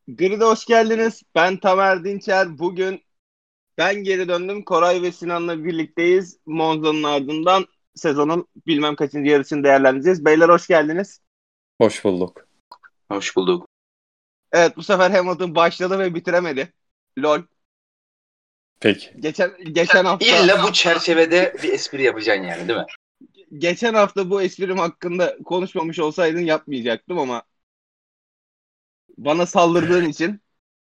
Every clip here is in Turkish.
Grid'e hoş geldiniz. Ben Tamer Dinçer. Bugün ben geri döndüm. Koray ve Sinan'la birlikteyiz. Monza'nın ardından sezonun bilmem kaçıncı yarışını değerlendireceğiz. Beyler hoş geldiniz. Hoş bulduk. Hoş bulduk. Evet, bu sefer Hamilton başladı ve bitiremedi. LOL. Peki. Geçen hafta İlla bu çerçevede bir espri yapacaksın yani, değil mi? geçen hafta bu esprim hakkında konuşmamış olsaydın yapmayacaktım ama bana saldırdığın için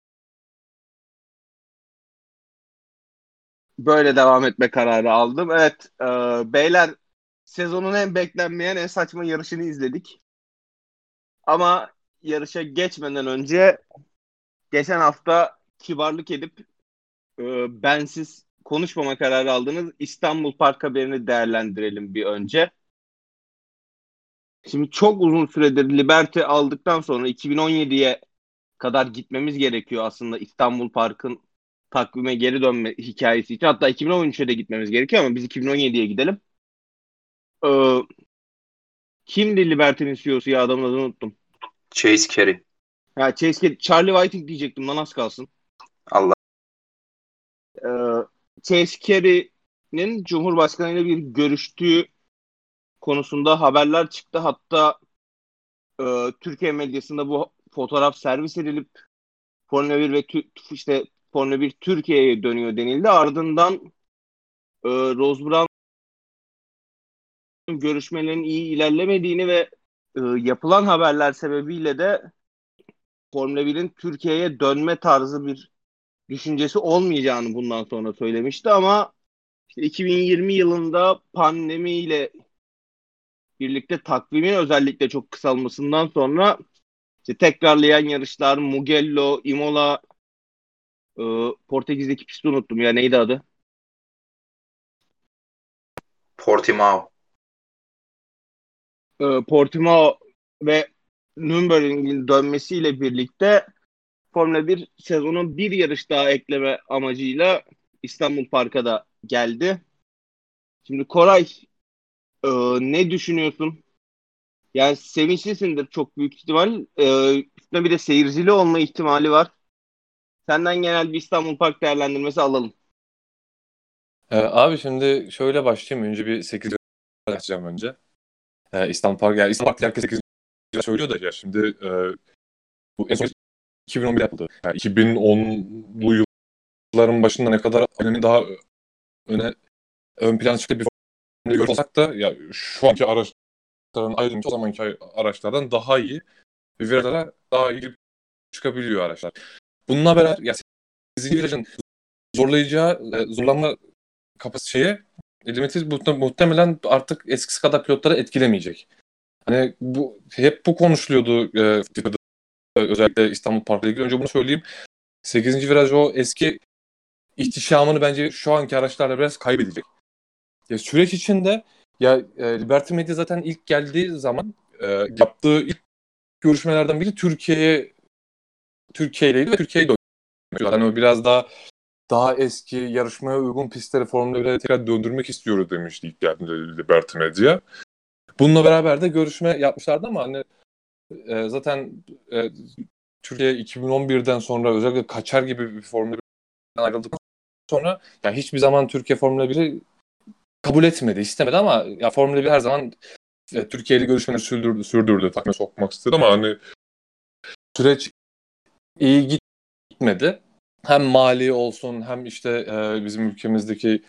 böyle devam etme kararı aldım. Evet, beyler, sezonun en beklenmeyen en saçma yarışını izledik. Ama yarışa geçmeden önce geçen hafta kibarlık edip bensiz konuşmama kararı aldınız. İstanbul Park haberini değerlendirelim bir önce. Şimdi çok uzun süredir Liberty aldıktan sonra 2017'ye kadar gitmemiz gerekiyor aslında İstanbul Park'ın takvime geri dönme hikayesi için. Hatta 2013'e de gitmemiz gerekiyor ama biz 2017'ye gidelim. Ee, Kimdi Liberty'nin CEO'su ya, adamın adını unuttum. Chase Carey. Charlie Whiting diyecektim lan, az kalsın. Allah. Chase Carey'nin Cumhurbaşkanı ile bir görüştüğü konusunda haberler çıktı. Hatta Türkiye medyasında bu fotoğraf servis edilip Formula 1 ve işte Formula 1 Türkiye'ye dönüyor denildi. Ardından Rose Brown görüşmelerin iyi ilerlemediğini ve yapılan haberler sebebiyle de Formula 1'in Türkiye'ye dönme tarzı bir düşüncesi olmayacağını bundan sonra söylemişti ama işte 2020 yılında pandemiyle birlikte takvimin özellikle çok kısalmasından sonra işte tekrarlayan yarışlar, Mugello, Imola, Portekiz'deki pisti unuttum ya, neydi adı? Portimao. Portimao ve Nürburgring'in dönmesiyle birlikte Formula 1 sezonun bir yarış daha ekleme amacıyla İstanbul Park'a da geldi. Şimdi Koray, e, ne düşünüyorsun? Yani sevinçlisindir çok büyük ihtimal. Üstüne bir de seyircili olma ihtimali var. Senden genel bir İstanbul Park değerlendirmesi alalım. Abi şimdi şöyle başlayayım. Önce bir 8 açacağım önce. İstanbul Park, yani İstanbul Park herkes 8 söylüyor da ya şimdi bu en son 2011 yapıldı. Yani 2010'lu yılların başında ne kadar daha öne ön plan çıktı bir formülü görüyor olsak da ya şu anki araçların ayrılmış o zamanki araçlardan daha iyi ve virajlara daha iyi girip çıkabiliyor araçlar. Bununla beraber ya 8. virajın zorlanma şeye limiti muhtemelen artık eskisi kadar pilotları etkilemeyecek. Hani bu hep bu konuşuluyordu Twitter'da, özellikle İstanbul Park'la ilgili. Önce bunu söyleyeyim. 8. viraj o eski ihtişamını bence şu anki araçlarla biraz kaybedecek. Ya süreç içinde ya Liberty Media zaten ilk geldiği zaman yaptığı ilk görüşmelerden biri Türkiye'yleydi ve Türkiye'yi dönüyorlar. Yani o biraz daha eski yarışmaya uygun pistleri Formula 1'e tekrar döndürmek istiyoruz demişti ilk geldiğinde Liberty Media. Bununla beraber de görüşme yapmışlardı ama hani zaten Türkiye 2011'den sonra özellikle Kaçar gibi bir Formula 1'den ayrıldıktan sonra yani hiçbir zaman Türkiye Formula 1'i kabul etmedi, istemedi ama ya Formula 1 her zaman Türkiye ile görüşmeleri sürdürdü, takvime sokmak istedi ama hani süreç iyi gitmedi. Hem mali olsun hem işte bizim ülkemizdeki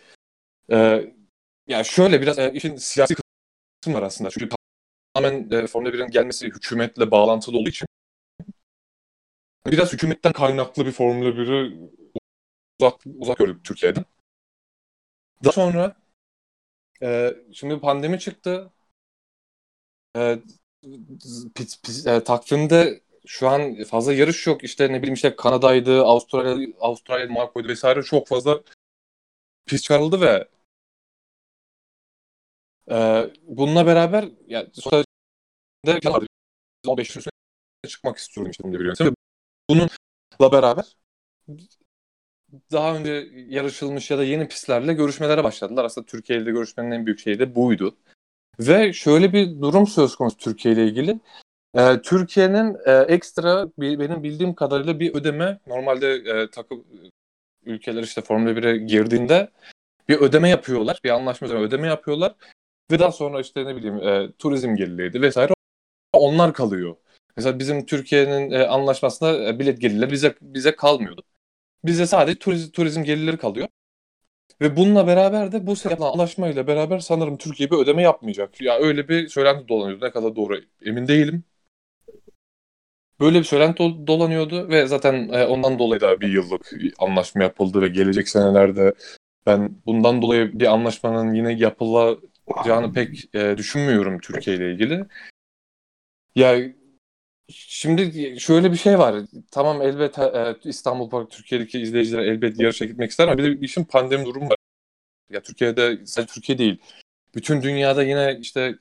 yani şöyle biraz işin siyasi kısmı var aslında. Çünkü tamamen Formula 1'in gelmesi hükümetle bağlantılı olduğu için biraz hükümetten kaynaklı bir Formula 1'i uzak gördük Türkiye'den. Daha sonra şimdi pandemi çıktı. E, takvimde şu an fazla yarış yok. İşte ne bileyim işte Kanada'ydı, Avustralya, Monaco'ydu vesaire çok fazla pist çıkarıldı ve bununla beraber yani sonuçta 15 yıl çıkmak istiyorum işte bunu biliyorsun. Bununla beraber daha önce yarışılmış ya da yeni pistlerle görüşmelere başladılar. Aslında Türkiye ile görüşmenin en büyük şeyi de buydu. Ve şöyle bir durum söz konusu Türkiye ile ilgili. Türkiye'nin ekstra benim bildiğim kadarıyla bir ödeme normalde takım ülkeler işte Formula 1'e girdiğinde bir ödeme yapıyorlar. Bir anlaşma üzerine ödeme yapıyorlar. Ve daha sonra işte ne bileyim turizm geliriydi vesaire onlar kalıyor. Mesela bizim Türkiye'nin anlaşmasında bilet gelirleri bize kalmıyordu. Bize sadece turizm gelirleri kalıyor. Ve bununla beraber de bu yapılan anlaşmayla beraber sanırım Türkiye bir ödeme yapmayacak. Ya öyle bir söylenti dolanıyordu. Ne kadar doğru emin değilim. Böyle bir söylenti dolanıyordu ve zaten ondan dolayı da bir yıllık anlaşma yapıldı ve gelecek senelerde ben bundan dolayı bir anlaşmanın yine yapılacağını pek düşünmüyorum Türkiye ile ilgili. Ya şimdi şöyle bir şey var. Tamam elbet İstanbul Park Türkiye'deki izleyiciler elbet yarışa gitmek ister ama bir de işin pandemi durumu var. Ya Türkiye'de sadece Türkiye değil. Bütün dünyada yine işte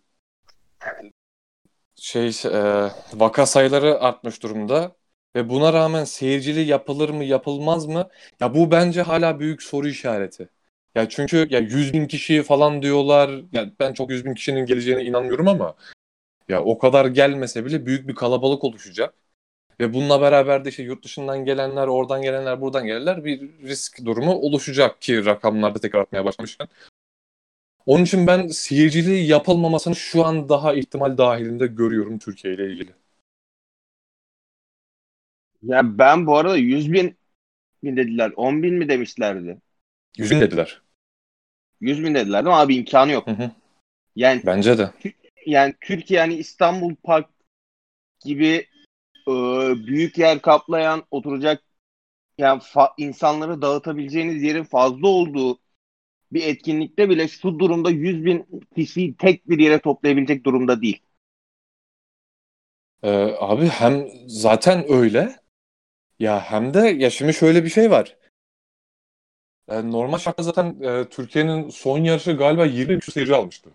vaka sayıları artmış durumda ve buna rağmen seyircili yapılır mı yapılmaz mı? Ya bu bence hala büyük soru işareti. Ya çünkü ya 100 bin kişi falan diyorlar. Ya ben çok 100 bin kişinin geleceğine inanmıyorum ama ya o kadar gelmese bile büyük bir kalabalık oluşacak. Ve bununla beraber de işte yurt dışından gelenler, oradan gelenler, buradan gelenler bir risk durumu oluşacak ki rakamlarda tekrar artmaya başlamışken. Onun için ben seyirciliği yapılmamasını şu an daha ihtimal dahilinde görüyorum Türkiye ile ilgili. Ya ben bu arada 100 bin mi dediler? 10 bin mi demişlerdi? 100 bin dediler. 100 bin dediler değil mi? Abi imkanı Hı yok. hı. Yani Bence de. yani Türkiye yani İstanbul Park gibi e, büyük yer kaplayan oturacak yani insanları dağıtabileceğiniz yerin fazla olduğu bir etkinlikte bile şu durumda 100 bin kişiyi tek bir yere toplayabilecek durumda değil. Abi hem zaten öyle ya hem de ya şimdi şöyle bir şey var. Normal şartlarda zaten Türkiye'nin son yarışı galiba 20 bin seyirci almıştı.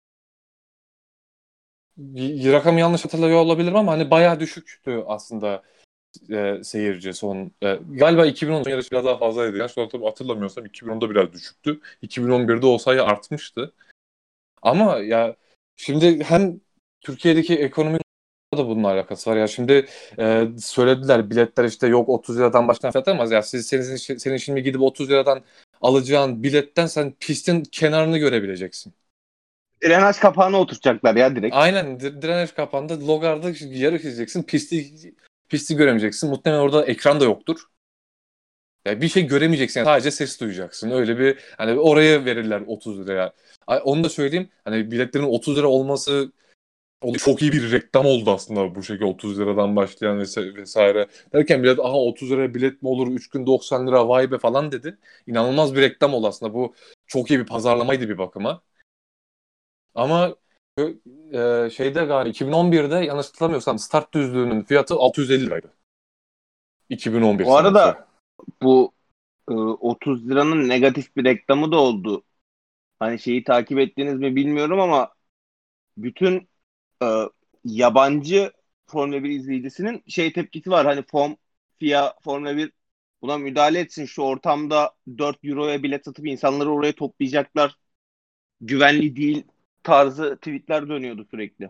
Rakamı yanlış hatırlıyor olabilirim ama hani bayağı düşüktü aslında seyirci son. Galiba 2010 son yarışı biraz daha fazlaydı. Yanlış hatırlamıyorsam 2010'da biraz düşüktü. 2011'de o sayı artmıştı. Ama ya şimdi hem Türkiye'deki ekonomik da bununla alakası var. Ya şimdi söylediler biletler işte yok 30 liradan başlayan fiyatlar ama ya senin şimdi gidip 30 liradan alacağın biletten sen pistin kenarını görebileceksin. Drenaj kapağına oturacaklar ya direkt. Aynen drenaj kapağında logarda yarış izleyeceksin. Pisti göremeyeceksin. Muhtemelen orada ekran da yoktur. Yani bir şey göremeyeceksin. Yani sadece ses duyacaksın. Öyle bir hani oraya verirler 30 liraya. Onu da söyleyeyim. Hani biletlerin 30 lira olması çok iyi bir reklam oldu aslında bu şekilde 30 liradan başlayan vesaire. Derken millet aha 30 liraya bilet mi olur 3 gün 90 lira vay be falan dedi. İnanılmaz bir reklam oldu aslında. Bu çok iyi bir pazarlamaydı bir bakıma. Ama şeyde galiba 2011'de yanlış hatırlamıyorsam start düzlüğünün fiyatı 650 liraydı. 2011 Bu senesi. arada bu 30 liranın negatif bir reklamı da oldu. Hani şeyi takip ettiniz mi bilmiyorum ama bütün e, yabancı Formula 1 izleyicisinin şey tepkisi var. Hani FIA Formula 1 buna müdahale etsin. Şu ortamda 4 euroya bilet satıp insanları oraya toplayacaklar. Güvenli değil tarzı tweetler dönüyordu sürekli.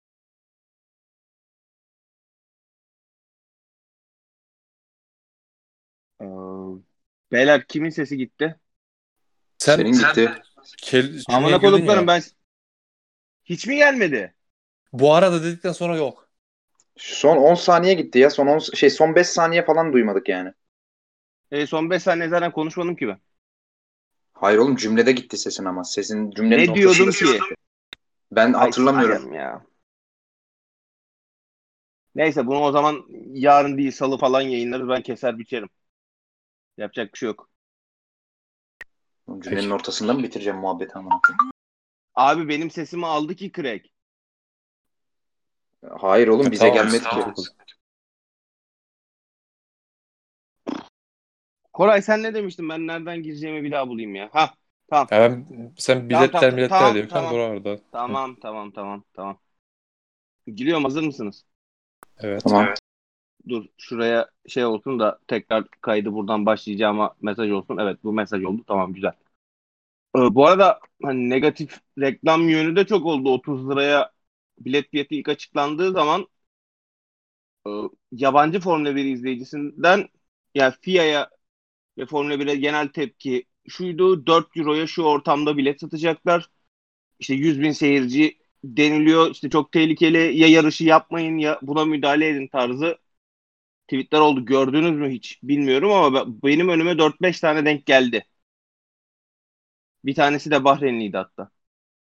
Ee, Beyler kimin sesi gitti? Sen Senin gitti. cümleye Amına girdin koduklarım ya. ben hiç mi gelmedi? Bu arada dedikten sonra yok. Son 10 saniye gitti ya. Son 5 saniye falan duymadık yani. Son 5 saniye zaten konuşmadım ki ben. Hayır oğlum cümlede gitti sesin ama. Sesin cümlenin Ne ortasında diyordum ses ki? gitti. Ben Ay hatırlamıyorum. sikeceğim ya. Neyse bunu o zaman yarın değil salı falan yayınlarız. Ben keser biçerim. Yapacak bir şey yok. Cümlenin Peki. ortasında mı bitireceğim muhabbeti amına koyayım? Abi benim sesimi aldı ki Craig. Hayır oğlum bize Tamam. gelmedi ki. Koray sen ne demiştin? Ben nereden gireceğimi bir daha bulayım ya. Ha tamam. Sen Tamam tamam biletler tamam diyorsan tamam. burada. Hı, Tamam. Giriyorum, hazır mısınız? evet. Tamam. Dur şuraya şey olsun da tekrar kaydı buradan başlayacağıma mesaj olsun. Evet bu mesaj oldu. Tamam güzel. Bu arada hani negatif reklam yönü de çok oldu. 30 liraya bilet fiyatı ilk açıklandığı zaman e, yabancı Formula 1 izleyicisinden yani FIA'ya ve Formula 1'e genel tepki şuydu: 4 euroya şu ortamda bilet satacaklar. İşte 100 bin seyirci deniliyor. İşte çok tehlikeli, ya yarışı yapmayın ya buna müdahale edin tarzı tweetler oldu. Gördünüz mü hiç bilmiyorum ama benim önüme 4-5 tane denk geldi. Bir tanesi de Bahreynliydi hatta.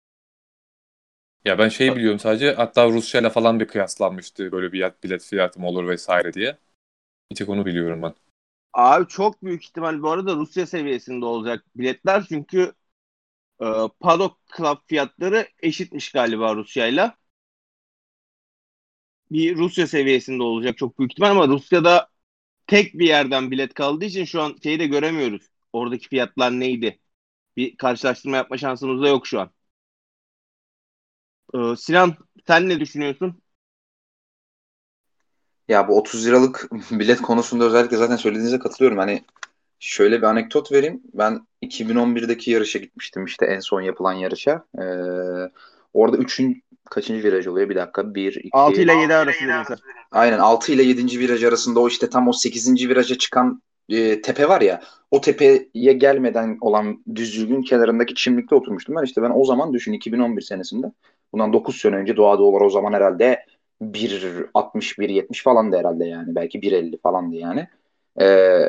Ya ben şey biliyorum sadece, hatta Rusya ile falan bir kıyaslanmıştı böyle bir bilet fiyatı mı olur vesaire diye. Bir tek onu biliyorum ben. Abi çok büyük ihtimal bu arada Rusya seviyesinde olacak biletler, çünkü e, Paddock Club fiyatları eşitmiş galiba Rusya'yla. Bir Rusya seviyesinde olacak çok büyük ihtimal, ama Rusya'da tek bir yerden bilet kaldığı için şu an şeyi de göremiyoruz. Oradaki fiyatlar neydi? Bir karşılaştırma yapma şansımız da yok şu an. Sinan, sen ne düşünüyorsun? Ya bu 30 liralık bilet konusunda özellikle zaten söylediğinize katılıyorum. Hani şöyle bir anekdot vereyim. Ben 2011'deki yarışa gitmiştim, işte en son yapılan yarışa. Orada kaçıncı viraj oluyor? Bir dakika. 1, 6 2... ile 7 arası dedin sen. Aynen 6 ile 7. viraj arasında, o işte tam o 8. viraja çıkan tepe var ya, o tepeye gelmeden olan düzlüğün kenarındaki çimlikte oturmuştum ben. İşte ben o zaman düşün, 2011 senesinde, bundan 9 sene önce, doğa dolar o zaman herhalde 1.60 1.70 falandı herhalde, yani belki 1.50 falandı yani. E,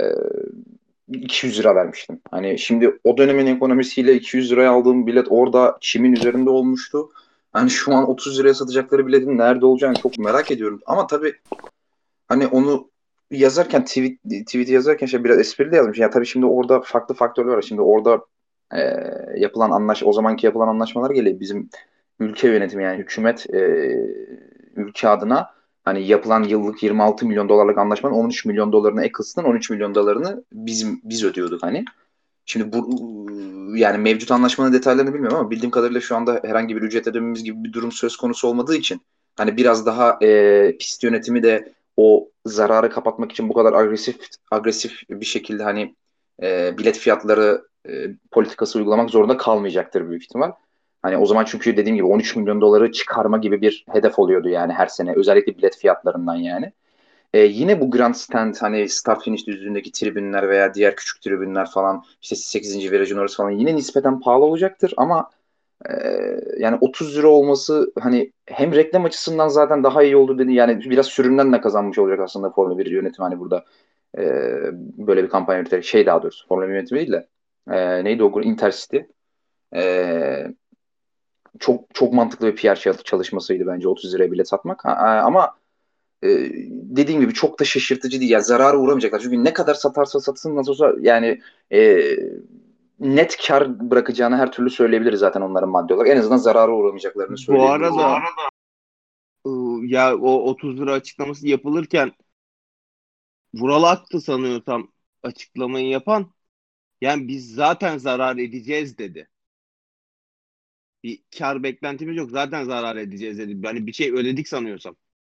200 lira vermiştim. Hani şimdi o dönemin ekonomisiyle 200 liraya aldığım bilet orada çimin üzerinde olmuştu. Hani şu an 30 liraya satacakları biletin nerede olacağını çok merak ediyorum. Ama tabii hani onu yazarken, tweet yazarken şey biraz esprili yazmış. Ya tabii şimdi orada farklı faktörler var. Şimdi orada e, o zamanki yapılan anlaşmalar gereği bizim ülke yönetimi, yani hükümet, ülke adına hani yapılan yıllık 26 milyon dolarlık anlaşmanın 13 milyon dolarını Eccleston, 13 milyon dolarını biz ödüyorduk hani. Şimdi bu, yani mevcut anlaşmanın detaylarını bilmiyorum ama bildiğim kadarıyla şu anda herhangi bir ücret ödememiz gibi bir durum söz konusu olmadığı için hani biraz daha pist yönetimi de o zararı kapatmak için bu kadar agresif bir şekilde hani bilet fiyatları politikası uygulamak zorunda kalmayacaktır büyük ihtimal. Hani o zaman, çünkü dediğim gibi 13 milyon doları çıkarma gibi bir hedef oluyordu yani her sene, özellikle bilet fiyatlarından yani. Yine bu grandstand, hani start finish düzlüğündeki tribünler veya diğer küçük tribünler falan, işte 8. virajın orası falan yine nispeten pahalı olacaktır ama e, yani 30 lira olması hani hem reklam açısından zaten daha iyi oldu dedi. Yani biraz sürümden de kazanmış olacak aslında Formula 1 yönetimi, hani burada e, böyle bir kampanya yöneterek, şey, daha doğrusu Formula 1 yönetimi değil de neydi o grup, Intercity. E, çok çok mantıklı bir PR çalışmasıydı bence 30 liraya bilet satmak. Ama e, dediğim gibi çok da şaşırtıcı değil. Yani zarara uğramayacaklar. Çünkü ne kadar satarsa satsın, nasıl olsa yani e, net kar bırakacağını her türlü söyleyebiliriz zaten onların maddi olarak. En azından zarara uğramayacaklarını Bu söyleyebiliriz yani. arada ya o 30 lira açıklaması yapılırken Vural Aktı sanıyorsam açıklamayı yapan, yani biz zaten zarar edeceğiz dedi. Bir kar beklentimiz yok, zaten zarar edeceğiz dedi. Yani bir şey ödedik sanıyorsam.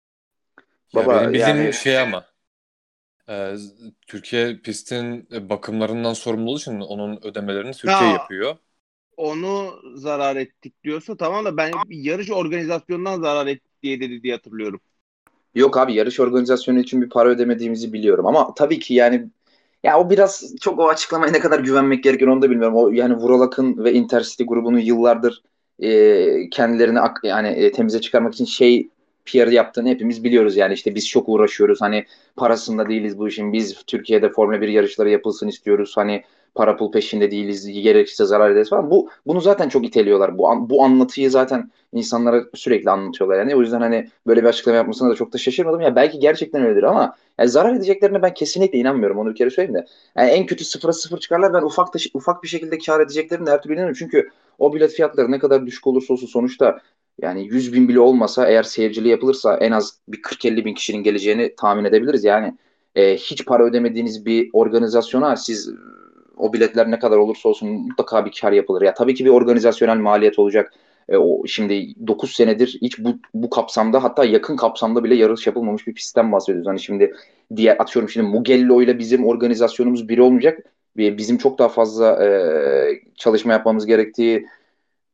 Ya Baba benim bildiğim yani şey ama e, Türkiye pistin bakımlarından sorumlu olduğu için onun ödemelerini Türkiye Ha, yapıyor. onu zarar ettik diyorsa tamam da ben bir yarış organizasyonundan zarar ettik diye dedi diye hatırlıyorum. yok abi, yarış organizasyonu için bir para ödemediğimizi biliyorum ama tabii ki yani, ya o biraz çok, o açıklamaya ne kadar güvenmek gerekir onu da bilmiyorum. O yani Vural Akın ve Intercity grubunun yıllardır kendilerini yani temize çıkarmak için şey PR yaptığını hepimiz biliyoruz. Yani işte biz çok uğraşıyoruz. Hani parasında değiliz bu işin. Biz Türkiye'de Formula 1 yarışları yapılsın istiyoruz. Hani para pul peşinde değiliz. Gerekirse zarar ederiz falan. Bunu zaten çok iteliyorlar. Bu anlatıyı zaten insanlara sürekli anlatıyorlar yani. O yüzden hani böyle bir açıklama yapmasına da çok da şaşırmadım. Ya belki gerçekten öyledir ama yani zarar edeceklerine ben kesinlikle inanmıyorum. Onu bir kere söyleyeyim de. Yani en kötü 0'a 0 çıkarlar. Ben ufak bir şekilde kar edeceklerini de her türlü inanıyorum. Çünkü o bilet fiyatları ne kadar düşük olursa olsun, sonuçta yani 100 bin bile olmasa, eğer seyircili yapılırsa en az bir 40-50 bin kişinin geleceğini tahmin edebiliriz. Yani hiç para ödemediğiniz bir organizasyona siz o biletler ne kadar olursa olsun mutlaka bir kar yapılır. Ya tabii ki bir organizasyonel maliyet olacak. O şimdi 9 senedir hiç bu kapsamda, hatta yakın kapsamda bile yarış yapılmamış bir pistten bahsediyoruz. Hani şimdi diğer, atıyorum şimdi Mugello ile bizim organizasyonumuz biri olmayacak. Bizim çok daha fazla çalışma yapmamız gerektiği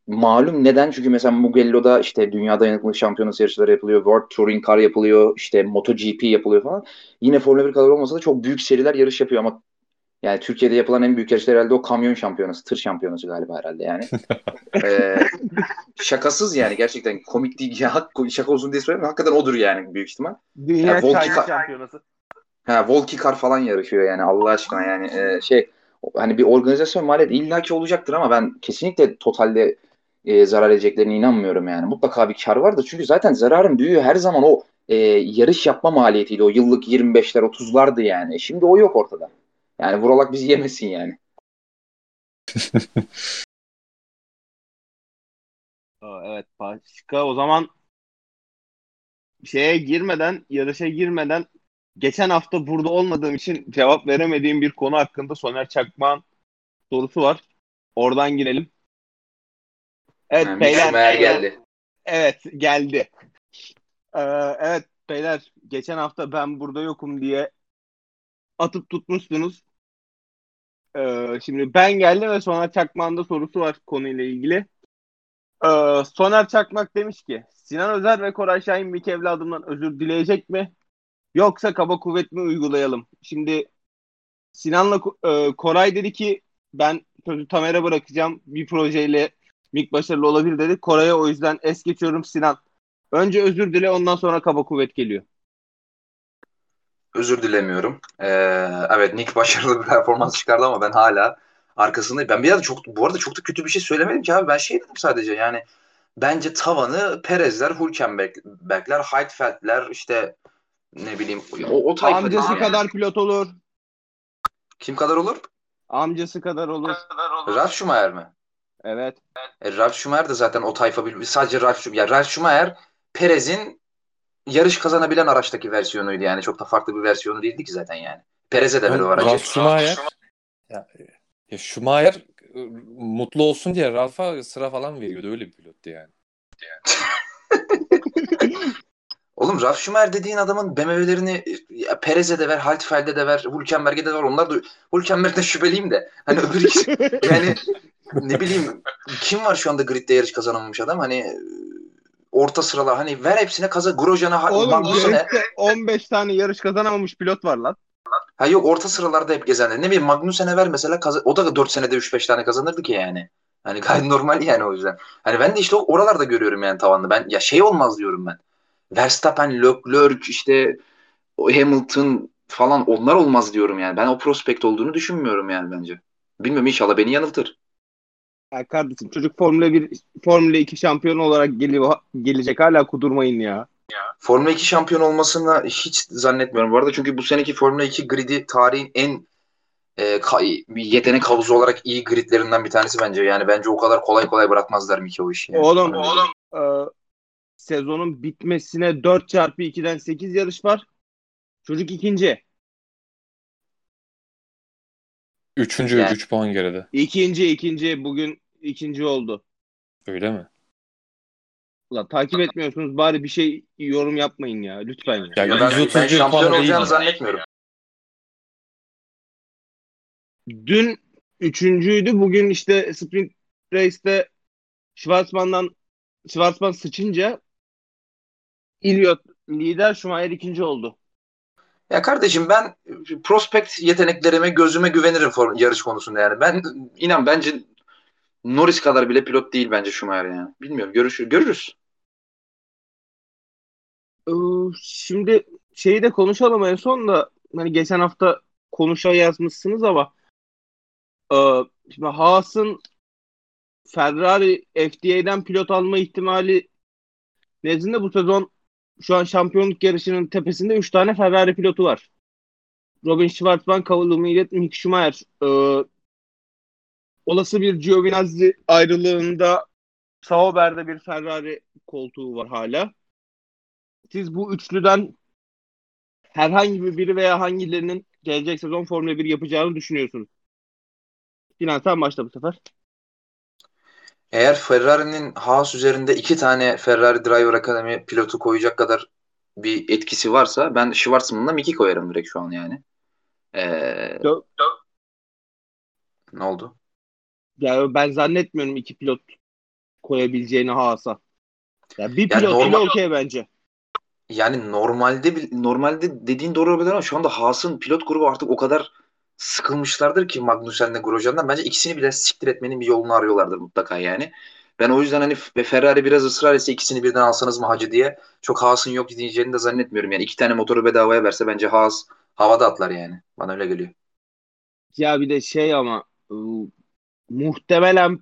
malum neden? Çünkü mesela Mugello'da işte Dünya Dayanıklılık Şampiyonası yarışları yapılıyor. World Touring Car yapılıyor. İşte MotoGP yapılıyor falan. Yine Formula 1 kadar olmasa da çok büyük seriler yarış yapıyor ama yani Türkiye'de yapılan en büyük yarışlar herhalde o kamyon şampiyonası, tır şampiyonası galiba herhalde yani. Ee, Şakasız yani gerçekten komik değil. Ya, şaka olsun diye söylemiyorum. Hakikaten odur yani büyük ihtimal. Dünya Yani Çaylı Şampiyonası. Volkikar falan yarışıyor yani Allah aşkına yani hani bir organizasyon maliyeti illaki olacaktır ama ben kesinlikle totalde zarar edeceklerine inanmıyorum yani. Mutlaka bir kar vardır çünkü zaten zararın büyüğü her zaman o yarış yapma maliyetiydi. O yıllık 25'ler 30'lardı yani. Şimdi o yok ortada. Yani Vuralak bizi yemesin yani. Evet, başka o zaman yarışa girmeden geçen hafta burada olmadığım için cevap veremediğim bir konu hakkında Soner Çakmak'ın sorusu var. Oradan girelim. Evet Mick beyler. Schumacher geldi. Evet geldi. Ee, evet beyler, geçen hafta ben burada yokum diye atıp tutmuşsunuz. Şimdi ben geldim ve Soner Çakmak'ın da sorusu var konuyla ilgili. Soner Çakmak demiş ki Sinan Özer ve Koray Şahin bir evladından özür dileyecek mi? Yoksa kaba kuvvet mi uygulayalım? Şimdi Sinan'la Koray dedi ki ben sözü Tamer'e bırakacağım. Bir projeyle Mik başarılı olabilir dedi. Koray'a o yüzden es geçiyorum Sinan. Önce özür dile, ondan sonra kaba kuvvet geliyor. Özür dilemiyorum. Evet, Nick başarılı bir performans çıkardı ama ben hala arkasındayım. Ben bir arada bu arada çok da kötü bir şey söylemedim ki abi. Ben şey dedim sadece yani bence tavanı Perezler, Hülkenbergler, Heidfeldler işte ne bileyim o tayfa dedim Amcası yani. kadar pilot olur. Kim kadar olur? Amcası kadar olur. Ralf Schumacher mi? Evet. Ralf Schumacher de zaten o tayfa sadece Ralf Schumacher Perez'in yarış kazanabilen araçtaki versiyonuydu yani çok da farklı bir versiyonu değildi ki zaten yani. Perez'e de ver o Oğlum, aracı. Ralf Schumacher ya Schumacher mutlu olsun diye Ralf'a sıra falan veriyordu. Öyle bir pilottu yani. Oğlum Ralf Schumacher dediğin adamın BMW'lerini Perez'e de ver, Haltefeld'e de ver, Hülkenberg'e de ver. Onlar da Hülkenberg'den şüpheliyim de. Hani öbür ikisi yani ne bileyim kim var şu anda gridde yarış kazanamamış adam? Hani orta sıralar hani ver hepsine Grosjean'a, Oğlum Magnussen'e. yarışta 15 tane yarış kazanamamış pilot var lan. Ha yok orta sıralarda hep gezenler. Ne bileyim Magnussen'e ver mesela o da 4 senede 3-5 tane kazanırdı ki yani. Hani gayet normal yani o yüzden. Hani ben de işte oralarda görüyorum yani tavanını. Ben ya şey olmaz diyorum ben. Verstappen, Leclerc işte o Hamilton falan onlar olmaz diyorum yani. Ben o prospekt olduğunu düşünmüyorum yani bence. Bilmiyorum inşallah beni yanıltır. Ya kardeşim, çocuk Formula 1, Formula 2 şampiyonu olarak gelecek, hala kudurmayın ya. Formula 2 şampiyon olmasını hiç zannetmiyorum. Bu arada çünkü bu seneki Formula 2 gridi tarihin en bir yetenek havuzu olarak iyi gridlerinden bir tanesi bence. Yani bence o kadar kolay kolay bırakmazlar Miki o işi yani. Oğlum, e, sezonun bitmesine 4x2'den 8 yarış var. Çocuk ikinci. Üçüncü Yani 3 puan geride. İkinci. Bugün ikinci oldu. Öyle mi? Ulan takip etmiyorsunuz, bari bir şey yorum yapmayın ya. Lütfen ya. Ya ya ben 131 şampiyon puanı değil olacağını mi? zannetmiyorum. Dün üçüncüydü. Bugün işte sprint race'te Schwarzman sıçınca Elliot lider, Schumacher ikinci oldu. Ya kardeşim ben prospekt yeteneklerime gözüme güvenirim yarış konusunda yani. Ben inan bence Norris kadar bile pilot değil bence Schumacher yani. Bilmiyorum görürüz. Ee, Şimdi şeyi de konuşalım en son da, hani geçen hafta konuşa yazmışsınız ama e, şimdi Haas'ın Ferrari FDA'den pilot alma ihtimali nezdinde bu sezon şu an şampiyonluk yarışının tepesinde 3 tane Ferrari pilotu var. Robin Schwarzman, Kvyat, Mick Schumacher. Olası bir Giovinazzi ayrılığında Sauber'de bir Ferrari koltuğu var hala. Siz bu üçlüden herhangi biri veya hangilerinin gelecek sezon Formula 1 yapacağını düşünüyorsunuz? Sinan sen başla bu sefer. Eğer Ferrari'nin Haas üzerinde iki tane Ferrari Driver Academy pilotu koyacak kadar bir etkisi varsa ben Schwarzman'la Mick'i koyarım direkt şu an yani. Ee, Yo- Ne oldu? Yani ben zannetmiyorum iki pilot koyabileceğini Haas'a. Ya bir Yani pilot bile okey bence. Yani normalde dediğin doğru olabilir ama şu anda Haas'ın pilot grubu artık o kadar sıkılmışlardır ki Magnussen'le Grosjean'dan. Bence ikisini bile siktir etmenin bir yolunu arıyorlardır mutlaka yani. Ben o yüzden hani Ferrari biraz ısrar etse ikisini birden alsanız mı hacı diye çok Haas'ın yok diyeceğini de zannetmiyorum. Yani iki tane motoru bedavaya verse bence Haas havada atlar yani. Bana öyle geliyor. Ya bir de şey ama muhtemelen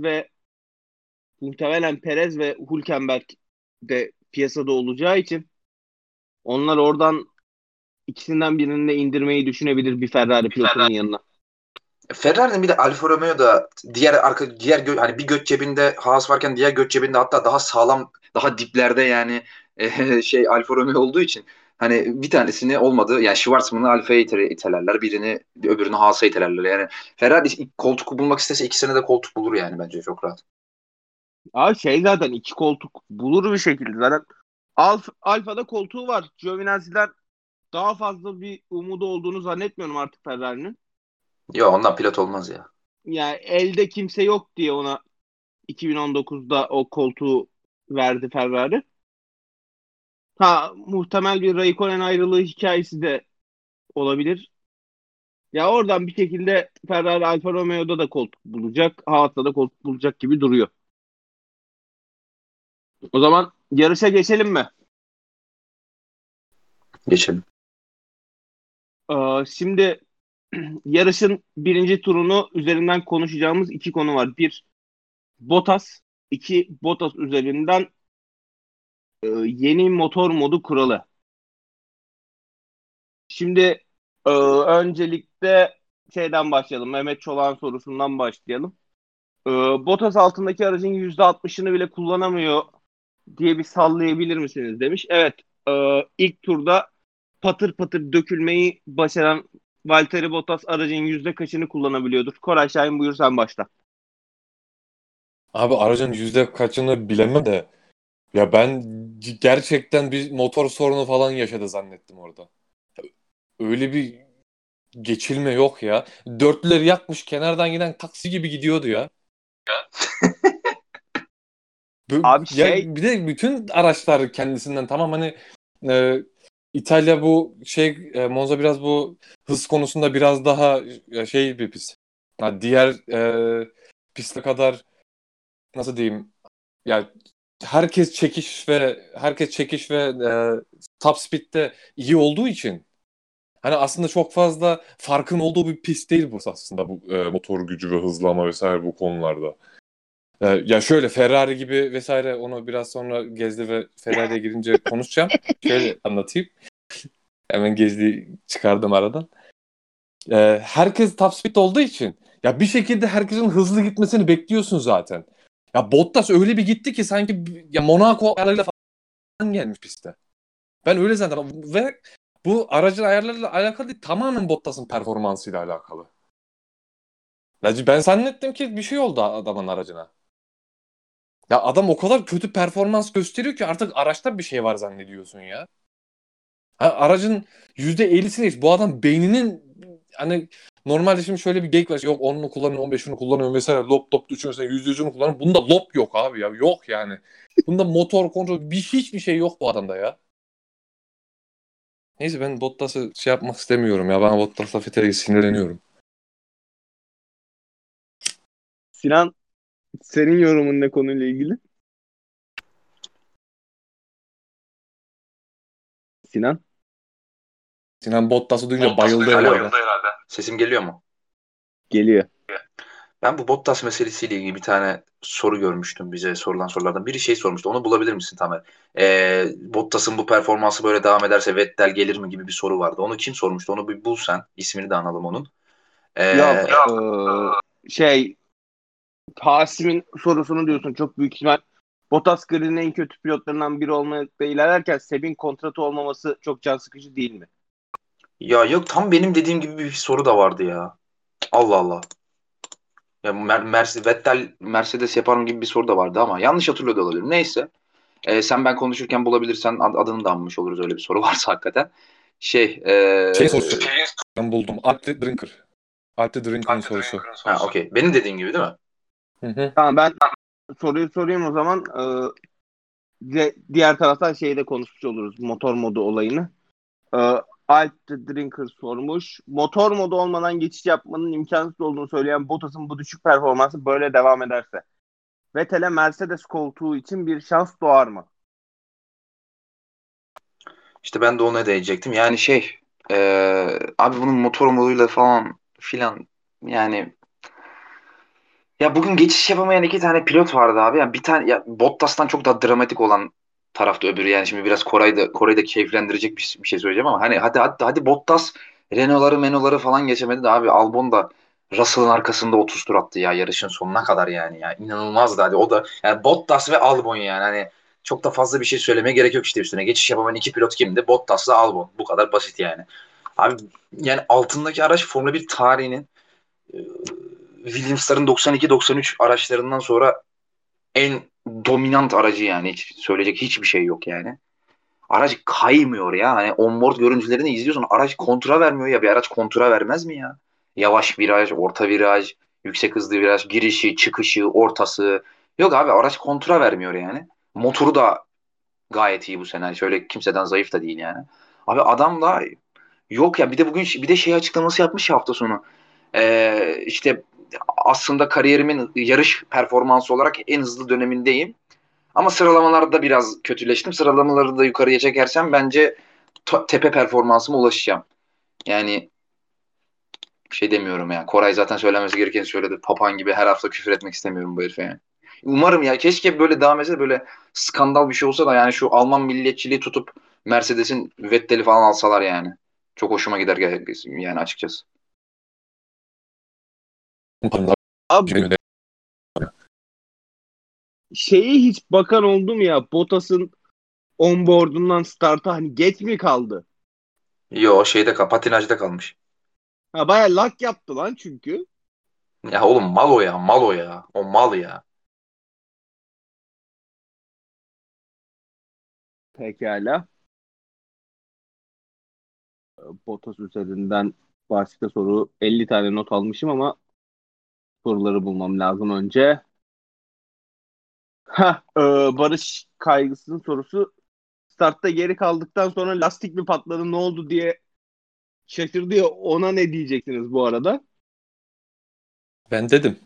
Perez ve Hülkenberg de piyasada olacağı için onlar oradan ikisinden birini de indirmeyi düşünebilir bir Ferrari pilotunun yanına. Ferrari'nin bir de Alfa Romeo'da hani bir göç cebinde Haas varken diğer göç cebinde hatta daha sağlam daha diplerde yani Alfa Romeo olduğu için hani bir tanesini olmadı yani Schwarzman'ı Alfa'ya itelerler birini öbürünü Haas'a itelerler yani Ferrari koltuk bulmak istese ikisine de koltuk bulur yani bence çok rahat. Abi zaten iki koltuk bulur bir şekilde. Zaten Alfa'da koltuğu var. Giovinazzi'den daha fazla bir umudu olduğunu zannetmiyorum artık Ferrari'nin. Yok ondan pilot olmaz ya. Yani elde kimse yok diye ona 2019'da o koltuğu verdi Ferrari. Ha, muhtemel bir Raikkonen ayrılığı hikayesi de olabilir. Ya oradan bir şekilde Ferrari Alfa Romeo'da da koltuk bulacak. Haas'ta da koltuk bulacak gibi duruyor. O zaman yarışa geçelim mi? Geçelim. Şimdi yarışın birinci turunu üzerinden konuşacağımız iki konu var. Bir, Bottas. İki, Bottas üzerinden yeni motor modu kuralı. Şimdi öncelikle şeyden başlayalım. Mehmet Çolak'ın sorusundan başlayalım. Bottas altındaki aracın %60'ını bile kullanamıyor diye bir sallayabilir misiniz demiş. Evet, ilk turda patır patır dökülmeyi başaran Valtteri Bottas aracın yüzde kaçını kullanabiliyordur? Koray Şahin, buyur sen başla. Abi aracın yüzde kaçını bilemem de ya ben gerçekten bir motor sorunu falan yaşadı zannettim orada. Öyle bir geçilme yok ya. Dörtlüleri yakmış kenardan giden taksi gibi gidiyordu ya. Abi Ya bir de bütün araçlar kendisinden tamam hani e, İtalya bu Monza biraz bu hız konusunda biraz daha bir pist. Ha, diğer piste kadar nasıl diyeyim ya herkes çekiş ve top speed'de iyi olduğu için hani aslında çok fazla farkın olduğu bir pist değil bu aslında bu motor gücü ve hızlama vesaire bu konularda. Ya şöyle Ferrari gibi vesaire onu biraz sonra Gezdi ve Ferrari'ye girince konuşacağım. Şöyle anlatayım. Hemen Gezdi çıkardım aradan. Herkes top speed olduğu için ya bir şekilde herkesin hızlı gitmesini bekliyorsun zaten. Ya Bottas öyle bir gitti ki sanki ya Monaco ayarlarıyla falan gelmiş piste. Ben öyle zannediyorum ve bu aracın ayarlarıyla alakalı değil, tamamen Bottas'ın performansıyla alakalı. Ya ben zannettim ki bir şey oldu adamın aracına. Ya adam o kadar kötü performans gösteriyor ki artık araçta bir şey var zannediyorsun ya. Ha, aracın %50'sini geç. Bu adam beyninin hani normalde şimdi şöyle bir geyik var. Yok 10'unu kullanıyor, 15'ini kullanıyor mesela. Lop düşüyor mesela %100'ünü kullanıyor. Bunda lop yok abi ya. Yok yani. Bunda motor kontrol hiçbir şey yok bu adamda ya. Neyse ben Bottas'ı yapmak istemiyorum ya. Ben Bottas'la Fethel'e sinirleniyorum. Sinan, senin yorumun ne konuyla ilgili? Sinan? Sinan Bottas'ı duyunca bayıldı herhalde. Sesim geliyor mu? Geliyor. Ben bu Bottas meselesiyle ilgili bir tane soru görmüştüm bize sorulan sorulardan. Biri sormuştu. Onu bulabilir misin Tamer? Bottas'ın bu performansı böyle devam ederse Vettel gelir mi gibi bir soru vardı. Onu kim sormuştu? Onu bir bul sen. İsmini de analım onun. Yok, Hasim'in sorusunu diyorsun, çok büyük ihtimal Bottas Grid'in en kötü pilotlarından biri olmakta ilerlerken Seb'in kontratı olmaması çok can sıkıcı değil mi? Ya yok tam benim dediğim gibi bir soru da vardı ya. Allah Allah. Ya Vettel Mercedes yapar mı gibi bir soru da vardı ama yanlış hatırlıyor da olabilirim. Neyse. Sen ben konuşurken bulabilirsen adını da anmış oluruz öyle bir soru varsa hakikaten. Sorusu. Ben buldum. Alpli Drinker. Alpli Drinker'ın sorusu. Ha, okey. Benim dediğim gibi değil mi? Hı hı. Tamam, ben soruyu sorayım o zaman. Diğer taraftan şeyi de konuşmuş oluruz. Motor modu olayını. Alp the Drinker sormuş. Motor modu olmadan geçiş yapmanın imkansız olduğunu söyleyen Bottas'ın bu düşük performansı böyle devam ederse Vettel'e Mercedes koltuğu için bir şans doğar mı? İşte ben de ona değecektim. Yani abi bunun motor moduyla falan filan yani ya bugün geçiş yapamayan iki tane pilot vardı abi. Yani bir tane ya Bottas'tan çok daha dramatik olan tarafta öbürü. Yani şimdi biraz Koray'da keyiflendirecek bir şey söyleyeceğim ama hani hadi Bottas Renault'ları falan geçemedi de abi Albon da Russell'ın arkasında 30 tur attı ya yarışın sonuna kadar yani ya. İnanılmazdı hadi o da yani Bottas ve Albon yani hani çok da fazla bir şey söylemeye gerek yok işte üstüne. Geçiş yapamayan iki pilot kimdi? Bottas'la Albon. Bu kadar basit yani. Abi yani altındaki araç Formula 1 tarihinin e, Williams'ların 92-93 araçlarından sonra en dominant aracı yani. Hiç söyleyecek hiçbir şey yok yani. Araç kaymıyor ya. Hani onboard görüntülerini izliyorsun. Araç kontura vermiyor ya. Bir araç kontura vermez mi ya? Yavaş viraj, orta viraj, yüksek hızlı viraj, girişi, çıkışı, ortası. Yok abi araç kontura vermiyor yani. Motoru da gayet iyi bu sene. Şöyle kimseden zayıf da değil yani. Abi adam da yok ya. Bir de bugün bir de şey açıklaması yapmış ya hafta sonu. İşte aslında kariyerimin yarış performansı olarak en hızlı dönemindeyim. Ama sıralamalarda biraz kötüleştim. Sıralamaları da yukarıya çekersem bence tepe performansıma ulaşacağım. Yani bir şey demiyorum ya. Koray zaten söylemesi gerekeni söyledi. Papağan gibi her hafta küfür etmek istemiyorum bu herife yani. Umarım ya keşke böyle devam etse böyle skandal bir şey olsa da yani şu Alman milliyetçiliği tutup Mercedes'in Vettel'i falan alsalar yani. Çok hoşuma gider yani açıkçası. Abi şeyi hiç bakan oldu mu ya? Bottas'ın onboard'undan start'a hani geç mi kaldı? Yo patinajda kalmış. Ha bayağı lak yaptı lan çünkü. Ya oğlum mal o ya mal o ya. O mal ya. Pekala. Bottas üzerinden başka soru 50 tane not almışım ama soruları bulmam lazım önce. Barış Kaygısı'nın sorusu startta geri kaldıktan sonra lastik mi patladı ne oldu diye şaşırdı ya ona ne diyeceksiniz bu arada? Ben dedim.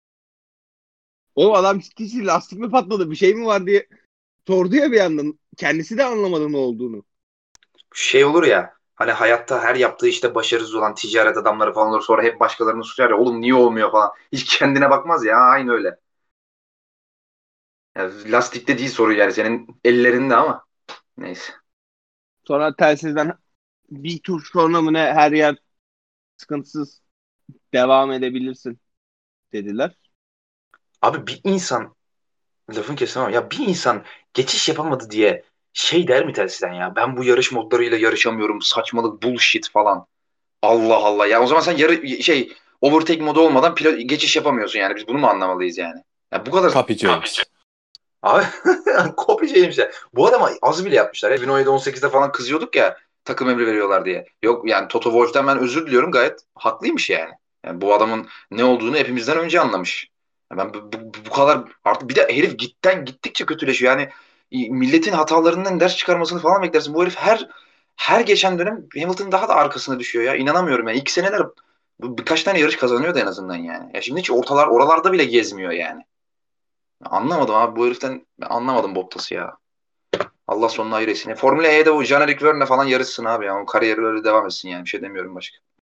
O adam ciddi lastik mi patladı bir şey mi var diye sordu ya bir yandan. Kendisi de anlamadı ne olduğunu. Şey olur ya hani hayatta her yaptığı işte başarısız olan ticaret adamları falan olur sonra hep başkalarını suçlar ya oğlum niye olmuyor falan. Hiç kendine bakmaz ya aynı öyle. Yani lastikte değil soru yani senin ellerinde ama neyse. Sonra telsizden bir tur sonra mı ne her yer sıkıntısız devam edebilirsin dediler. Abi bir insan lafın kesin ama ya bir insan geçiş yapamadı diye şey der mi tersinden ya ben bu yarış modlarıyla yarışamıyorum saçmalık bullshit falan. Allah Allah ya o zaman sen overtake modu olmadan geçiş yapamıyorsun yani biz bunu mu anlamalıyız yani? Ya bu kadar Copy James. abi kopyacıyım işte. Bu adama az bile yapmışlar. Ya. 2017-18'de falan kızıyorduk ya takım emri veriyorlar diye. Yok yani Toto Wolff'ten ben özür diliyorum gayet haklıymış yani. Yani bu adamın ne olduğunu hepimizden önce anlamış. Ya ben bu kadar artık bir de herif gittikçe kötüleşiyor. Yani milletin hatalarından ders çıkarmasını falan beklersin. Bu herif her geçen dönem Hamilton'ın daha da arkasına düşüyor ya. İnanamıyorum yani. İlk seneler birkaç tane yarış kazanıyordu en azından yani. Ya şimdi hiç oralarda bile gezmiyor yani. Anlamadım abi bu heriften ben anlamadım Bottas'ı ya. Allah sonuna hayır etsin. Formula E'de o Jean-Eric Vergne falan yarışsın abi ya. O kariyeri öyle devam etsin yani. Bir şey demiyorum başka.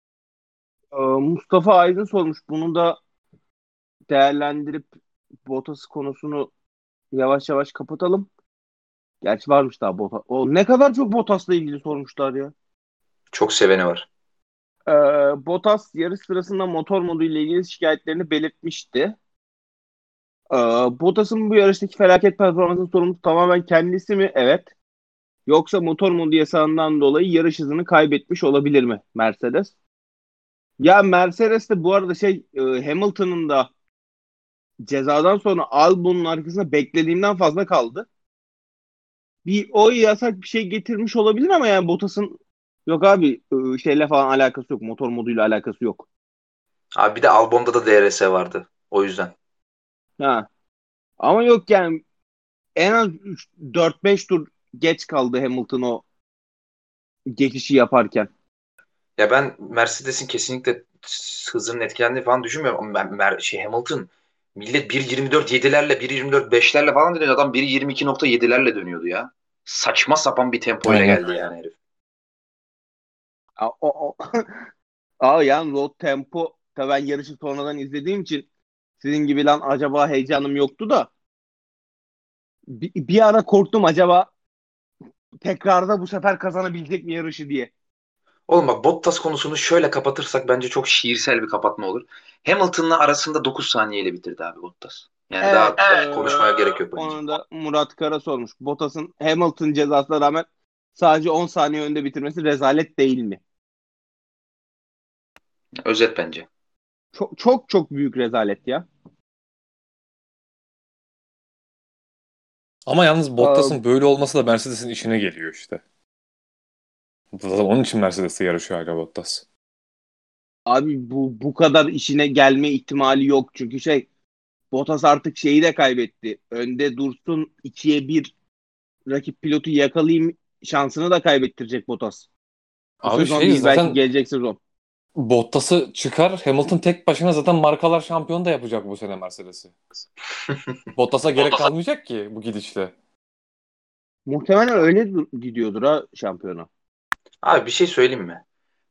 Mustafa Aydın sormuş. Bunu da değerlendirip Bottas konusunu yavaş yavaş kapatalım. Gerçi varmış daha Bottas. O ne kadar çok Bottas'la ilgili sormuşlar ya. Çok seveni var. Ee, Bottas yarış sırasında motor modu ile ilgili şikayetlerini belirtmişti. Ee, Bottas'ın bu yarıştaki felaket performansının sorumlusu tamamen kendisi mi? Evet. Yoksa motor modu yasağından dolayı yarış hızını kaybetmiş olabilir mi Mercedes? Ya Mercedes de bu arada Hamilton'ın da cezadan sonra Albon'un arkasında beklediğimden fazla kaldı. Bir o yasak bir şey getirmiş olabilir ama yani Bottas'ın yok abi şeyle falan alakası yok. Motor moduyla alakası yok. Abi bir de Albon'da da DRS vardı. O yüzden. Ha. Ama yok yani en az 4-5 tur geç kaldı Hamilton o geçişi yaparken. Ya ben Mercedes'in kesinlikle hızının etkilendiğini falan düşünmüyorum. Ama Hamilton millet 1.24 7'lerle 1.24 5'lerle falan dönüyor. Adam 1.22.7'lerle dönüyordu ya. Saçma sapan bir tempoyla Aynen. geldi yani herif. O. Aa yani o tempo tabii ben yarışı sonradan izlediğim için sizin gibi lan acaba heyecanım yoktu da bir ara korktum acaba tekrarda bu sefer kazanabilecek mi yarışı diye. Oğlum bak Bottas konusunu şöyle kapatırsak bence çok şiirsel bir kapatma olur. Hamilton'la arasında 9 saniyeyle bitirdi abi Bottas. Yani daha Evet, konuşmaya gerek yok bence. onu da Murat Kara sormuş. Bottas'ın Hamilton cezasına rağmen sadece 10 saniye önde bitirmesi rezalet değil mi? Özet bence. Çok çok çok büyük rezalet ya. Ama yalnız Ee, Bottas'ın böyle olması da Mercedes'in işine geliyor işte. Zaten onun için Mercedes'te yarışıyor hala Bottas. abi bu kadar işine gelme ihtimali yok. Çünkü Bottas artık şeyi de kaybetti. Önde dursun 2'ye 1 rakip pilotu yakalayayım şansını da kaybettirecek Bottas. Bu Abi sezon değil belki zaten gelecek sezon. Bottas'ı çıkar. Hamilton tek başına zaten markalar şampiyonu da yapacak bu sene Mercedes'i. Bottas'a gerek kalmayacak ki bu gidişle. Muhtemelen öyle gidiyordur ha şampiyona. Abi bir şey söyleyeyim mi?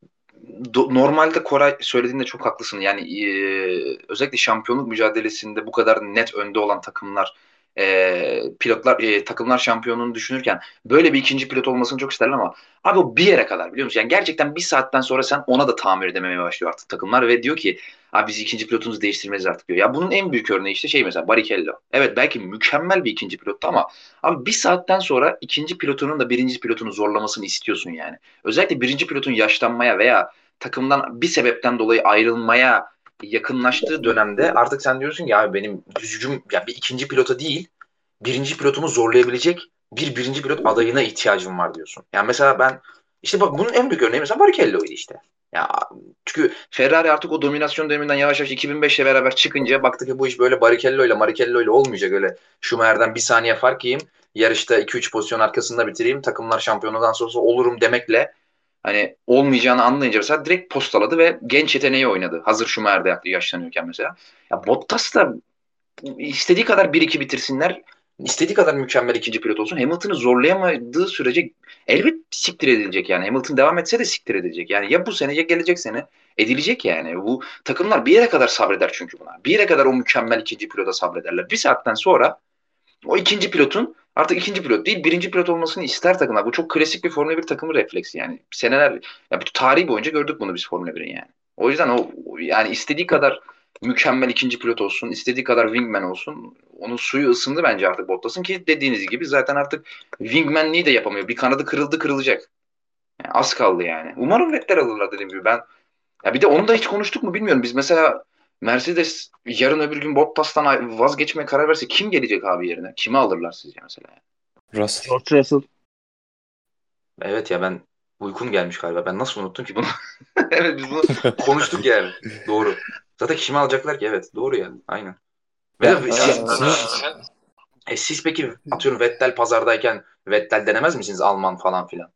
Normalde Koray söylediğinde çok haklısın. Yani özellikle şampiyonluk mücadelesinde bu kadar net önde olan takımlar, pilotlar, takımlar şampiyonluğunu düşünürken böyle bir ikinci pilot olmasını çok isterler ama abi o bir yere kadar biliyor musun? Yani gerçekten bir saatten sonra sen ona da tahammül edememeye başlıyor artık takımlar ve diyor ki abi biz ikinci pilotunuzu değiştirmeliyiz artık diyor. Ya bunun en büyük örneği işte mesela Barrichello. Evet belki mükemmel bir ikinci pilottu ama abi bir saatten sonra ikinci pilotunun da birinci pilotunu zorlamasını istiyorsun yani. Özellikle birinci pilotun yaşlanmaya veya takımdan bir sebepten dolayı ayrılmaya yakınlaştığı dönemde artık sen diyorsun ki ya benim düzgün ya bir ikinci pilota değil birinci pilotumu zorlayabilecek bir birinci pilot adayına ihtiyacım var diyorsun. Yani mesela ben işte bak bunun en büyük örneği mesela Barrichello'ydu işte. Ya çünkü Ferrari artık o dominasyon döneminden yavaş yavaş 2005'le beraber çıkınca baktı ki bu iş böyle Barrichello ile olmayacak öyle. Schumacher'den bir saniye fark yiyeyim. Yarışta 2-3 pozisyon arkasında bitireyim. Takımlar şampiyonluğundan sonra olurum demekle hani olmayacağını anlayınca mesela direkt postaladı ve genç yeteneği oynadı. Hazır Schumacher'de yaşlanıyorken mesela. Ya Bottas da istediği kadar 1-2 bitirsinler. İstediği kadar mükemmel ikinci pilot olsun. Hamilton'ı zorlayamadığı sürece elbet siktir edilecek yani. Hamilton devam etse de siktir edilecek. Yani ya bu sene ya gelecek sene edilecek yani. Bu takımlar bir yere kadar sabreder çünkü buna. Bir yere kadar o mükemmel ikinci pilota sabrederler. Bir saatten sonra o ikinci pilotun artık ikinci pilot değil birinci pilot olmasını ister takımlar. Bu çok klasik bir Formula 1 takımı refleksi yani. Seneler ya bir tarih boyunca gördük bunu biz Formula 1'in yani. O yüzden yani istediği kadar mükemmel ikinci pilot olsun, istediği kadar wingman olsun. Onun suyu ısındı bence artık Bottas'ın ki dediğiniz gibi zaten artık wingmanliği de yapamıyor. Bir kanadı kırıldı kırılacak. Yani az kaldı yani. Umarım Vettel alırlar dediğim gibi. Ya bir de onu da hiç konuştuk mu bilmiyorum. Biz mesela Mercedes yarın öbür gün Bottas'tan vazgeçmeye karar verse kim gelecek abi yerine? Kimi alırlar sizce mesela? Russell. George Russell. Evet ya ben uykum gelmiş galiba. Ben nasıl unuttum ki bunu? Evet biz bunu konuştuk yani. Doğru. Zaten kimi alacaklar ki? Evet doğru ya. Aynen. Ve Ya, de ya sizin siz peki atıyorum Vettel pazardayken Vettel denemez misiniz Alman falan filan?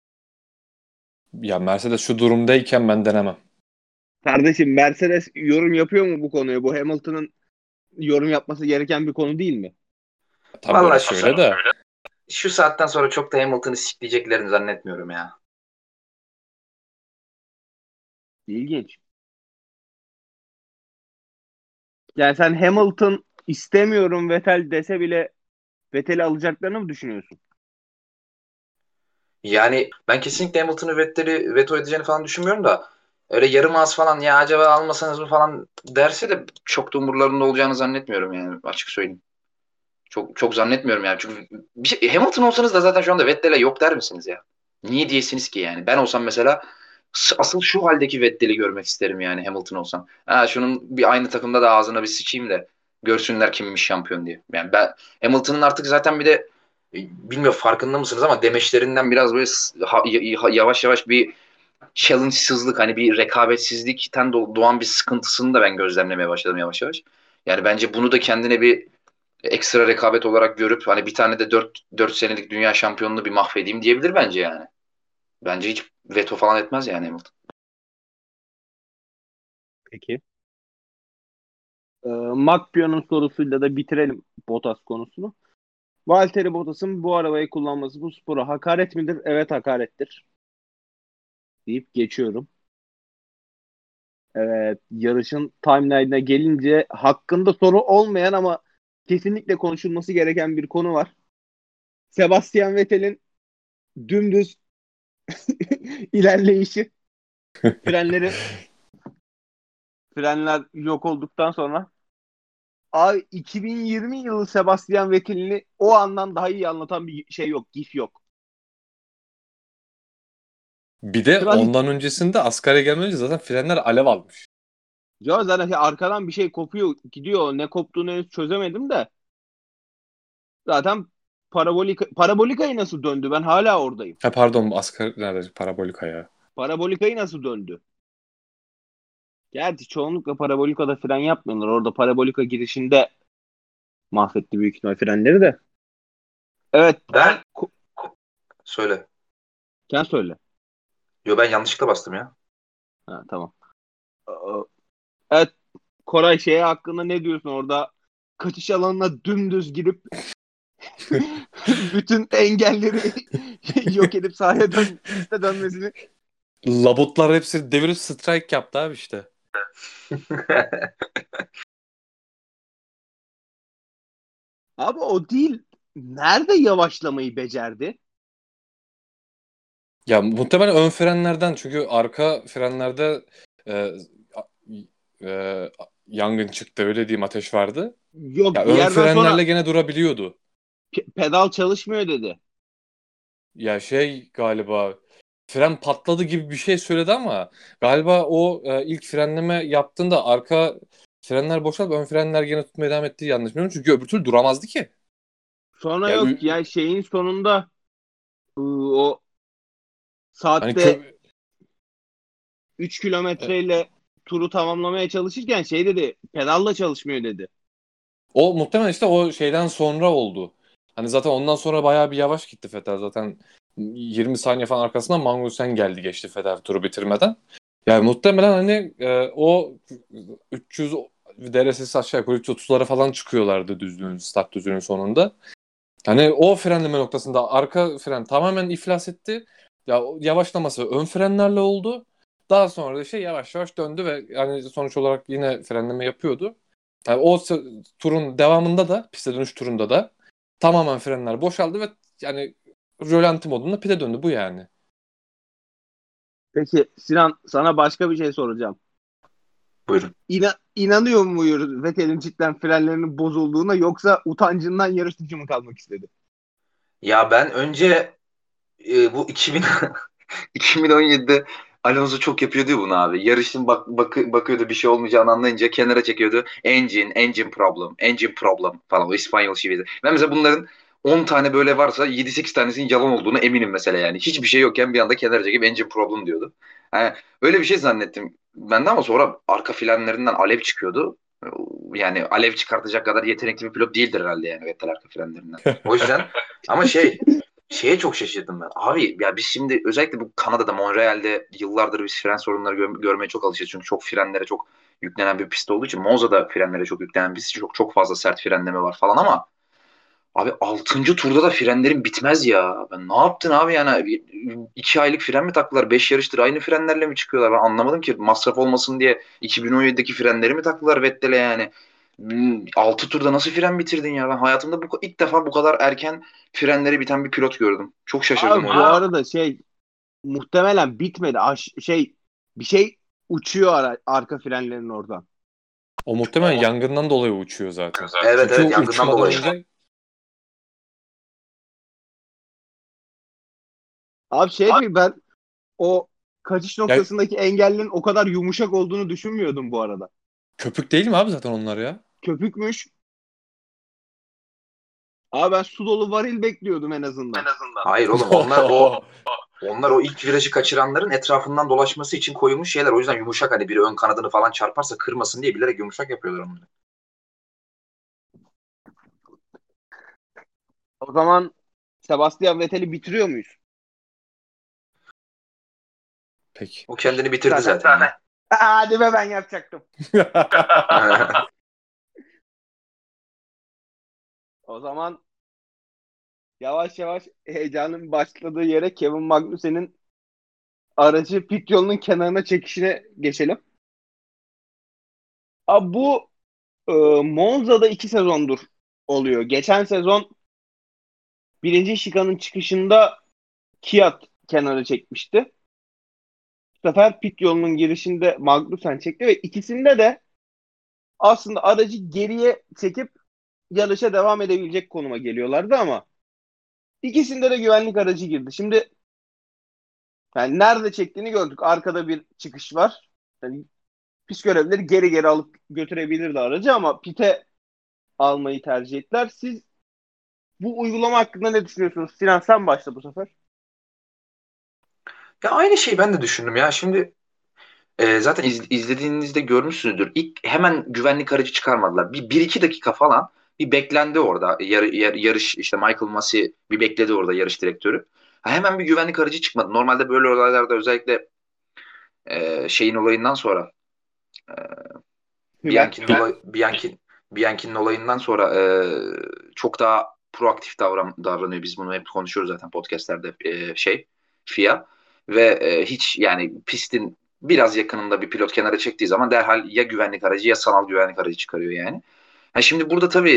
ya Mercedes şu durumdayken ben denemem. Kardeşim Mercedes yorum yapıyor mu bu konuya? Bu Hamilton'ın yorum yapması gereken bir konu değil mi? Tabii Vallahi orası öyle de. şu saatten sonra çok da Hamilton'ı sikleyeceklerini zannetmiyorum ya. İlginç. Yani sen Hamilton istemiyorum Vettel dese bile Vettel'i alacaklarını mı düşünüyorsun? Yani ben kesinlikle Hamilton'ı Vettel'i veto edeceğini falan düşünmüyorum da öyle yarım ağız falan ya acaba almasanız mı falan derse de çok da umurlarında olacağını zannetmiyorum yani açık söyleyeyim. Çok çok zannetmiyorum yani. Çünkü Hamilton olsanız da zaten şu anda Vettel'e yok der misiniz ya? Niye diyesiniz ki yani? Ben olsam mesela asıl şu haldeki Vettel'i görmek isterim yani Hamilton olsam. Ha, şunun bir aynı takımda da ağzına bir sıçayım da görsünler kimmiş şampiyon diye. Yani ben Hamilton'ın artık zaten bir de bilmiyorum farkında mısınız ama demeçlerinden biraz böyle yavaş yavaş bir challenge'sızlık hani bir rekabetsizlikten doğan bir sıkıntısını da ben gözlemlemeye başladım yavaş yavaş. Yani bence bunu da kendine bir ekstra rekabet olarak görüp hani bir tane de 4 senelik dünya şampiyonluğu bir mahvedeyim diyebilir bence yani. Bence hiç veto falan etmez yani Hamilton. Peki. Makpio'nun sorusuyla da bitirelim Bottas konusunu. Valtteri Bottas'ın bu arabayı kullanması bu spora hakaret midir? Evet, hakarettir. Deyip geçiyorum. Evet, yarışın timeline'ına gelince hakkında soru olmayan ama kesinlikle konuşulması gereken bir konu var. Sebastian Vettel'in dümdüz ilerleyişi. Frenleri frenler yok olduktan sonra abi 2020 yılı Sebastian Vettel'ini o andan daha iyi anlatan bir şey yok. GIF yok. Bir de Kral hiç ondan öncesinde Askar'a gelmeden önce zaten frenler alev almış. ya zaten arkadan bir şey kopuyor gidiyor. Ne koptuğunu henüz çözemedim de. Zaten parabolikayı nasıl döndü? Ben hala oradayım. Ha pardon, Askar nerede? Parabolika ya. Parabolikayı nasıl döndü? Gerçi çoğunlukla parabolikada fren yapmıyorlar. Orada parabolika girişinde mahvetti büyük ihtimal frenleri de. Evet. Ben Ko- söyle. Sen söyle. Yo, ben yanlışlıkla bastım ya. Ha, tamam. Evet, Koray şeye hakkında ne diyorsun orada? Kaçış alanına dümdüz girip bütün engelleri yok edip piste dönmesini. Labutlar hepsi devirip strike yaptı abi işte. Abi o değil. Nerede yavaşlamayı becerdi? Ya muhtemelen ön frenlerden, çünkü arka frenlerde e, e, yangın çıktı, öyle diyeyim, ateş vardı. Yok, Ya bir ön yerden sonra frenlerle gene durabiliyordu. pedal çalışmıyor dedi. Ya şey galiba fren patladı gibi bir şey söyledi ama galiba o ilk frenleme yaptığında arka frenler boşalıp ön frenler gene tutmaya devam ettiği, yanlış bilmiyorum. Çünkü öbür türlü duramazdı ki. Sonra Ya yok ya şeyin sonunda o hani saatte 3 kilometreyle turu tamamlamaya çalışırken şey dedi, pedalla çalışmıyor dedi. o muhtemelen işte o şeyden sonra oldu. Hani zaten ondan sonra bayağı bir yavaş gitti Vettel. Zaten 20 saniye falan arkasından Magnussen geldi geçti Vettel turu bitirmeden. Yani muhtemelen hani o 300 derecesi aşağı yukarı 330'lara falan çıkıyorlardı düzlüğün, start düzlüğünün sonunda. Hani o frenleme noktasında arka fren tamamen iflas etti. Ya yavaşlaması ön frenlerle oldu. Daha sonra da şey yavaş yavaş döndü ve yani sonuç olarak yine frenleme yapıyordu. Yani o turun devamında da, piste dönüş turunda da tamamen frenler boşaldı ve yani rölanti modunda pite döndü, bu yani. Peki Sinan, sana başka bir şey soracağım. Buyurun. İnanıyor muyuz Vettel'in cidden frenlerinin bozulduğuna, yoksa utancından yarış dışı mı kalmak istedi? Ya ben önce bu 2017'de Alonso çok yapıyordu ya bunu abi. Yarışın bakıyordu bir şey olmayacağını anlayınca kenara çekiyordu. Engine problem, engine problem falan, o İspanyol şivesi. Ben mesela bunların 10 tane böyle varsa 7-8 tanesinin yalan olduğunu eminim mesela yani. Hiçbir şey yokken bir anda kenara çekip engine problem diyordu. Yani öyle bir şey zannettim ben de, ama sonra arka frenlerinden alev çıkıyordu. Yani alev çıkartacak kadar yetenekli bir pilot değildir herhalde yani Vettel arka frenlerinden. O yüzden ama şeye çok şaşırdım ben. Abi ya biz şimdi özellikle bu Kanada'da, Montreal'de yıllardır biz fren sorunları görmeye çok alışıyoruz. Çünkü çok frenlere çok yüklenen bir pist olduğu için. Monza'da frenlere çok yüklenen bir pist. Çok çok fazla sert frenleme var falan ama abi 6. turda da frenlerin bitmez ya. Ben ne yaptın abi yani? 2 aylık fren mi taktılar? 5 yarıştır aynı frenlerle mi çıkıyorlar? Ben anlamadım ki. Masraf olmasın diye 2017'deki frenleri mi taktılar Vettel'e yani? 6 turda nasıl fren bitirdin ya? Ben hayatımda ilk defa bu kadar erken frenleri biten bir pilot gördüm. Çok şaşırdım o Abi bu yüzden. arada muhtemelen bitmedi. Bir şey uçuyor arka frenlerin oradan. O muhtemelen yangından dolayı uçuyor zaten. Evet, Çünkü evet, o yangından uçmadan dolayı. önce Abi ben o kaçış ya noktasındaki engellerin o kadar yumuşak olduğunu düşünmüyordum bu arada. köpük değil mi abi zaten onlar ya? Köpükmüş. Abi ben su dolu varil bekliyordum en azından. Hayır oğlum, onlar o ilk virajı kaçıranların etrafından dolaşması için koyulmuş şeyler. O yüzden yumuşak, hani biri ön kanadını falan çarparsa kırmasın diye bilerek yumuşak yapıyorlar onları. O zaman Sebastian Vettel'i bitiriyor muyuz? Peki. O kendini bitirdi zaten. Hadi be, ben yapacaktım. O zaman yavaş yavaş heyecanın başladığı yere Kevin Magnussen'in aracı pit yolunun kenarına çekişine geçelim. Abi bu e, Monza'da 2 sezondur oluyor. Geçen sezon birinci şikanın çıkışında Kiat kenara çekmişti. Bu sefer pit yolunun girişinde Magnussen çekti ve ikisinde de aslında aracı geriye çekip yarışa devam edebilecek konuma geliyorlardı ama ikisinde de güvenlik aracı girdi. Şimdi yani nerede çektiğini gördük. Arkada bir çıkış var. Yani pist görevlileri geri geri alıp götürebilirdi aracı ama pite almayı tercih ettiler. Siz bu uygulama hakkında ne düşünüyorsunuz? Sinan, sen başla bu sefer. Ya aynı şeyi ben de düşündüm ya. Şimdi zaten izlediğinizde görmüşsünüzdür. İlk hemen güvenlik aracı çıkarmadılar. Bir iki dakika falan bir beklendi orada. Yarış işte Michael Masi bir bekledi orada, yarış direktörü. Ha, hemen bir güvenlik aracı çıkmadı. Normalde böyle olaylarda özellikle şeyin olayından sonra Hümer. Bianchi'nin olayından sonra çok daha proaktif davranıyor. Biz bunu hep konuşuyoruz zaten podcastlerde, FIA ve hiç yani pistin biraz yakınında bir pilot kenara çektiği zaman derhal ya güvenlik aracı ya sanal güvenlik aracı çıkarıyor yani. Ha şimdi burada tabii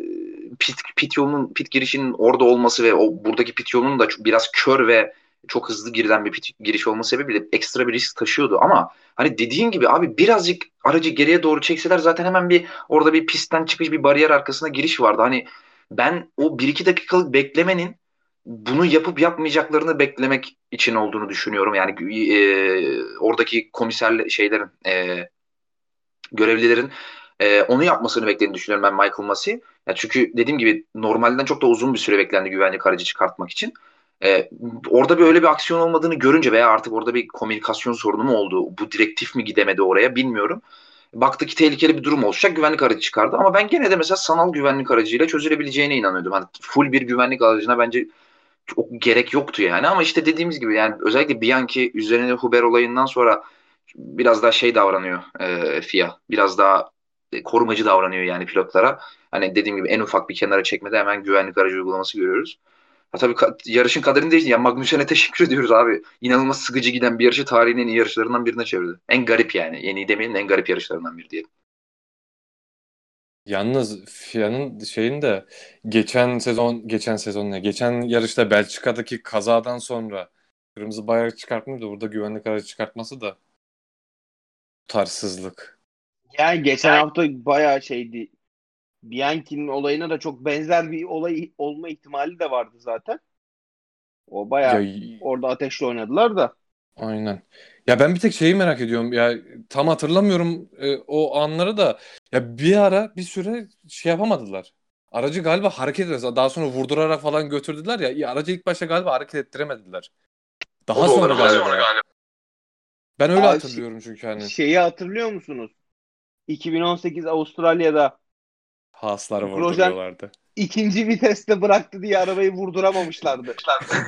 pit girişinin orada olması ve o buradaki pit yolunun da biraz kör ve çok hızlı girilen bir pit giriş olması sebebiyle ekstra bir risk taşıyordu ama hani dediğin gibi abi birazcık aracı geriye doğru çekseler zaten hemen bir orada bir pistten çıkış bir bariyer arkasına giriş vardı. Hani ben o bir iki dakikalık beklemenin bunu yapıp yapmayacaklarını beklemek için olduğunu düşünüyorum. Yani oradaki komiserle şeylerin görevlilerin onu yapmasını beklediğini düşünüyorum ben Michael Masi. Ya çünkü dediğim gibi normalden çok da uzun bir süre beklendi güvenlik aracı çıkartmak için. E, Orada böyle bir aksiyon olmadığını görünce veya artık orada bir komünikasyon sorunu mu oldu, bu direktif mi gidemedi oraya bilmiyorum. Baktı ki tehlikeli bir durum olacak, güvenlik aracı çıkardı. Ama ben gene de mesela sanal güvenlik aracıyla çözülebileceğine inanıyordum. Hani full bir güvenlik aracına bence çok gerek yoktu yani. Ama işte dediğimiz gibi yani özellikle Bianchi üzerine Huber olayından sonra biraz daha şey davranıyor FIA. Biraz daha korumacı davranıyor yani pilotlara. Hani dediğim gibi en ufak bir kenara çekmede hemen güvenlik aracı uygulaması görüyoruz. Ha tabii yarışın kaderini değişti. Ya Magnussen'e teşekkür ediyoruz abi. İnanılmaz sıkıcı giden bir yarışı tarihin en iyi yarışlarından birine çevirdi. En garip yani. En iyi demeyelim de en garip yarışlarından biri diyelim. Yalnız FIA'nın şeyinde geçen yarışta Belçika'daki kazadan sonra kırmızı bayrak çıkartmış da burada güvenlik aracı çıkartması da tarsızlık. Yani geçen hafta bayağı şeydi. Bianchi'nin olayına da çok benzer bir olay olma ihtimali de vardı zaten. O Ya bayağı orada ateşle oynadılar da. aynen. Ya ben bir tek şeyi merak ediyorum. Ya tam hatırlamıyorum o anları da. Ya bir ara bir süre şey yapamadılar. Aracı galiba hareket etmedi. Daha sonra vurdurarak falan götürdüler ya. Aracı ilk başta galiba hareket ettiremediler. O Daha da sonra olabilir. galiba. Ben öyle Abi hatırlıyorum çünkü hani. şeyi hatırlıyor musunuz? 2018 Avustralya'da Haasları Grosjean vurduruyorlardı. ikinci viteste bıraktı diye arabayı vurduramamışlardı.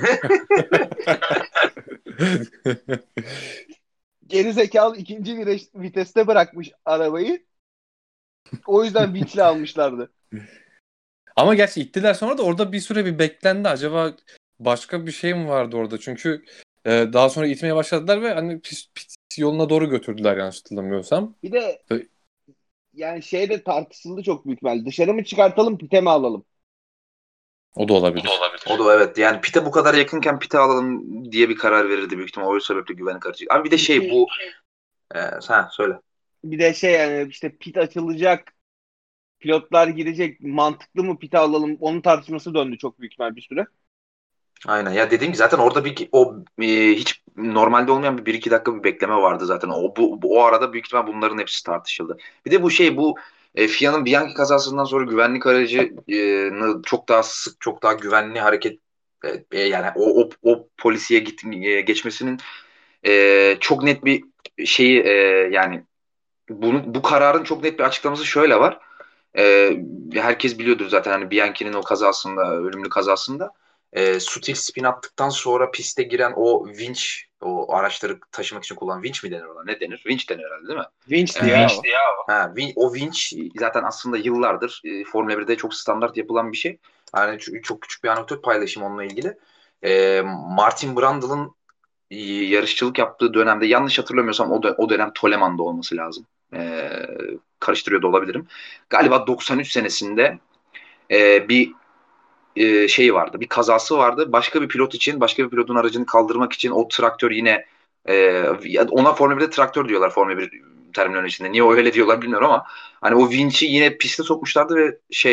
Geri zekalı ikinci viteste bırakmış arabayı. O yüzden vinçle almışlardı. Ama gerçi ittiler sonra da orada bir süre bir beklendi. Acaba başka bir şey mi vardı orada? Çünkü daha sonra itmeye başladılar ve hani pist yoluna doğru götürdüler yanlış hatırlamıyorsam. Bir de Ve yani şey de tartışıldı çok büyük ihtimalle. Dışarı mı çıkartalım, pite mi alalım? o da olabilir. O da evet. Yani pite bu kadar yakınken pite alalım diye bir karar verirdi büyük ihtimal. O sebeple güvenlik aracı. Abi bir de şey bu sen söyle. Bir de şey yani işte pit açılacak, pilotlar girecek, mantıklı mı pite alalım? Onun tartışması döndü çok büyük ihtimal bir süre. Aynen. Ya dediğim gibi zaten orada hiç normalde olmayan bir iki dakika bir bekleme vardı zaten. O arada büyük ihtimal bunların hepsi tartışıldı. Bir de bu FIA'nın Bianchi kazasından sonra güvenlik aracını çok daha sık, çok daha güvenli hareket yani o polisiye geçmesinin çok net bir şeyi yani bu kararın çok net bir açıklaması şöyle var. Herkes biliyordur zaten hani Bianchi'nin o kazasında, ölümlü kazasında Sutil spin attıktan sonra piste giren o vinç, o araçları taşımak için kullanılan vinç mi denir ona? Ne denir? Vinç denir herhalde değil mi? Winch'ti ya o. Vinçti ya o. O vinç zaten aslında yıllardır Formula 1'de çok standart yapılan bir şey. Yani çok küçük bir anekdot paylaşayım onunla ilgili. Martin Brundle'ın yarışçılık yaptığı dönemde yanlış hatırlamıyorsam o dönem Toleman'da olması lazım. Karıştırıyor da olabilirim. Galiba 93 senesinde bir şeyi vardı. Bir kazası vardı. Başka bir pilot için, başka bir pilotun aracını kaldırmak için o traktör yine ona Formula 1'de traktör diyorlar Formula 1 terminolojisinde. Niye öyle diyorlar bilmiyorum ama hani o vinç'i yine piste sokmuşlardı ve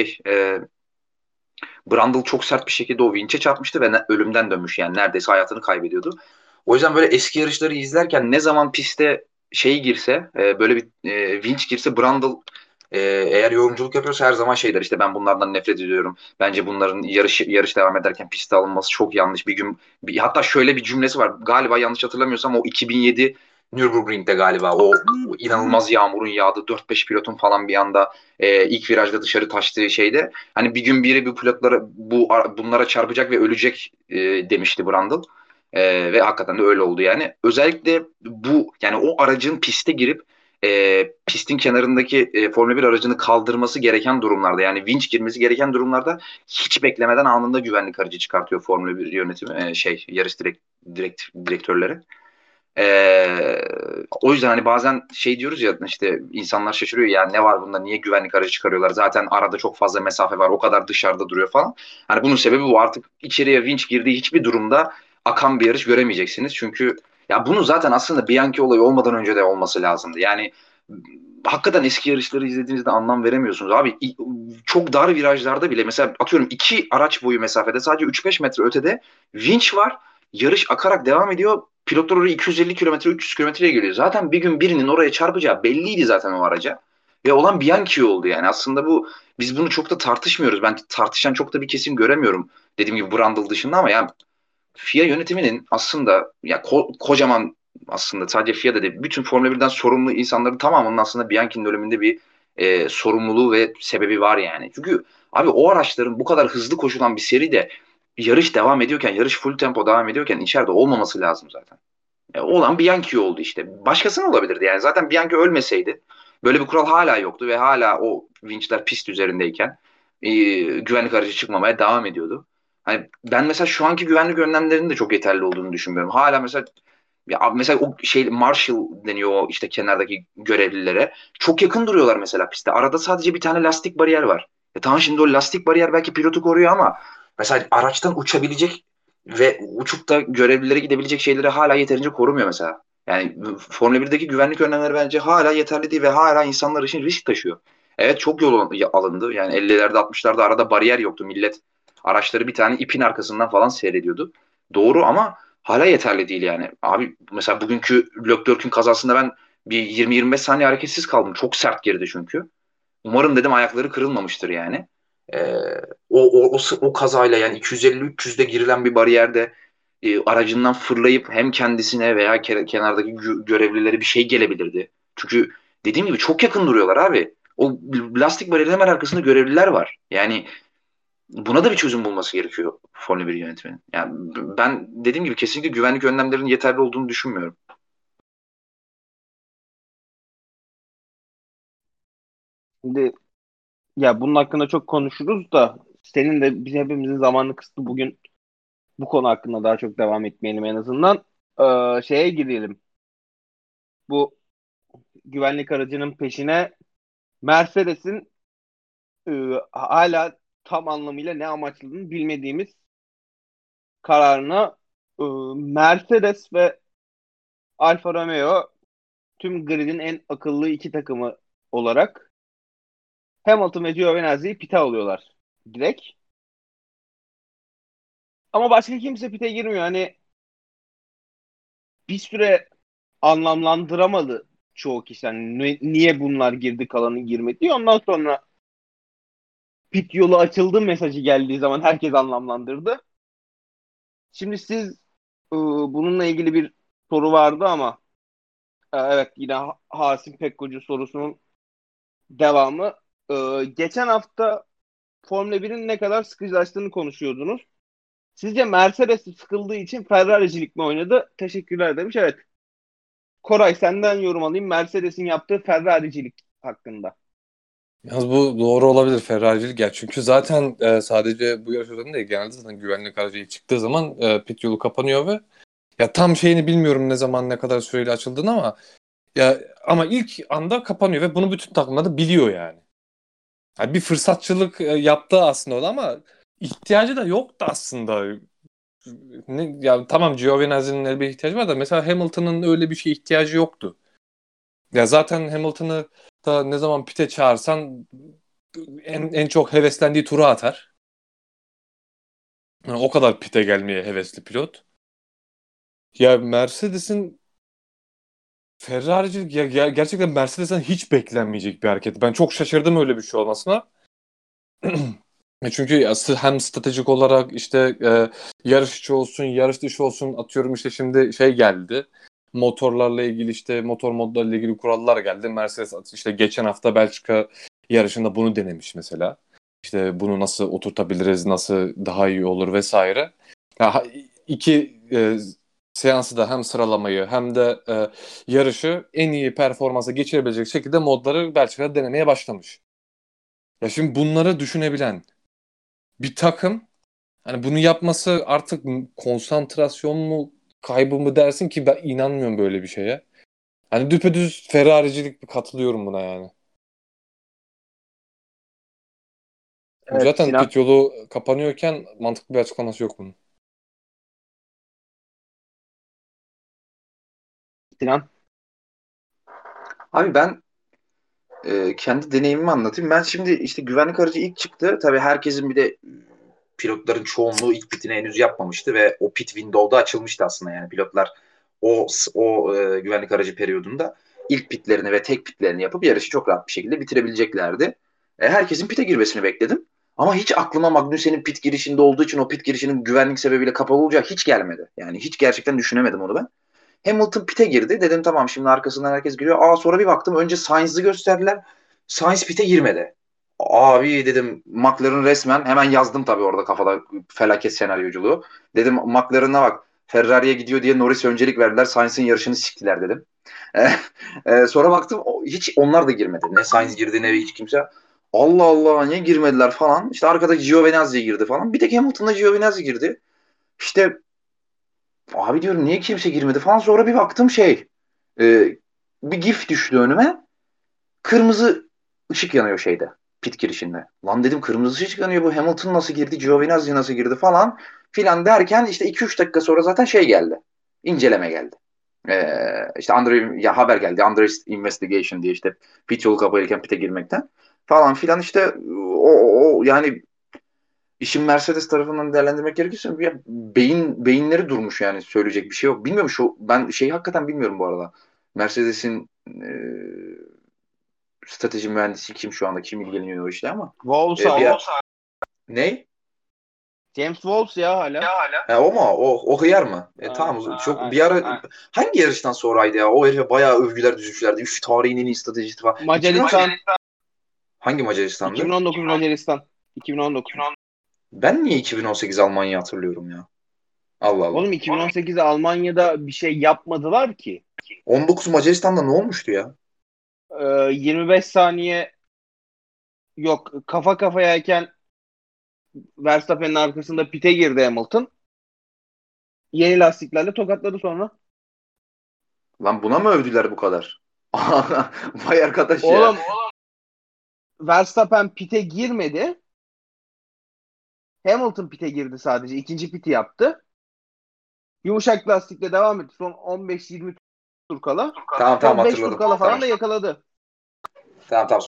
Brundle çok sert bir şekilde o vinç'e çarpmıştı ve ölümden dönmüş yani neredeyse hayatını kaybediyordu. O yüzden böyle eski yarışları izlerken ne zaman piste şey girse böyle bir vinç girse Brundle eğer yorumculuk yapıyorsa her zaman şey der işte ben bunlardan nefret ediyorum. Bence bunların yarış devam ederken piste alınması çok yanlış. Hatta şöyle bir cümlesi var. Galiba yanlış hatırlamıyorsam o 2007 Nürburgring'de galiba o inanılmaz yağmurun yağdığı 4-5 pilotun falan bir anda ilk virajda dışarı taştığı şeyde hani bir gün biri bu pilotlara bunlara çarpacak ve ölecek demişti Brundle. Ve hakikaten de öyle oldu yani. Özellikle bu yani o aracın piste girip pistin kenarındaki Formula 1 aracını kaldırması gereken durumlarda yani vinç girmesi gereken durumlarda hiç beklemeden anında güvenlik aracı çıkartıyor Formula 1 yönetimi yarış direktörleri. O yüzden hani bazen şey diyoruz ya işte insanlar şaşırıyor ya ne var bunda niye güvenlik aracı çıkarıyorlar zaten arada çok fazla mesafe var o kadar dışarıda duruyor falan. Hani bunun sebebi bu artık içeriye vinç girdiği hiçbir durumda akan bir yarış göremeyeceksiniz. Çünkü ya bunu zaten aslında Bianchi olayı olmadan önce de olması lazımdı. Yani hakikaten eski yarışları izlediğinizde anlam veremiyorsunuz. Abi çok dar virajlarda bile mesela atıyorum iki araç boyu mesafede sadece 3-5 metre ötede vinç var. Yarış akarak devam ediyor. Pilotlar oraya 250 kilometre 300 kilometreye geliyor. Zaten bir gün birinin oraya çarpacağı belliydi zaten o araca. Ve olan Bianchi oldu yani. Aslında biz bunu çok da tartışmıyoruz. Ben tartışan çok da bir kesim göremiyorum. Dediğim gibi Brundle dışında ama ya FIA yönetiminin aslında ya kocaman aslında sadece FIA'da değil bütün Formula 1'den sorumlu insanların tamamının aslında Bianchi'nin ölümünde bir sorumluluğu ve sebebi var yani. Çünkü abi o araçların bu kadar hızlı koşulan bir seride yarış devam ediyorken, yarış full tempo devam ediyorken içeride olmaması lazım zaten. Olan Bianchi oldu işte. Başkasına olabilirdi yani. Zaten Bianchi ölmeseydi böyle bir kural hala yoktu ve hala o vinçler pist üzerindeyken güvenlik aracı çıkmamaya devam ediyordu. Hani ben mesela şu anki güvenlik önlemlerinin de çok yeterli olduğunu düşünmüyorum. Hala mesela ya mesela o şey Marshall deniyor o işte kenardaki görevlilere. Çok yakın duruyorlar mesela pistte. Arada sadece bir tane lastik bariyer var. Tamam şimdi o lastik bariyer belki pilotu koruyor ama mesela araçtan uçabilecek ve uçup da görevlilere gidebilecek şeyleri hala yeterince korumuyor mesela. Yani Formula 1'deki güvenlik önlemleri bence hala yeterli değil ve hala insanlar için risk taşıyor. Evet çok yol alındı. Yani 50'lerde 60'larda arada bariyer yoktu. Millet araçları bir tane ipin arkasından falan seyrediyordu. Doğru ama hala yeterli değil yani. Abi mesela bugünkü Leclerc'ün kazasında ben bir 20-25 saniye hareketsiz kaldım. Çok sert girdi çünkü. Umarım dedim ayakları kırılmamıştır yani. Ee, o kazayla yani 250-300'de girilen bir bariyerde aracından fırlayıp hem kendisine veya kenardaki görevlilere bir şey gelebilirdi. Çünkü dediğim gibi çok yakın duruyorlar abi. O lastik bariyerin hemen arkasında görevliler var. Yani buna da bir çözüm bulması gerekiyor Formula 1 yönetiminin. Yani ben dediğim gibi kesinlikle güvenlik önlemlerinin yeterli olduğunu düşünmüyorum. Şimdi ya bunun hakkında çok konuşuruz da senin de biz hepimizin zamanı kısıtlı bugün bu konu hakkında daha çok devam etmeyelim en azından. Şeye girelim. Bu güvenlik aracının peşine Mercedes'in hala tam anlamıyla ne amaçladığını bilmediğimiz kararına e, Mercedes ve Alfa Romeo tüm gridin en akıllı iki takımı olarak Hamilton ve Giovinazzi'yi pite alıyorlar direkt. Ama başka kimse pite girmiyor. Hani bir süre anlamlandıramadı çoğu kişi. Yani niye bunlar girdi kalanı girmedi diye. Ondan sonra pit yolu açıldı mesajı geldiği zaman herkes anlamlandırdı. Şimdi siz bununla ilgili bir soru vardı ama evet yine Hasim Pekkocu sorusunun devamı. geçen hafta Formula 1'in ne kadar sıkıcılaştığını konuşuyordunuz. Sizce Mercedes sıkıldığı için Ferrari'cilik mi oynadı? Teşekkürler demiş. Evet. Koray senden yorum alayım. Mercedes'in yaptığı Ferrari'cilik hakkında. Yalnız bu doğru olabilir Ferrari'cilik ya. Çünkü zaten sadece bu yarış özelinde değil, genelde zaten güvenlik aracı ilk çıktığı zaman pit yolu kapanıyor ve ya tam şeyini bilmiyorum ne zaman ne kadar süreyle açıldığını ama ilk anda kapanıyor ve bunu bütün takımlar da biliyor yani. Yani bir fırsatçılık yaptı aslında o da ama ihtiyacı da yoktu aslında. Ya tamam Giovinazzi'nin öyle bir ihtiyacı var da mesela Hamilton'ın öyle bir şeye ihtiyacı yoktu. Ya zaten Hamilton'ı da ne zaman pite çağırsan en çok heveslendiği turu atar. Yani o kadar pite gelmeye hevesli pilot. Ya Mercedes'in Ferrari'cilik gerçekten Mercedes'ten hiç beklenmeyecek bir hareket. Ben çok şaşırdım öyle bir şey olmasına. Çünkü hem stratejik olarak işte yarış içi olsun, yarış dışı olsun atıyorum işte şimdi şey geldi. Motorlarla ilgili işte motor modlarıyla ilgili kurallar geldi. Mercedes işte geçen hafta Belçika yarışında bunu denemiş mesela. İşte bunu nasıl oturtabiliriz, nasıl daha iyi olur vesaire. Ya, iki seansı da hem sıralamayı hem de yarışı en iyi performansa geçirebilecek şekilde modları Belçika'da denemeye başlamış. Ya şimdi bunları düşünebilen bir takım hani bunu yapması artık konsantrasyon mu kaybı mı dersin ki ben inanmıyorum böyle bir şeye. Hani düpedüz Ferrari'cilik katılıyorum buna yani. Çünkü Evet zaten Sinan. pit yolu kapanıyorken mantıklı bir açıklaması yok bunun. Sinan. Abi ben kendi deneyimimi anlatayım. Ben şimdi işte güvenlik aracı ilk çıktı. Tabii herkesin bir de pilotların çoğunluğu ilk pitini henüz yapmamıştı ve o pit window'da açılmıştı aslında yani pilotlar o güvenlik aracı periyodunda ilk pitlerini ve tek pitlerini yapıp yarışı çok rahat bir şekilde bitirebileceklerdi. Herkesin pite girmesini bekledim. Ama hiç aklıma Magnussen'in pit girişinde olduğu için o pit girişinin güvenlik sebebiyle kapalı olacağı hiç gelmedi. Yani hiç gerçekten düşünemedim onu ben. Hamilton pit'e girdi. Dedim tamam şimdi arkasından herkes giriyor. Sonra bir baktım önce Sainz'ı gösterdiler. Sainz pit'e girmedi. Abi dedim McLaren resmen hemen yazdım tabii orada kafada felaket senaryoculuğu. Dedim McLaren'a bak Ferrari'ye gidiyor diye Norris öncelik verdiler. Sainz'in yarışını siktiler dedim. Sonra baktım hiç onlar da girmedi. Ne Sainz girdi ne hiç kimse. Allah Allah niye girmediler falan. İşte arkada Giovinazzi girdi falan. Bir tek Hamilton'la Giovinazzi girdi. İşte abi diyorum niye kimse girmedi falan. Sonra bir baktım e, bir gif düştü önüme. Kırmızı ışık yanıyor şeyde. Pit girişinde. Lan dedim kırmızı ışık yanıyor bu Hamilton nasıl girdi, Giovinazzi nasıl girdi falan filan derken işte 2-3 dakika sonra zaten şey geldi. İnceleme geldi. İşte haber geldi. Under investigation diye işte pit yolu kapalıyken pit'e girmekten falan filan işte yani işin Mercedes tarafından değerlendirmek gerekirse beyinleri durmuş yani söyleyecek bir şey yok. Bilmiyorum ben şeyi hakikaten bilmiyorum bu arada. Mercedes'in strateji mühendisi kim şu anda kim ilgileniyor o işle ama Wolves bir abi. ne? James Wolves ya hala. O mu? O hıyar mı? Aynen. Tamam çok bir Aynen. ara hangi yarıştan sonraydı ya? O herife bayağı övgüler düzmüşlerdi. Üf tarihin en iyi stratejisti falan. 2010 Macaristan. hangi Macaristan'dı? 2019 Macaristan. 2019. Ben niye 2018 Almanya'yı hatırlıyorum ya? Allah Allah. Oğlum 2018'de Almanya'da bir şey yapmadılar ki. 19 Macaristan'da ne olmuştu ya? 25 saniye yok kafa kafayayken Verstappen'in arkasında pite girdi Hamilton. Yeni lastiklerle tokatladı sonra. Lan buna mı övdüler bu kadar? Vay arkadaş ya. Oğlum Verstappen pite girmedi. Hamilton pite girdi sadece. İkinci piti yaptı. Yumuşak lastikle devam etti. Son 15-20 tur kala. Tamam Son 5 tur hatırladım. kala falan Tamam. da yakaladı. Tamam.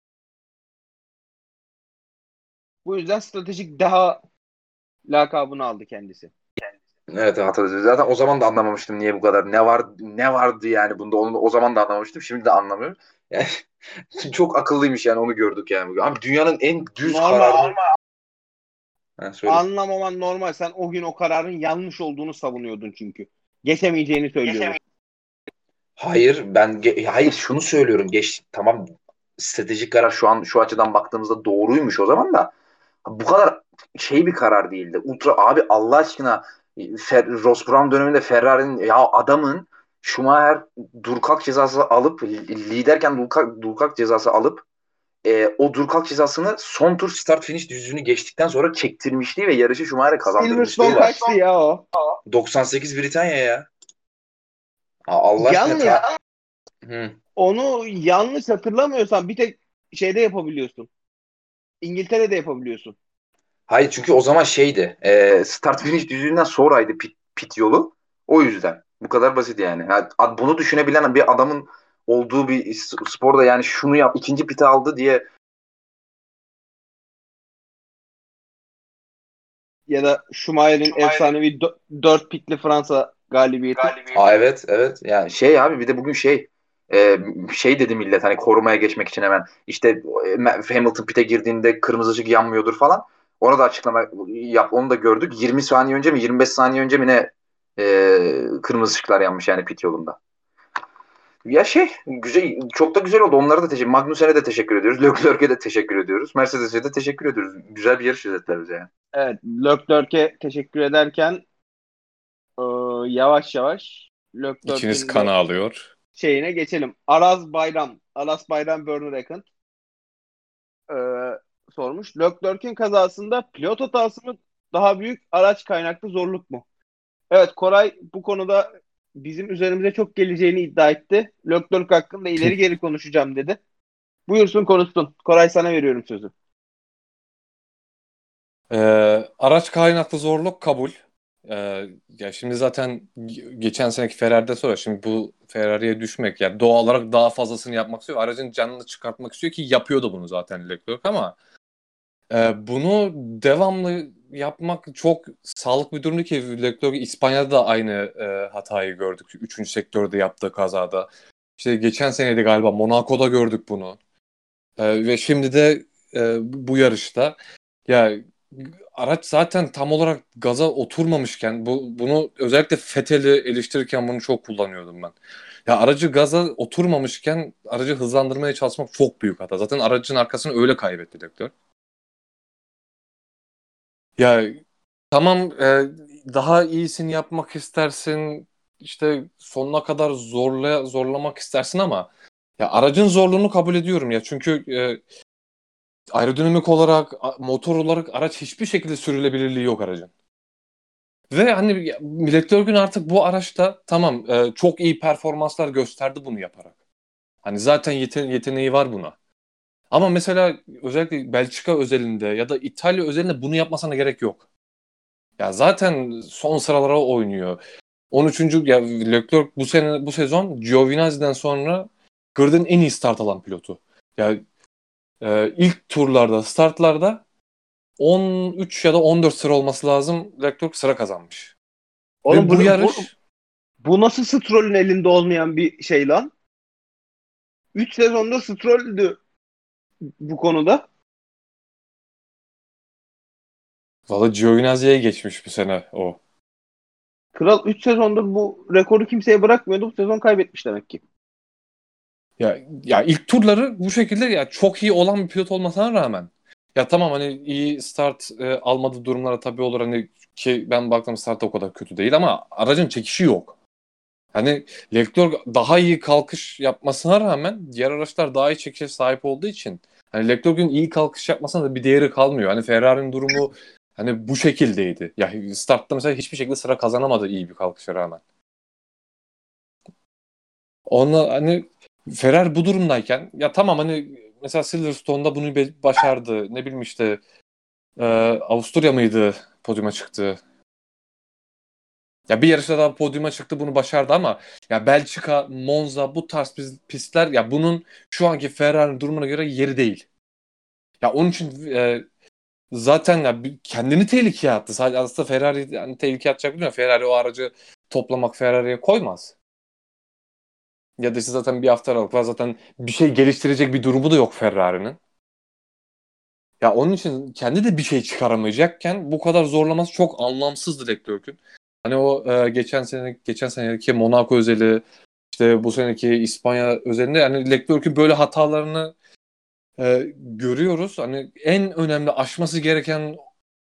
Bu yüzden stratejik deha lakabını aldı kendisi. Evet hatırladım. Zaten o zaman da anlamamıştım niye bu kadar. Ne vardı yani bunda onu o zaman da anlamamıştım. Şimdi de anlamıyorum. Yani, çok akıllıymış yani onu gördük yani. Abi dünyanın en düz kararını. Söyle. Anlamaman normal. Sen o gün o kararın yanlış olduğunu savunuyordun çünkü. Geçemeyeceğini söylüyordun. Hayır şunu söylüyorum. Tamam stratejik karar şu an şu açıdan baktığımızda doğruymuş o zaman da bu kadar şey bir karar değildi. Ultra abi Allah aşkına Ross Brown döneminde Ferrari'nin ya adamın Schumacher dur kalk cezası alıp liderken dur kalk cezası alıp o dur kalk cezasını son tur start finish düzlüğünü geçtikten sonra çektirmişliği ve yarışı Schumacher'e kazandırmışlığı Silverstone var. kaçtı ya o? 98 Britanya ya. Allah aşkına Yalnız Hı. onu yanlış hatırlamıyorsam bir tek şeyde yapabiliyorsun. İngiltere'de yapabiliyorsun. Hayır çünkü o zaman şeydi. Start finish düzlüğünden sonraydı pit yolu. O yüzden. Bu kadar basit yani. Bunu düşünebilen bir adamın olduğu bir sporda yani şunu yap ikinci piti aldı diye Ya da Schumacher'in efsanevi 4 pitli Fransa galibiyeti. Evet evet yani şey abi bir de bugün şey dedi millet hani korumaya geçmek için hemen işte Hamilton pit'e girdiğinde kırmızı ışık yanmıyordur falan. Ona da açıklama yap onu da gördük. 20 saniye önce mi 25 saniye önce mi ne kırmızı ışıklar yanmış yani pit yolunda. Ya güzel çok da güzel oldu. Onlara da Magnussen'e de teşekkür ediyoruz. Leclerc'e de teşekkür ediyoruz. Mercedes'e de teşekkür ediyoruz. Güzel bir yarış izlettiler bize yani. Evet, Leclerc'e teşekkür ederken e, yavaş yavaş İçiniz Leclerc'in kan de ağlıyor. şeyine geçelim. Aras Bayram Burner Ekent e, sormuş. Leclerc'in kazasında pilot hatası mı daha büyük araç kaynaklı zorluk mu? Evet, Koray bu konuda bizim üzerimize çok geleceğini iddia etti. Leclerc hakkında ileri geri konuşacağım dedi. Buyursun konuşsun. Koray sana veriyorum sözü. Araç kaynaklı zorluk kabul. Ya şimdi zaten geçen seneki Ferrari'den sonra şimdi bu Ferrari'ye düşmek yani doğal olarak daha fazlasını yapmak istiyor. Aracın canını çıkartmak istiyor ki yapıyor da bunu zaten Leclerc ama bunu devamlı yapmak çok sağlıklı bir durum değil ki. Leclerc İspanya'da da aynı hatayı gördük. Üçüncü sektörde yaptığı kazada. İşte geçen seneydi galiba Monaco'da gördük bunu. Ve şimdi de bu yarışta ya araç zaten tam olarak gaza oturmamışken bunu özellikle Vettel'i eleştirirken bunu çok kullanıyordum ben. Ya aracı gaza oturmamışken aracı hızlandırmaya çalışmak çok büyük hata. Zaten aracın arkasını öyle kaybetti Leclerc. Ya tamam daha iyisini yapmak istersin işte sonuna kadar zorlamak istersin ama ya aracın zorluğunu kabul ediyorum ya çünkü aerodinamik olarak motor olarak araç hiçbir şekilde sürülebilirliği yok aracın. Ve hani Leclerc'ün artık bu araçta tamam çok iyi performanslar gösterdi bunu yaparak. Hani zaten yeteneği var buna. Ama mesela özellikle Belçika özelinde ya da İtalya özelinde bunu yapmasına gerek yok. Ya zaten son sıralara oynuyor. 13. ya Leclerc bu sezon Giovinazzi'den sonra grid'in en iyi start alan pilotu. Ya ilk turlarda, startlarda 13 ya da 14 sıra olması lazım. Leclerc sıra kazanmış. Oğlum Ve bu yarış bu nasıl Stroll'ün elinde olmayan bir şey lan? 3 sezonda Stroll'dü bu konuda. valla Giovinazzi'ye geçmiş bu sene o. Kral 3 sezondur bu rekoru kimseye bırakmıyordu. Bu sezon kaybetmiş demek ki. Ya ilk turları bu şekilde ya çok iyi olan bir pilot olmasına rağmen ya tamam hani iyi start almadığı durumlara tabii olur hani ki ben baktım start o kadar kötü değil ama aracın çekişi yok. Hani Leclerc daha iyi kalkış yapmasına rağmen diğer araçlar daha iyi çekişe sahip olduğu için hani Leclerc'in iyi kalkış yapmasına da bir değeri kalmıyor. Hani Ferrari'nin durumu hani bu şekildeydi. Ya startta mesela hiçbir şekilde sıra kazanamadı iyi bir kalkışa rağmen. Onunla hani Ferrari bu durumdayken ya tamam hani mesela Silverstone'da bunu başardı. Ne bileyim işte e, Avusturya mıydı podyuma çıktı. Ya bir yarışta daha podyuma çıktı bunu başardı ama ya Belçika, Monza bu tarz pistler ya bunun şu anki Ferrari'nin durumuna göre yeri değil. Ya onun için zaten ya kendini tehlikeye attı. Sadece aslında Ferrari yani tehlikeye atacak bilmiyorum. Ferrari o aracı toplamak Ferrari'ye koymaz. Ya da işte zaten bir hafta aralık var. Zaten bir şey geliştirecek bir durumu da yok Ferrari'nin. Ya onun için kendi de bir şey çıkaramayacakken bu kadar zorlaması çok anlamsızdı Leclerc'ün. Hani o geçen seneki Monaco özeli işte bu seneki İspanya özelinde yani Leclerc'ün böyle hatalarını görüyoruz. Hani en önemli aşması gereken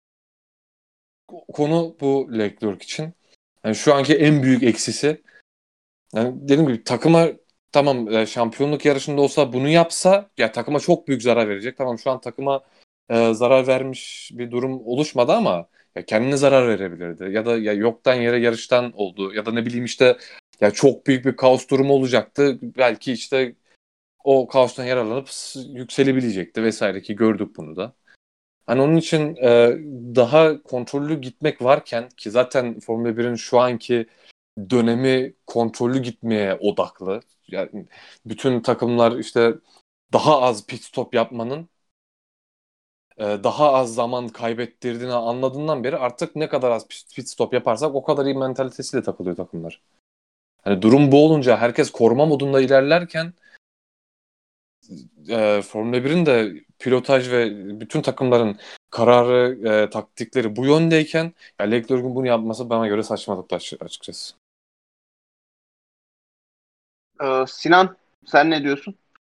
konu bu Leclerc için. Yani şu anki en büyük eksisi. Yani dediğim gibi takıma tamam şampiyonluk yarışında olsa bunu yapsa ya takıma çok büyük zarar verecek. Tamam şu an takıma zarar vermiş bir durum oluşmadı ama ya kendine zarar verebilirdi. Ya da ya yoktan yere yarıştan oldu. Ya da ne bileyim işte ya çok büyük bir kaos durumu olacaktı. Belki işte o kaostan yararlanıp yükselebilecekti vesaire ki gördük bunu da. Hani onun için daha kontrollü gitmek varken ki zaten Formula 1'in şu anki dönemi kontrollü gitmeye odaklı. Yani bütün takımlar işte daha az pit stop yapmanın daha az zaman kaybettirdiğini anladığından beri artık ne kadar az pit stop yaparsak o kadar iyi mentalitesiyle takılıyor takımlar. Hani durum bu olunca herkes koruma modunda ilerlerken Formula 1'in de pilotaj ve bütün takımların kararı, taktikleri bu yöndeyken ya Leclerc'in bunu yapması bana göre saçmalıklar açıkçası. Sinan, sen ne diyorsun?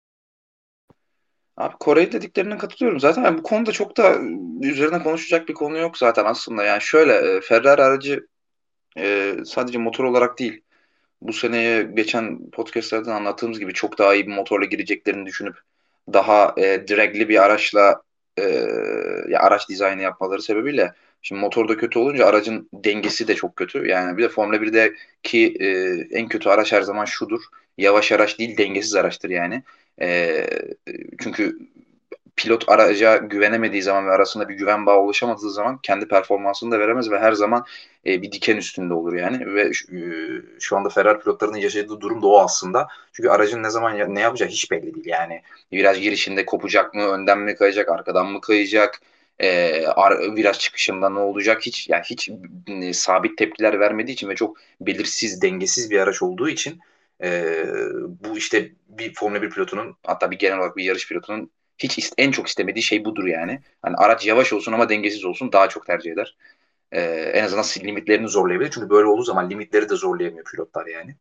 Abi Kore dediklerine katılıyorum. Zaten yani bu konuda çok da üzerine konuşacak bir konu yok zaten aslında. Yani şöyle Ferrari aracı sadece motor olarak değil. Bu seneye geçen podcastlerden anlattığımız gibi çok daha iyi bir motorla gireceklerini düşünüp daha dragli bir araçla e, ya araç dizaynı yapmaları sebebiyle şimdi motor da kötü olunca aracın dengesi de çok kötü. Yani bir de Formula 1'deki en kötü araç her zaman şudur. Yavaş araç değil dengesiz araçtır yani. E, çünkü pilot araca güvenemediği zaman ve arasında bir güven bağı oluşamadığı zaman kendi performansını da veremez ve her zaman bir diken üstünde olur yani ve şu anda Ferrari pilotlarının yaşadığı durum da o aslında. Çünkü aracın ne zaman ne yapacağı hiç belli değil yani. Viraj girişinde kopacak mı, önden mi kayacak, arkadan mı kayacak? Viraj çıkışında ne olacak hiç yani hiç sabit tepkiler vermediği için ve çok belirsiz dengesiz bir araç olduğu için bu işte bir Formula 1 pilotunun hatta bir genel olarak bir yarış pilotunun en çok istemediği şey budur yani. Hani araç yavaş olsun ama dengesiz olsun daha çok tercih eder. En azından limitlerini zorlayabilir. Çünkü böyle olduğu zaman limitleri de zorlayamıyor pilotlar yani.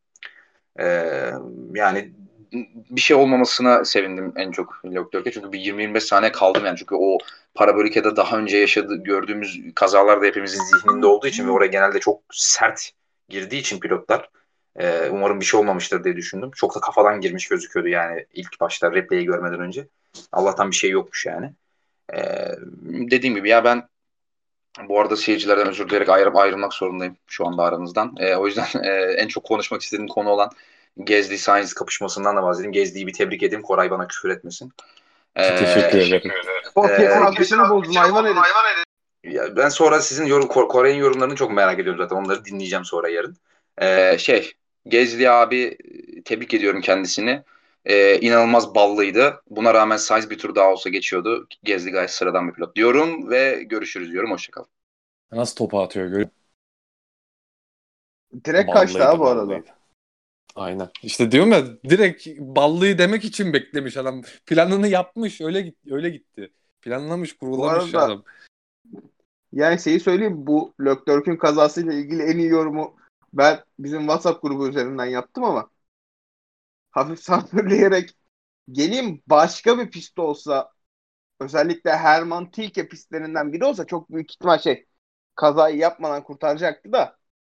Yani bir şey olmamasına sevindim en çok Leclerc'e. Çünkü bir 20-25 saniye kaldım yani. Çünkü o parabolikada daha önce gördüğümüz kazalar da hepimizin zihninde olduğu için ve oraya genelde çok sert girdiği için pilotlar umarım bir şey olmamıştır diye düşündüm. Çok da kafadan girmiş gözüküyordu yani ilk başta replay'i görmeden önce. Allah'tan bir şey yokmuş yani. Dediğim gibi ya ben bu arada seyircilerden özür dileyerek ayrılmak zorundayım şu anda aranızdan. O yüzden en çok konuşmak istediğim konu olan Gezdi Sainz kapışmasından da bahsedeyim. Gezdi'yi bir tebrik edeyim. Koray bana küfür etmesin. Teşekkür ederim. Podcast'ın akışını bozdun hayvan herif. Ya ben sonra sizin Koray'ın yorumlarını çok merak ediyorum zaten. Onları dinleyeceğim sonra yarın. Gezdi abi tebrik ediyorum kendisini. İnanılmaz ballıydı. Buna rağmen Sainz bir tur daha olsa geçiyordu. Gezdi gayet sıradan bir pilot diyorum ve görüşürüz diyorum. Hoşçakalın. Nasıl topu atıyor görüyor musun? Direkt kaçtı ha bu arada. Ballıydı. Aynen. İşte diyorum ya direkt ballıyı demek için beklemiş adam. Planını yapmış. Öyle gitti. Planlamış, Bu kurgulamış arada adam. yani şeyi söyleyeyim, bu Leclerc'ün kazasıyla ilgili en iyi yorumu ben bizim WhatsApp grubu üzerinden yaptım ama hafif sansürleyerek geleyim, başka bir pist olsa, özellikle Hermann Tilke pistlerinden biri olsa çok büyük ihtimal kazayı yapmadan kurtaracaktı da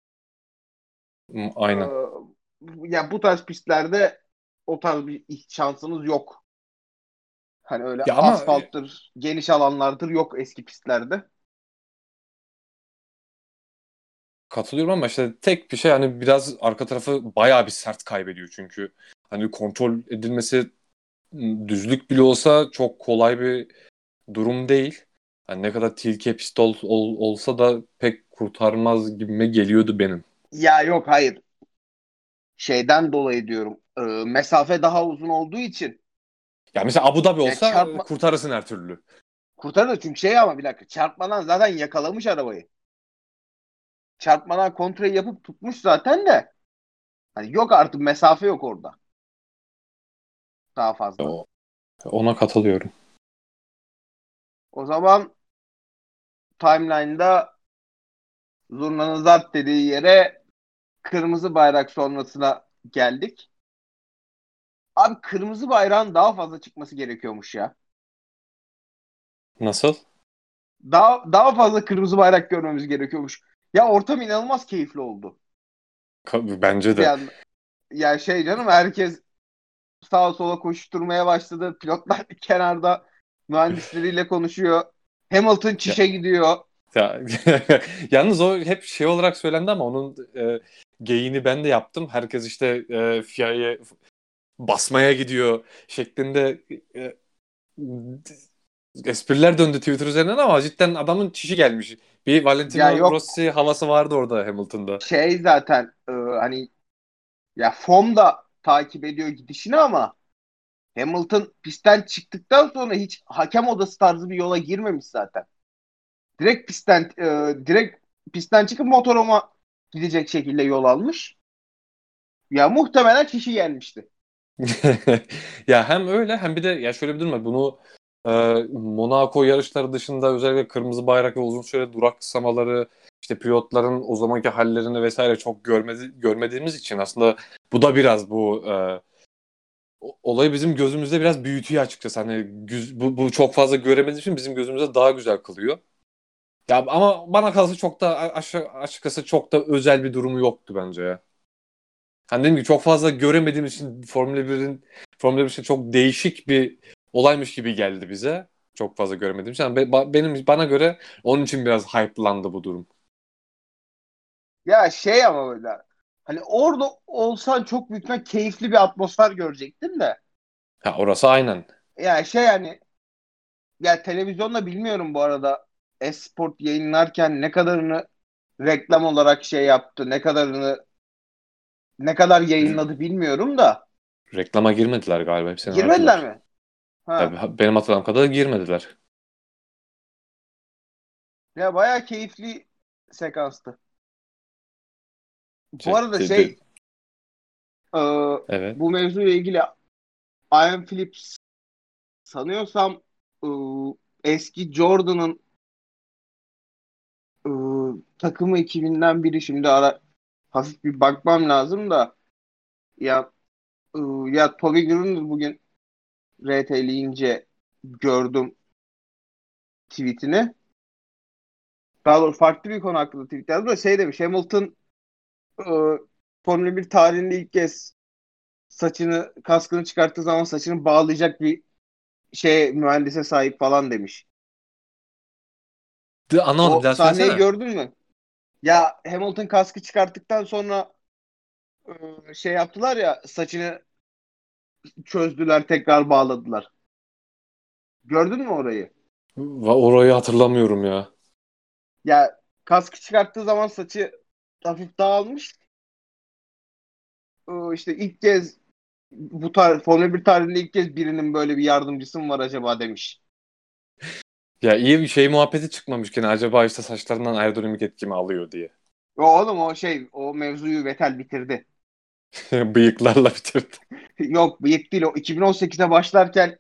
Aynen. yani bu tarz pistlerde o tarz bir şansınız yok. Hani öyle Ya ama asfalttır, geniş alanlardır yok eski pistlerde. katılıyorum ama işte tek bir şey hani biraz arka tarafı bayağı bir sert kaybediyor çünkü hani kontrol edilmesi düzlük bile olsa çok kolay bir durum değil. Hani ne kadar tilki pistol olsa da pek kurtarmaz gibime geliyordu benim. Ya yok, hayır. Şeyden dolayı diyorum. Mesafe daha uzun olduğu için Ya mesela Abu Dhabi yani olsa kurtarırsın her türlü. kurtarır çünkü ama bir dakika, çarpmadan zaten yakalamış arabayı. Çarpmadan kontrol yapıp tutmuş zaten de. Hani yok artık, mesafe yok orada. Daha fazla. O, ona katılıyorum. O zaman timeline'da zurnanın zart dediği yere kırmızı bayrak sonrasına geldik. Abi kırmızı bayrağın daha fazla çıkması gerekiyormuş ya. Nasıl? Daha fazla kırmızı bayrak görmemiz gerekiyormuş. Ya ortam inanılmaz keyifli oldu. Bence Bir de. anda. Ya canım, herkes sağa sola koşturmaya başladı. Pilotlar kenarda mühendisleriyle konuşuyor. Hamilton Ya, çişe gidiyor. ya, yalnız o hep şey olarak söylendi ama onun geyiğini ben de yaptım. Herkes işte FIA'ya basmaya gidiyor şeklinde e, espriler döndü Twitter üzerinden ama cidden adamın çişi gelmiş. Bir Ya Valentino yok, Rossi havası vardı orada Hamilton'da. zaten hani ya FOM da takip ediyor gidişini ama Hamilton pistten çıktıktan sonra hiç hakem odası tarzı bir yola girmemiş zaten. Direkt pistten çıkıp motoroma gidecek şekilde yol almış. Ya muhtemelen kişi gelmişti. Ya hem öyle hem bir de ya şöyle bir durum var. Bunu Monaco yarışları dışında özellikle kırmızı bayrak ve uzun süre duraksamaları işte pilotların o zamanki hallerini vesaire çok görmediğimiz için aslında bu da biraz bu olayı bizim gözümüzde biraz büyütüyor açıkçası. Hani bu çok fazla göremediğimiz için bizim gözümüzde daha güzel kılıyor. Ya ama bana kalırsa çok da açıkçası çok da özel bir durumu yoktu bence ya. Hani dediğim gibi çok fazla göremediğim için Formula 1 için çok değişik bir olaymış gibi geldi bize. Çok fazla göremediğim için. Yani bana göre onun için biraz hype'landı bu durum. Ya ama böyle hani orada olsan çok büyük ihtimal keyifli bir atmosfer görecektin de. Ha, orası aynen. Ya hani ya televizyonda bilmiyorum bu arada esport yayınlarken ne kadarını reklam olarak yaptı, ne kadar R- yayınladı bilmiyorum da. Reklama girmediler galiba. Hepsini Girmediler harcadılar. mi? Ha. Ya, benim hatırladığım kadarıyla girmediler. Ya bayağı keyifli sekanstı. Bu Ce- arada de- de- e, evet. bu mevzuyla ilgili Ian Phillips sanıyorsam e, eski Jordan'ın e, takımı ekibinden biri, şimdi hafif bir bakmam lazım da ya e, ya Toby Green'dir, bugün RT'leyince gördüm tweetini. Daha doğrusu farklı bir konu hakkında tweet yazdı da demiş, Hamilton e, Formula 1 tarihinde ilk kez kaskını çıkarttığı zaman saçını bağlayacak bir mühendise sahip falan demiş. Anlamadım. Bir O daha sahneyi söylesene. gördün mü? Ya Hamilton kaskı çıkarttıktan sonra yaptılar ya, saçını çözdüler, tekrar bağladılar. Gördün mü orayı? Orayı hatırlamıyorum ya. Ya kaskı çıkarttığı zaman saçı hafif dağılmış. İşte ilk kez Formula 1 tarihinde ilk kez birinin böyle bir yardımcısı mı var acaba demiş. Ya iyi bir şey muhabbeti çıkmamış gene. Acaba işte saçlarından aerodinamik etki mi alıyor diye. Oğlum o mevzuyu Vettel bitirdi. Bıyıklarla bitirdi. Yok, bıyık değil, o 2018'e başlarken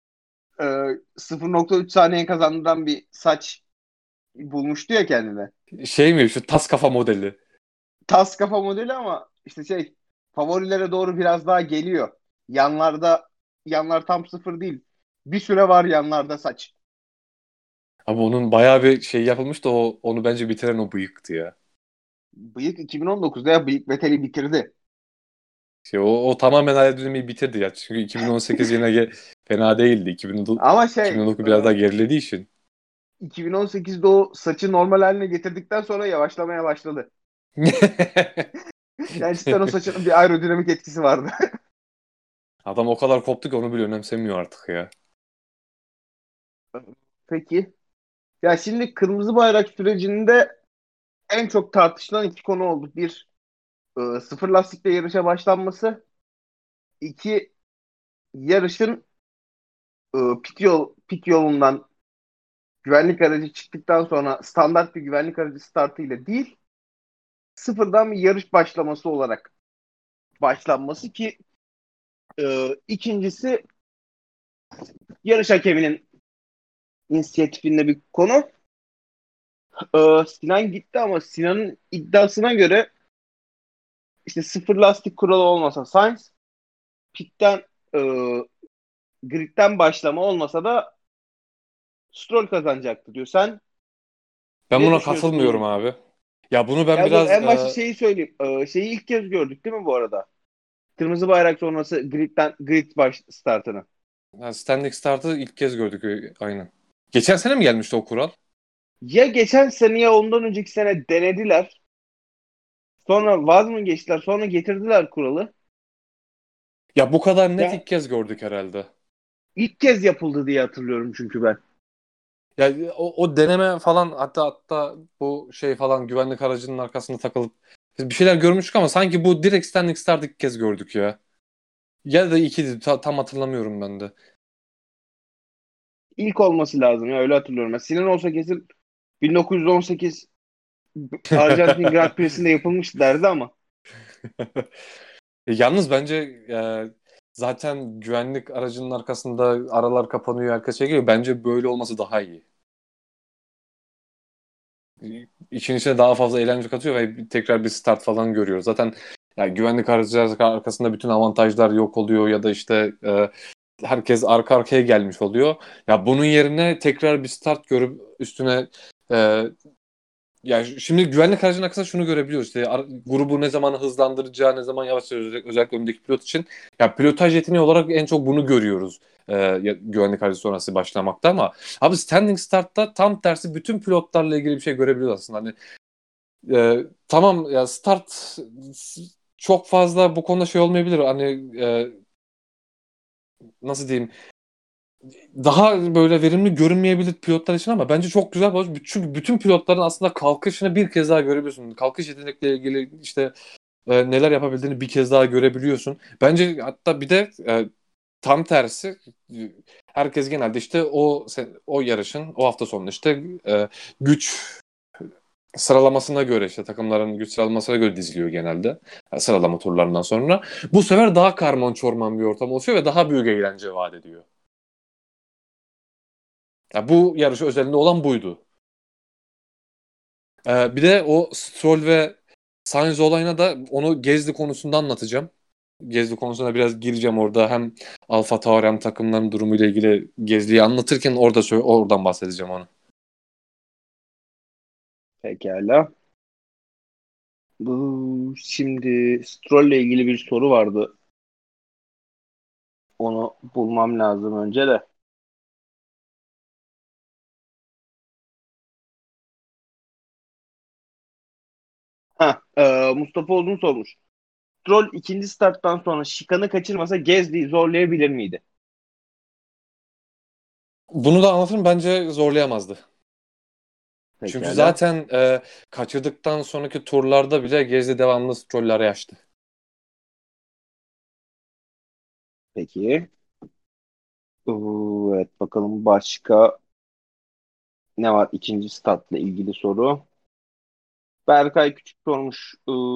0,3 saniye kazandıran bir saç bulmuştu ya kendine. Şey mi şu tas kafa modeli? Tas kafa modeli ama işte favorilere doğru biraz daha geliyor. Yanlar tam sıfır değil. Bir süre var yanlarda saç. Ama onun bayağı bir şey yapılmış da onu bence bitiren o bıyıktı ya. Bıyık 2019'da, ya bıyık Vettel'i bitirdi. O tamamen aerodinamiği bitirdi ya. Çünkü 2018 yine fena değildi. Ama 2019 biraz daha gerilediği için. 2018'de o saçı normal haline getirdikten sonra yavaşlamaya başladı. Yani cidden o saçının bir aerodinamik etkisi vardı. Adam o kadar koptu ki onu bile önemsemiyor artık ya. Peki. Ya şimdi kırmızı bayrak sürecinde en çok tartışılan iki konu oldu. Bir, sıfır lastikle yarışa başlanması. İki, yarışın pit yolundan güvenlik aracı çıktıktan sonra standart bir güvenlik aracı startıyla değil, sıfırdan bir yarış başlaması olarak başlanması ki ikincisi yarış hakeminin inisiyatifinde bir konu. Sinan gitti ama Sinan'ın iddiasına göre işte sıfır lastik kuralı olmasa Sainz, pitten e, gridden başlama olmasa da Stroll kazanacaktı diyor. Sen Ben ne buna düşünüyorsun bunun? katılmıyorum abi. Ya bunu ben Ya dur biraz en başta şeyi söyleyeyim. Şeyi ilk kez gördük değil mi bu arada? Kırmızı bayrak sonrası grid baş startını. standing start'ı ilk kez gördük aynen. Geçen sene mi gelmişti o kural? Ya geçen sene ya ondan önceki sene denediler. Sonra vaz mı geçtiler? Sonra getirdiler kuralı. Ya bu kadar net Ya ilk kez gördük herhalde. ilk kez yapıldı diye hatırlıyorum çünkü ben. Ya o deneme falan hatta bu şey falan güvenlik aracının arkasında takılıp biz bir şeyler görmüştük ama sanki bu direkt standing start ilk kez gördük ya. Ya da ikiydi tam hatırlamıyorum ben de. İlk olması lazım ya öyle hatırlıyorum. Ya Sinan olsa kesin 1918 Arjantin Grand Prix'sinde yapılmıştı derdi ama. Yalnız bence zaten güvenlik aracının arkasında aralar kapanıyor, herkes çekiliyor. Bence böyle olması daha iyi. İçin içine daha fazla eğlence katıyor ve tekrar bir start falan görüyoruz. Zaten yani güvenlik aracı arkasında bütün avantajlar yok oluyor ya da işte herkes arka arkaya gelmiş oluyor. Ya bunun yerine tekrar bir start görüp üstüne e, ya şimdi güvenlik aracının arkasında şunu görebiliyoruz. İşte grubu ne zaman hızlandıracağı, ne zaman yavaşlayacağı özellikle öndeki pilot için. Ya pilotaj yeteneği olarak en çok bunu görüyoruz. Güvenlik aracı sonrası başlamakta ama abi standing start'ta tam tersi bütün pilotlarla ilgili bir şey görebiliyoruz aslında. Hani tamam ya start çok fazla bu konuda şey olmayabilir. Hani nasıl diyeyim daha böyle verimli görünmeyebilir pilotlar için ama bence çok güzel bir çünkü bütün pilotların aslında kalkışını bir kez daha görebiliyorsun. Kalkış yetenekleriyle ilgili işte neler yapabildiğini bir kez daha görebiliyorsun. Bence hatta bir de tam tersi herkes genelde işte o yarışın o hafta sonunda işte güç sıralamasına göre işte takımların güç sıralamasına göre diziliyor genelde. Sıralama turlarından sonra. Bu sefer daha karman çorman bir ortam oluşuyor ve daha büyük eğlence vaat ediyor. Ya bu yarış özelinde olan buydu. Bir de o Stroll ve Sainz olayına da onu Gezdi konusunda anlatacağım. Gezdi konusuna biraz gireceğim orada. Hem Alfa Tauri hem takımların durumuyla ilgili Gezdi'yi anlatırken oradan bahsedeceğim onu. Pekala. Bu şimdi Stroll'le ilgili bir soru vardı. Onu bulmam lazım önce de. Mustafa Uzun sormuş. Stroll ikinci starttan sonra şikanı kaçırmasa Gezdi'yi zorlayabilir miydi? Bunu da anlatırım. Bence zorlayamazdı. Çünkü Pekala. zaten kaçırdıktan sonraki turlarda bile Gezdi devamlı Stroll'leri açtı. Peki. Evet bakalım başka ne var ikinci startla ilgili soru. Berkay Küçük sormuş.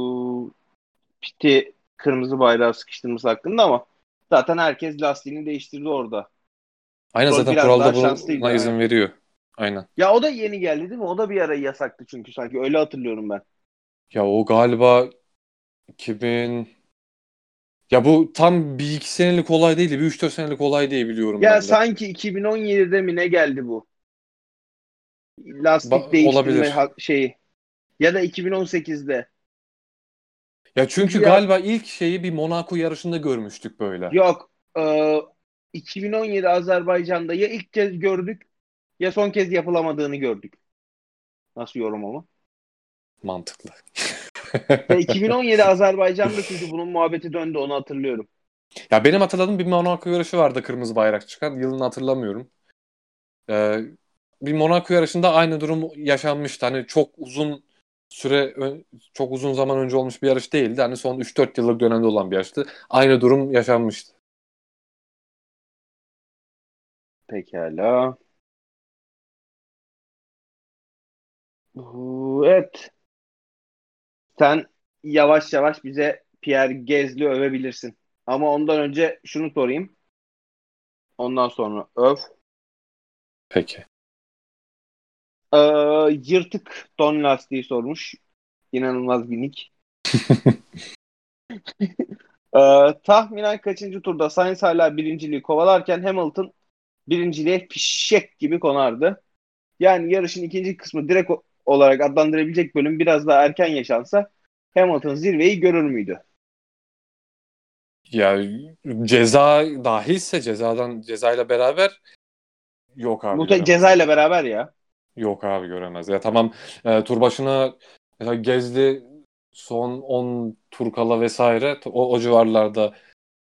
Piti kırmızı bayrağı sıkıştırması hakkında ama zaten herkes lastiğini değiştirdi orada. Aynen Stroll zaten biraz kuralda daha şanslıydı. buna izin veriyor. Aynen. Ya o da yeni geldi değil mi? O da bir ara yasaktı çünkü sanki öyle hatırlıyorum ben. Ya o galiba 2000 ya bu tam bir iki senelik olay değil de bir üç dört senelik olay diye biliyorum Ya ben de. sanki 2017'de mi ne geldi bu? Lastik değiştirme Olabilir. şeyi. Ya da 2018'de. Ya Çünkü çünkü ya galiba ilk şeyi bir Monaco yarışında görmüştük böyle. yok 2017 Azerbaycan'da ya ilk kez gördük ya son kez yapılamadığını gördük. Nasıl yorum ama? Mantıklı. Ya 2017 Azerbaycan'da çünkü bunun muhabbeti döndü onu hatırlıyorum. Ya benim hatırladığım bir Monaco yarışı vardı kırmızı bayrak çıkan. Yılını hatırlamıyorum. Ee, bir Monaco yarışında aynı durum yaşanmıştı. Hani çok uzun zaman önce olmuş bir yarış değildi. Hani son 3-4 yıllık dönemde olan bir yarıştı. Aynı durum yaşanmıştı. Pekala. Evet. Sen yavaş yavaş bize Pierre Gasly övebilirsin. Ama ondan önce şunu sorayım. Ondan sonra öv. Peki. Ee, Yırtık don lastiği sormuş. İnanılmaz bir nick. Tahminen kaçıncı turda Sainz hala birinciliği kovalarken Hamilton birinciliğe fişek gibi konardı. Yani yarışın ikinci kısmı direkt olarak adlandırabilecek bölüm biraz daha erken yaşansa Hamilton zirveyi görür müydü? Ya ceza dahilse cezayla beraber yok abi göremez Ceza ya. ile beraber ya. Yok abi göremez. Ya tamam tur başına mesela Gezdi son 10 tur kala vesaire o civarlarda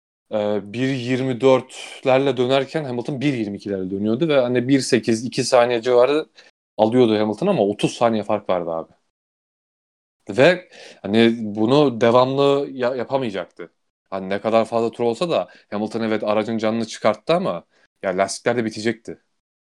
1.24'lerle dönerken Hamilton 1.22'lerle dönüyordu ve hani 1.8 2 saniye civarı alıyordu Hamilton ama 30 saniye fark vardı abi. Ve hani bunu devamlı yapamayacaktı. Hani ne kadar fazla tur olsa da Hamilton evet aracın canını çıkarttı ama ya lastikler de bitecekti.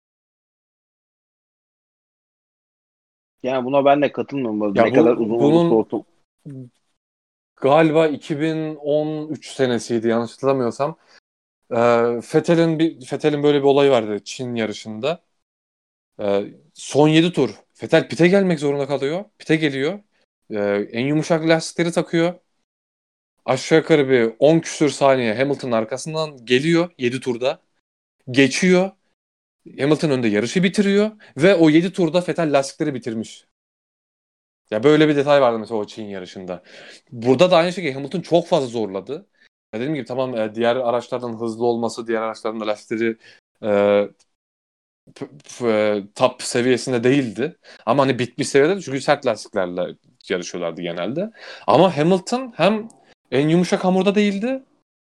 Yani buna ben de katılmıyorum. Ya Ne kadar uzun olursa bunun olsun. galiba 2013 senesiydi yanlış hatırlamıyorsam. Vettel'in böyle bir olayı vardı Çin yarışında. Son 7 tur Vettel pite gelmek zorunda kalıyor. Pite geliyor. En yumuşak lastikleri takıyor. Aşağı yukarı bir 10 küsür saniye Hamilton'ın arkasından geliyor 7 turda. Geçiyor. Hamilton önde yarışı bitiriyor ve o 7 turda Vettel lastikleri bitirmiş. Ya böyle bir detay vardı mesela o Çin yarışında. Burada da aynı şekilde Hamilton çok fazla zorladı. Ya dediğim gibi tamam diğer araçlardan hızlı olması, diğer araçların da lastikleri e, top seviyesinde değildi. Ama hani bitmiş seviyede çünkü sert lastiklerle yarışıyorlardı genelde. Ama Hamilton hem en yumuşak hamurda değildi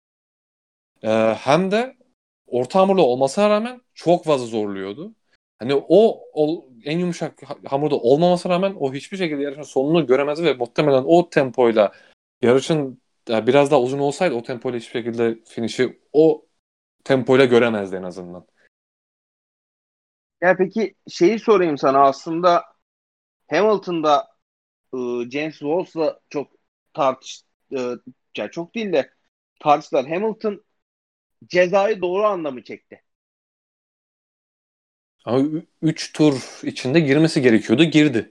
hem de orta hamurlu olmasına rağmen çok fazla zorluyordu. Hani o en yumuşak hamurda olmamasına rağmen o hiçbir şekilde yarışın sonunu göremezdi ve muhtemelen o tempoyla yarışın biraz daha uzun olsaydı o tempoyla hiçbir şekilde finişi o tempoyla göremezdi en azından. Ya peki şeyi sorayım sana, aslında Hamilton'da James Walls'la çok tartış yani çok değil de tartıştılar. Hamilton cezayı doğru anda mı çekti? Ama 3 tur içinde girmesi gerekiyordu. Girdi.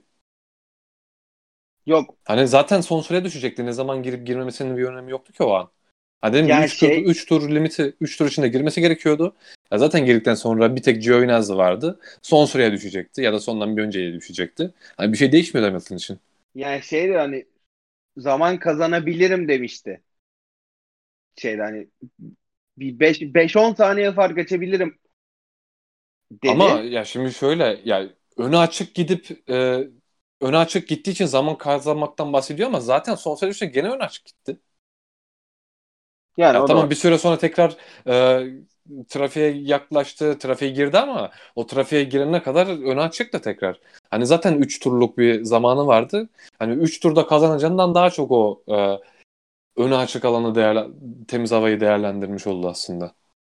Yok Hani zaten son sıraya düşecekti. Ne zaman girip girmemesinin bir önemi yoktu ki o an. Hani dedim ki yani 3 tur şey 3 tur limiti 3 tur içinde girmesi gerekiyordu. Ya zaten girdikten sonra bir tek Giovinazzi vardı. Son sıraya düşecekti ya da sondan bir önceye düşecekti. Hani bir şey değişmiyor Hamilton için. yani şeydi, hani zaman kazanabilirim demişti. Şeyde hani bir 5-10 saniye fark açabilirim Ama dedi. ya şimdi şöyle ya öne açık gittiği için zaman kazanmaktan bahsediyor ama zaten son sıraya düşse gene öne açık gitti. Yani Ya o da tamam bir var. süre sonra tekrar trafiğe yaklaştı, trafiğe girdi ama o trafiğe girene kadar öne açıktı tekrar. Hani zaten 3 turluk bir zamanı vardı. Hani 3 turda kazanacağından daha çok o öne açık alanı temiz havayı değerlendirmiş oldu aslında.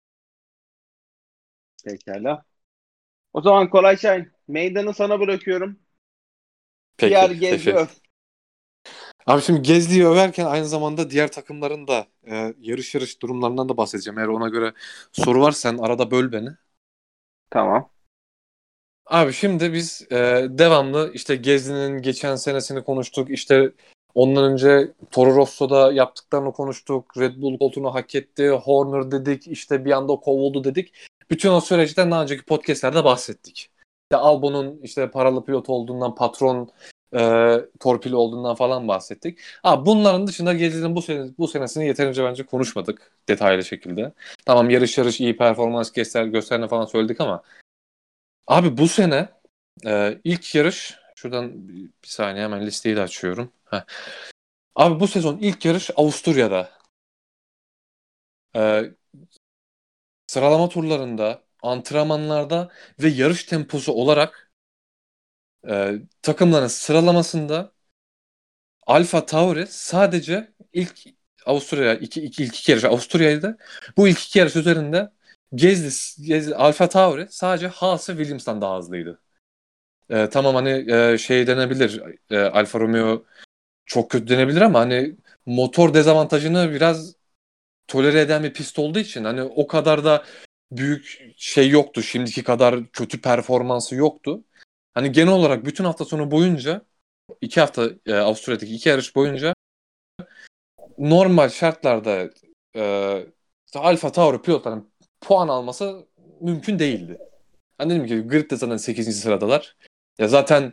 Pekala. O zaman Koray Şahin, meydanı sana bırakıyorum. Diğer Peki, Gezdi teşekkür. öf. Abi şimdi Gezdi'yi överken aynı zamanda diğer takımların da yarış durumlarından da bahsedeceğim. Eğer ona göre soru var sen arada böl beni. Tamam. Abi şimdi biz devamlı işte Gezi'nin geçen senesini konuştuk. İşte ondan önce Toro Rosso'da yaptıklarını konuştuk. Red Bull koltuğunu hak etti. Horner dedik. İşte bir anda kovuldu dedik. Bütün o süreçten daha önceki podcastlerde bahsettik. İşte Albon'un işte paralı pilot olduğundan, patron torpili olduğundan falan bahsettik. Bunların dışında Gezi'nin bu senesini yeterince bence konuşmadık detaylı şekilde. Tamam yarış iyi performans gösterine falan söyledik ama abi bu sene ilk yarış şuradan bir saniye hemen listeyi de açıyorum. Heh. Abi bu sezon ilk yarış Avusturya'da. E, Sıralama turlarında, antrenmanlarda ve yarış temposu olarak takımların sıralamasında Alfa Tauri sadece Avusturya ilk iki yarış Avusturya'ydı. Bu ilk iki yarış üzerinde Alfa Tauri sadece Haas ve Williams'tan daha hızlıydı. Tamam hani şey denebilir Alfa Romeo çok kötü denebilir ama hani motor dezavantajını biraz tolere eden bir pist olduğu için hani o kadar da büyük şey yoktu. Şimdiki kadar kötü performansı yoktu. Hani genel olarak bütün hafta sonu boyunca 2 hafta Avusturya'daki 2 yarış boyunca normal şartlarda işte Alfa Tauri pilotların puan alması mümkün değildi. Hani dedim ki Grid de zaten 8. sıradalar. Ya zaten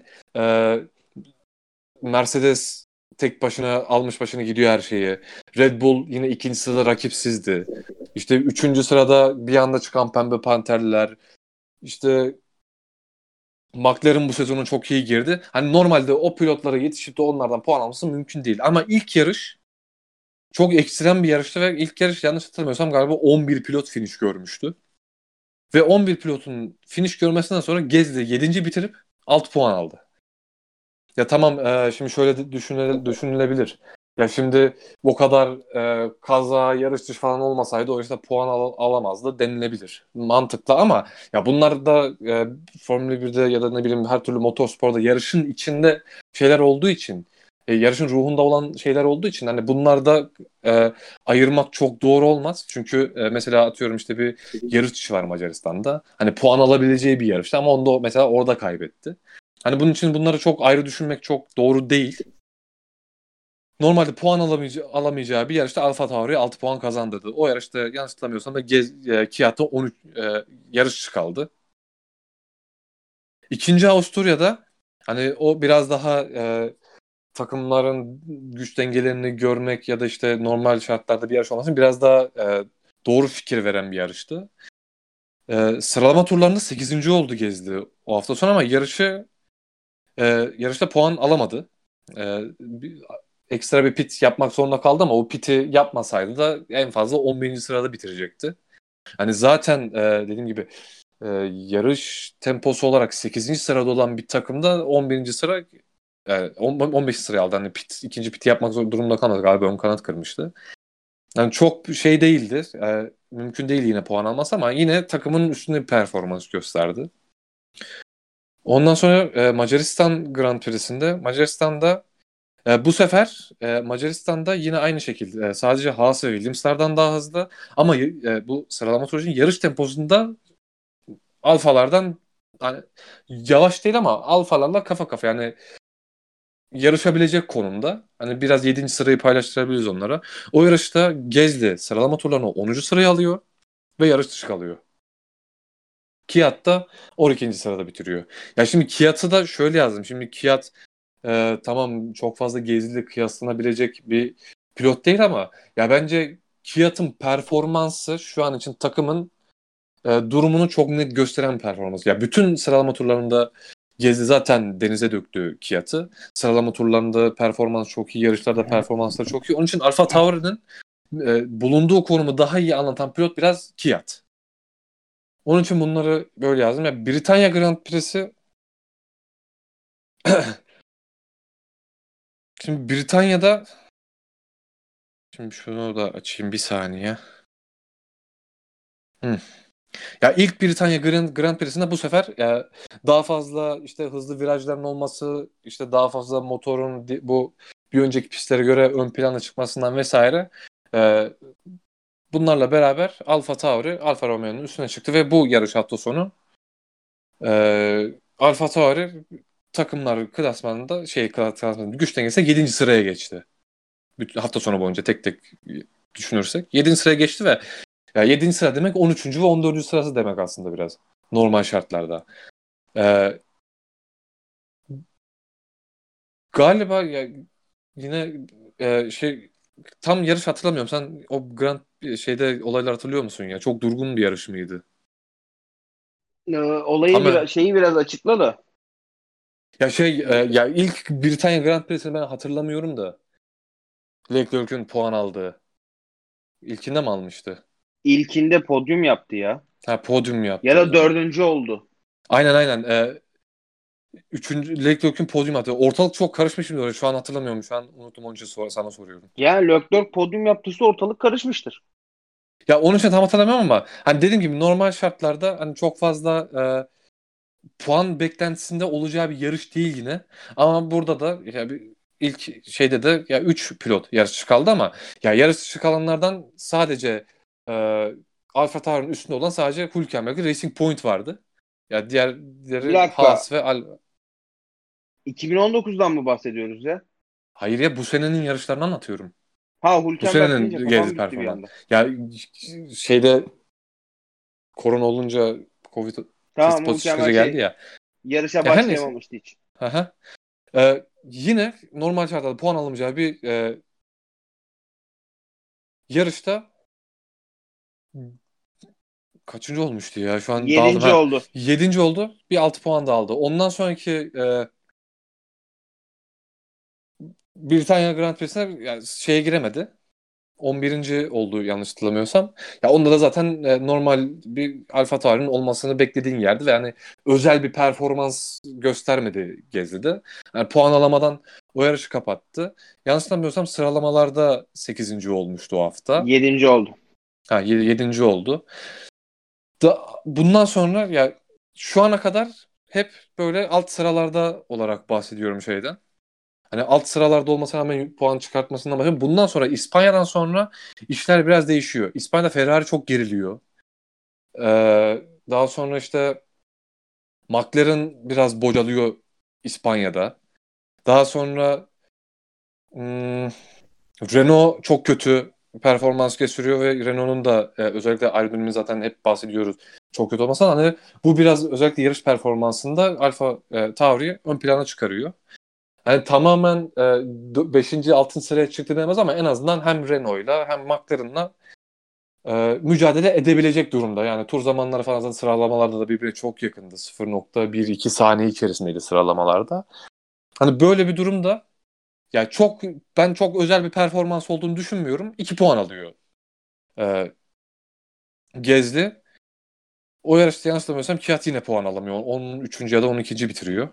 Mercedes tek başına almış başını gidiyor her şeyi. Red Bull yine 2. sırada rakipsizdi. İşte 3. sırada bir anda çıkan Pembe Panterliler. İşte McLaren bu sezonun çok iyi girdi. Hani normalde o pilotlara yetişip de onlardan puan alması mümkün değil. Ama ilk yarış çok ekstrem bir yarıştı ve ilk yarış yanlış hatırlamıyorsam galiba 11 pilot finish görmüştü. Ve 11 pilotun finish görmesinden sonra Gasly 7. bitirip 6 puan aldı. Ya tamam, şimdi şöyle de düşünülebilir. Ya şimdi bu kadar kaza, yarış dışı falan olmasaydı o yarışta puan alamazdı denilebilir. Mantıklı ama ya bunlar da Formula 1'de ya da ne bileyim her türlü motorsporda yarışın içinde şeyler olduğu için, yarışın ruhunda olan şeyler olduğu için hani bunlarda ayırmak çok doğru olmaz. Çünkü mesela atıyorum işte bir yarış dışı var Macaristan'da. Hani puan alabileceği bir yarışta ama onda mesela orada kaybetti. Hani bunun için bunları çok ayrı düşünmek çok doğru değil. Normalde puan alamayacağı bir yarışta AlphaTauri 6 puan kazandırdı. O yarışta yanlış hatırlamıyorsam da Kvyat'a 13 yarışçı kaldı. İkinci Avusturya'da hani o biraz daha takımların güç dengelerini görmek ya da işte normal şartlarda bir yarış olması biraz daha doğru fikir veren bir yarıştı. Sıralama turlarında 8. oldu Gezdi o hafta sonu ama yarışta puan alamadı. Ekstra bir pit yapmak zorunda kaldı ama o piti yapmasaydı da en fazla 11. sırada bitirecekti. Hani zaten dediğim gibi yarış temposu olarak 8. sırada olan bir takımda 11. sıra 15. sıraya aldı. Hani ikinci piti yapmak durumunda kalmadı. Galiba ön kanat kırmıştı. Yani çok şey değildi. Mümkün değil yine puan alması ama yine takımın üstünde bir performans gösterdi. Ondan sonra Macaristan Grand Prix'sinde Macaristan'da bu sefer Macaristan'da yine aynı şekilde sadece Haas ve Williams'lardan daha hızlı ama bu sıralama sürecinin yarış temposunda Alfalardan hani, yavaş değil ama Alfalarla kafa kafa yani yarışabilecek konumda. Hani biraz 7. sırayı paylaştırabiliriz onlara. O yarışta Gezli sıralama turlarını 10. sıraya alıyor ve yarış dışı kalıyor. Kvyat da 12. sırada bitiriyor. Ya şimdi Kvyat'ı da şöyle yazdım. Şimdi Kvyat tamam çok fazla Gezli'yle kıyaslanabilecek bir pilot değil ama ya bence Kvyat'ın performansı şu an için takımın durumunu çok net gösteren bir performans. Ya bütün sıralama turlarında Gezdi zaten denize döktü Kvyat'ı. Sıralama turlarında performans çok iyi, yarışlarda performansları çok iyi. Onun için AlphaTauri'nin bulunduğu konumu daha iyi anlatan pilot biraz Kvyat. Onun için bunları böyle yazdım. Ya Britanya Grand Prix'si şimdi Britanya'da şimdi şunu da açayım bir saniye. Ya ilk Britanya Grand Prix'sinde bu sefer daha fazla işte hızlı virajların olması, işte daha fazla motorun bu bir önceki pistlere göre ön plana çıkmasından vesaire bunlarla beraber AlphaTauri Alfa Romeo'nun üstüne çıktı ve bu yarış hafta sonu AlphaTauri takımlar klasmanında klasmanında güç dengesinde 7. sıraya geçti. Hafta sonu boyunca tek tek düşünürsek 7. sıraya geçti ve ya 7. sıra demek 13. ve 14. sırası demek aslında biraz normal şartlarda. Ee, galiba ya yine tam yarış hatırlamıyorum. Sen o şeyde olaylar hatırlıyor musun ya? Çok durgun bir yarış mıydı? Olayı Tam şeyi biraz açıkla da. ya ya ilk Britanya Grand Prix'sini ben hatırlamıyorum da Leclerc'in puan aldığı. İlkinde mi almıştı? İlkinde podyum yaptı ya. Ha podyum Ya yaptı o da zaman. dördüncü oldu. Aynen. Üçüncü Leclerc'in podyum yaptı. Ortalık çok karışmış şimdi oraya. Şu an hatırlamıyorum. Şu an unuttum onun için sana soruyorum. Ya Leclerc podyum yaptıysa ortalık karışmıştır. Ya onun için tam hatırlamıyorum ama hani dediğim gibi normal şartlarda hani çok fazla puan beklentisinde olacağı bir yarış değil yine. Ama burada da ya ilk şeyde de ya 3 pilot yarışçı kaldı ama ya yarışçı kalanlardan sadece e, AlphaTauri'nin üstünde olan sadece Hülkenberg Racing Point vardı. Ya Bir diğerleri dakika. Haas ve 2019'dan mı bahsediyoruz ya? Hayır ya bu senenin yarışlarını anlatıyorum. Ha Bu Hülkenberg senenin deyince Gezi kafam gitti bir performans. anda. Ya şeyde korona olunca Covid test Tamam, pozitif muhtemelen çıkınca geldi ya. yarışa Ya her neyse. başlayamamıştı hiç. Aha. Yine normal şartlarda puan alamayacağı bir yarışta kaçıncı olmuştu ya? Şu an dağıldım. 7. oldu. 7. oldu. Bir 6 puan da aldı. Ondan sonraki Britanya Grand Prix'sine yani şeye giremedi. 11. oldu yanlış hatırlamıyorsam. Ya onda da zaten normal bir AlphaTauri'nin olmasını beklediğin yerdi ve yani özel bir performans göstermedi Gezli'de. Yani puan alamadan o yarışı kapattı. Yanlış hatırlamıyorsam sıralamalarda 8. olmuştu o hafta. 7. oldu. 7. oldu. Bundan sonra ya şu ana kadar hep böyle alt sıralarda olarak bahsediyorum şeyden. Hani alt sıralarda olmasına rağmen puan çıkartmasından bahsediyorum. Bundan sonra İspanya'dan sonra işler biraz değişiyor. İspanya'da Ferrari çok geriliyor. Daha sonra işte McLaren biraz bocalıyor İspanya'da. Daha sonra Renault çok kötü performans gösteriyor ve Renault'un da özellikle aerodinamiği zaten hep bahsediyoruz çok kötü olmasa hani bu biraz özellikle yarış performansında Alfa Tauri ön plana çıkarıyor. Yani tamamen 5. 6. sıraya çıktı demez ama en azından hem Renault'la hem McLaren'la mücadele edebilecek durumda. Yani tur zamanları falan zaten sıralamalarda da birbirine çok yakındı. 0,12 saniye içerisindeydi sıralamalarda. Hani böyle bir durumda yani ben çok özel bir performans olduğunu düşünmüyorum. 2 puan alıyor Gezli. O yarışta yanlış hatırlamıyorsam Kvyat yine puan alamıyor. Onun 3. ya da 12. bitiriyor.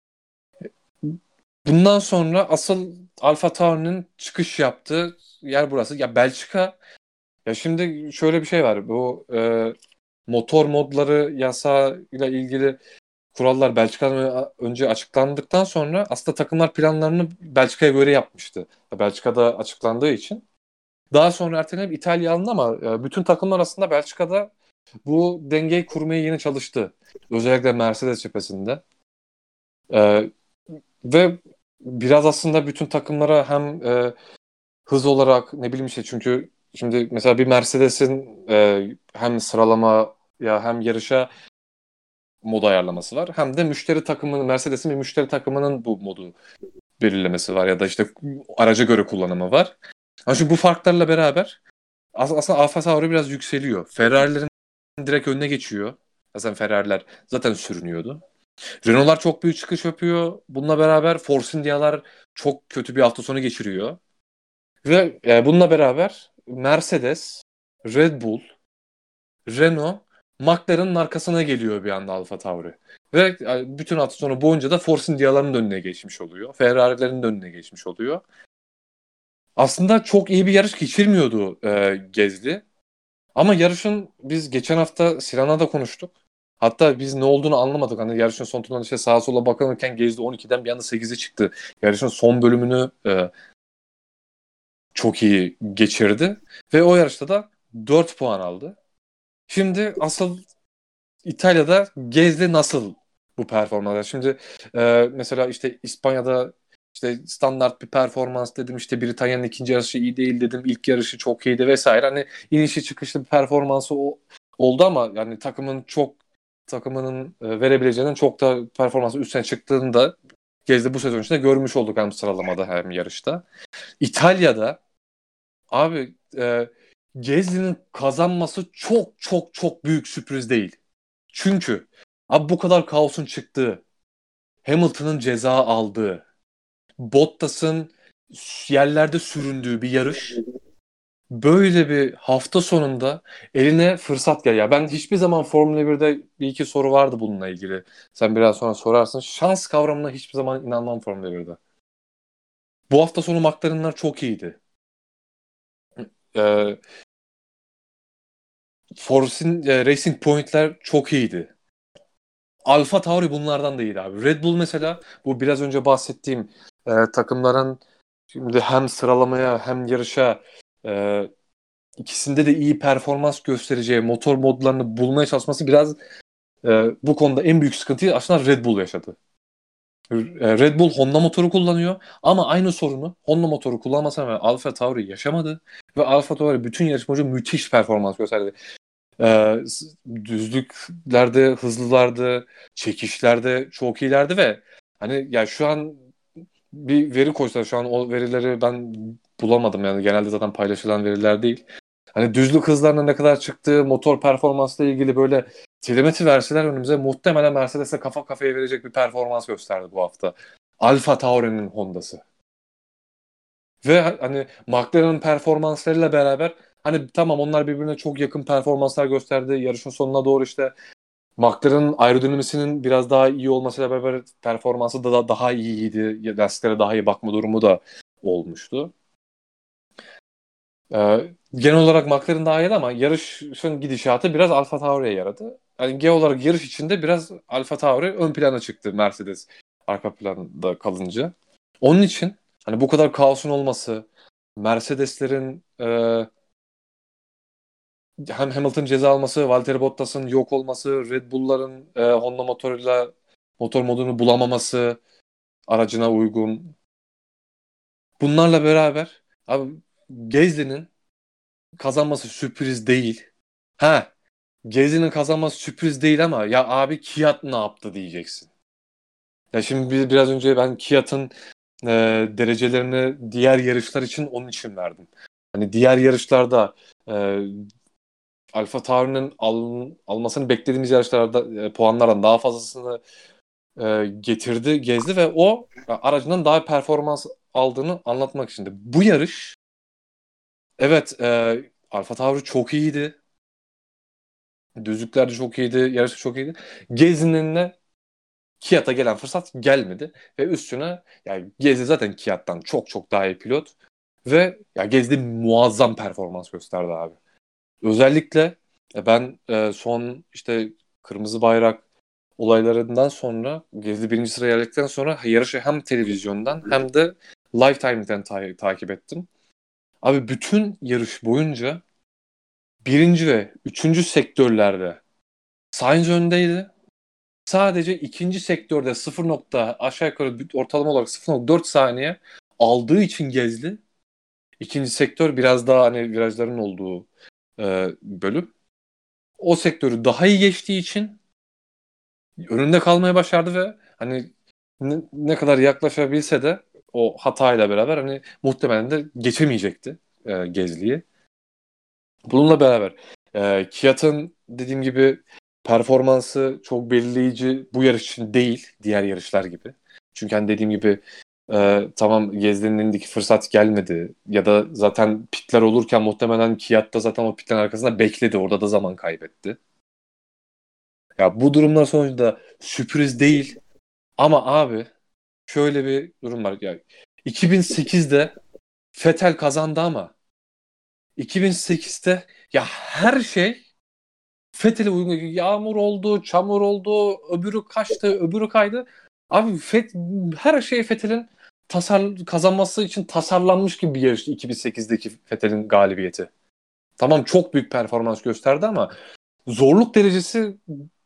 Bundan sonra asıl AlphaTauri'nin çıkış yaptığı yer burası. Ya Belçika, ya şimdi şöyle bir şey var. Bu motor modları yasayla ilgili kurallar Belçika'dan önce açıklandıktan sonra aslında takımlar planlarını Belçika'ya göre yapmıştı. Belçika'da açıklandığı için. Daha sonra ertelenip İtalya alındı ama bütün takımlar aslında Belçika'da bu dengeyi kurmaya yeni çalıştı. Özellikle Mercedes cephesinde. E, Ve biraz aslında bütün takımlara hem hız olarak ne bileyim işte çünkü şimdi mesela bir Mercedes'in hem sıralama ya hem yarışa mod ayarlaması var. Hem de müşteri takımının Mercedes'in bir müşteri takımının bu modu belirlemesi var ya da işte araca göre kullanımı var. Ama şimdi bu farklarla beraber aslında AlphaTauri biraz yükseliyor. Ferrari'lerin direkt önüne geçiyor. Zaten Ferrari'ler zaten sürünüyordu. Renault'lar çok büyük çıkış yapıyor. Bununla beraber Force India'lar çok kötü bir hafta sonu geçiriyor. Ve bununla beraber Mercedes, Red Bull, Renault, McLaren'ın arkasına geliyor bir anda AlphaTauri. Ve bütün hafta sonu boyunca da Force India'ların önüne geçmiş oluyor. Ferrari'lerin de önüne geçmiş oluyor. Aslında çok iyi bir yarış geçirmiyordu Gezli. Ama yarışın biz geçen hafta Sinan'la da konuştuk. Hatta biz ne olduğunu anlamadık. Hani yarışın son turunda işte sağa sola bakılırken Gezdi 12'den bir anda 8'e çıktı. Yarışın son bölümünü çok iyi geçirdi. Ve o yarışta da 4 puan aldı. Şimdi asıl İtalya'da Gezdi nasıl bu performans? Şimdi mesela işte İspanya'da işte standart bir performans dedim. İşte Britanya'nın ikinci yarışı iyi değil dedim. İlk yarışı çok iyiydi vesaire. Hani inişi çıkışlı bir performansı oldu ama yani takımının verebileceğinin çok da performansı üstüne çıktığını da Gezdi bu sezon içinde görmüş olduk hem sıralamada hem yarışta. İtalya'da abi Gezdi'nin kazanması çok çok çok büyük sürpriz değil. Çünkü abi bu kadar kaosun çıktığı, Hamilton'ın ceza aldığı, Bottas'ın yerlerde süründüğü bir yarış. Böyle bir hafta sonunda eline fırsat gel. Ya ben hiçbir zaman Formula 1'de bir iki soru vardı bununla ilgili. Sen biraz sonra sorarsın. Şans kavramına hiçbir zaman inanmam Formula 1'de. Bu hafta sonu McLaren'lar çok iyiydi. Ee, Racing Point'ler çok iyiydi. Alfa Tauri bunlardan da iyiydi abi. Red Bull mesela bu biraz önce bahsettiğim takımların şimdi hem sıralamaya hem yarışa e, ikisinde de iyi performans göstereceği motor modlarını bulmaya çalışması biraz bu konuda en büyük sıkıntıyı aslında Red Bull yaşadı. Red Bull Honda motoru kullanıyor ama aynı sorunu Honda motoru kullanmasına rağmen Alfa Tauri yaşamadı ve Alfa Tauri bütün yarış boyunca müthiş performans gösterdi. Düzlüklerde hızlılardı, çekişlerde çok iyilerdi ve hani ya şu an bir veri koysa şu an o verileri ben bulamadım yani genelde zaten paylaşılan veriler değil. Hani düzlük hızlarına ne kadar çıktığı, motor performansla ilgili böyle telemetri verseler önümüze muhtemelen Mercedes'e kafa kafaya verecek bir performans gösterdi bu hafta. Alfa Tauri'nin Honda'sı. Ve hani McLaren'ın performanslarıyla beraber hani tamam onlar birbirine çok yakın performanslar gösterdi. Yarışın sonuna doğru işte McLaren'ın aerodinamisinin biraz daha iyi olmasıyla beraber performansı da daha iyiydi. Lastiklere daha iyi bakma durumu da olmuştu. Genel olarak McLaren daha iyiydi ama yarışın gidişatı biraz Alfa Tauri'ye yaradı. Yani genel olarak yarış içinde biraz Alfa Tauri ön plana çıktı Mercedes arka planda kalınca. Onun için hani bu kadar kaosun olması, Mercedeslerin hem Hamilton ceza alması, Valtteri Bottas'ın yok olması, Red Bull'ların Honda motoruyla motor modunu bulamaması aracına uygun. Bunlarla beraber abi Gasly'nin kazanması sürpriz değil. Ha, Gasly'nin kazanması sürpriz değil ama ya abi Kvyat ne yaptı diyeceksin. Ya şimdi biraz önce ben Kvyat'ın derecelerini diğer yarışlar için onun için verdim. Hani diğer yarışlarda e, Alfa Tauri'nin almasını beklediğimiz yarışlarda puanlardan daha fazlasını getirdi, gezdi ve o aracından daha performans aldığını anlatmak için de. Bu yarış evet Alfa Tauri çok iyiydi. Düzlüklerde çok iyiydi, yarışta çok iyiydi. Gezi'nin eline Kvyat'a gelen fırsat gelmedi ve üstüne yani Gezi zaten Kvyat'tan çok çok daha iyi pilot ve ya Gezi muazzam performans gösterdi abi. Özellikle ben son işte kırmızı bayrak olaylarından sonra Gezi birinci sıraya geldikten sonra yarışı hem televizyondan hem de Lifetime'den takip ettim. Abi bütün yarış boyunca birinci ve üçüncü sektörlerde Sainz öndeydi. Sadece ikinci sektörde 0 nokta aşağı yukarı ortalama olarak 0,4 saniye aldığı için Gezli. İkinci sektör biraz daha hani virajların olduğu bölüm. O sektörü daha iyi geçtiği için önünde kalmaya başardı ve hani ne kadar yaklaşabilse de o hatayla beraber hani muhtemelen de geçemeyecekti Gezli'yi. Bununla beraber Kvyat'ın dediğim gibi performansı çok belirleyici bu yarış için değil, diğer yarışlar gibi. Çünkü hani dediğim gibi tamam Gezdi'nin elindeki fırsat gelmedi ya da zaten pitler olurken muhtemelen Kvyat da zaten o pitlerin arkasında bekledi. Orada da zaman kaybetti. Ya bu durumlar sonucunda sürpriz değil ama abi şöyle bir durum var. Ya 2008'de Vettel kazandı ama 2008'de ya her şey Vettel'e uygun. Yağmur oldu, çamur oldu, öbürü kaçtı, öbürü kaydı. Abi her şey Vettel'in kazanması için tasarlanmış gibi bir yarıştı 2008'deki Vettel'in galibiyeti. Tamam çok büyük performans gösterdi ama zorluk derecesi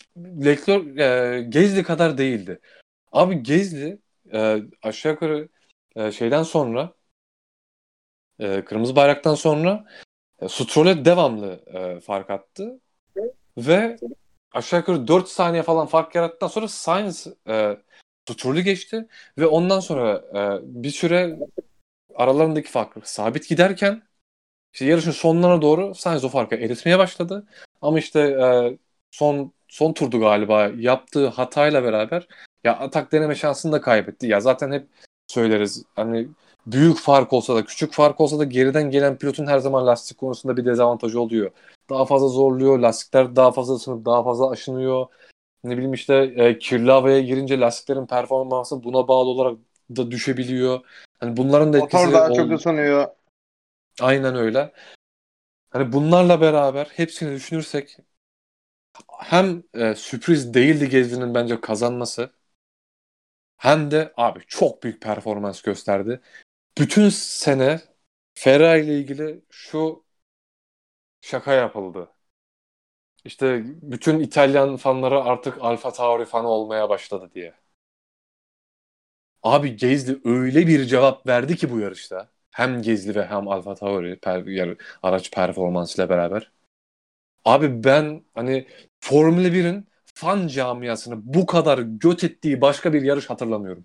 Gasly kadar değildi. Abi Gasly aşağı yukarı şeyden sonra kırmızı bayraktan sonra Stroll'e devamlı fark attı ve aşağı yukarı 4 saniye falan fark yarattıktan sonra Sainz Stroll'ü geçti ve ondan sonra bir süre aralarındaki fark sabit giderken işte yarışın sonlarına doğru Sainz o farkı eritmeye başladı. Ama işte son turdu galiba yaptığı hatayla beraber ya atak deneme şansını da kaybetti. Ya zaten hep söyleriz hani büyük fark olsa da küçük fark olsa da geriden gelen pilotun her zaman lastik konusunda bir dezavantajı oluyor. Daha fazla zorluyor, lastikler daha fazla ısınıp daha fazla aşınıyor. Ne bileyim işte kirli havaya girince lastiklerin performansı buna bağlı olarak da düşebiliyor. Hani bunların da Motor etkisi daha çok ısınıyor. aynen öyle. Hani bunlarla beraber hepsini düşünürsek hem sürpriz değildi Gezli'nin bence kazanması hem de abi çok büyük performans gösterdi. Bütün sene Ferrari ile ilgili şu şaka yapıldı. İşte bütün İtalyan fanları artık Alfa Tauri fanı olmaya başladı diye. Abi Gezli öyle bir cevap verdi ki bu yarışta. Hem Gezli ve hem Alfa Tauri araç performansıyla beraber. Abi ben hani Formula 1'in fan camiasını bu kadar göt ettiği başka bir yarış hatırlamıyorum.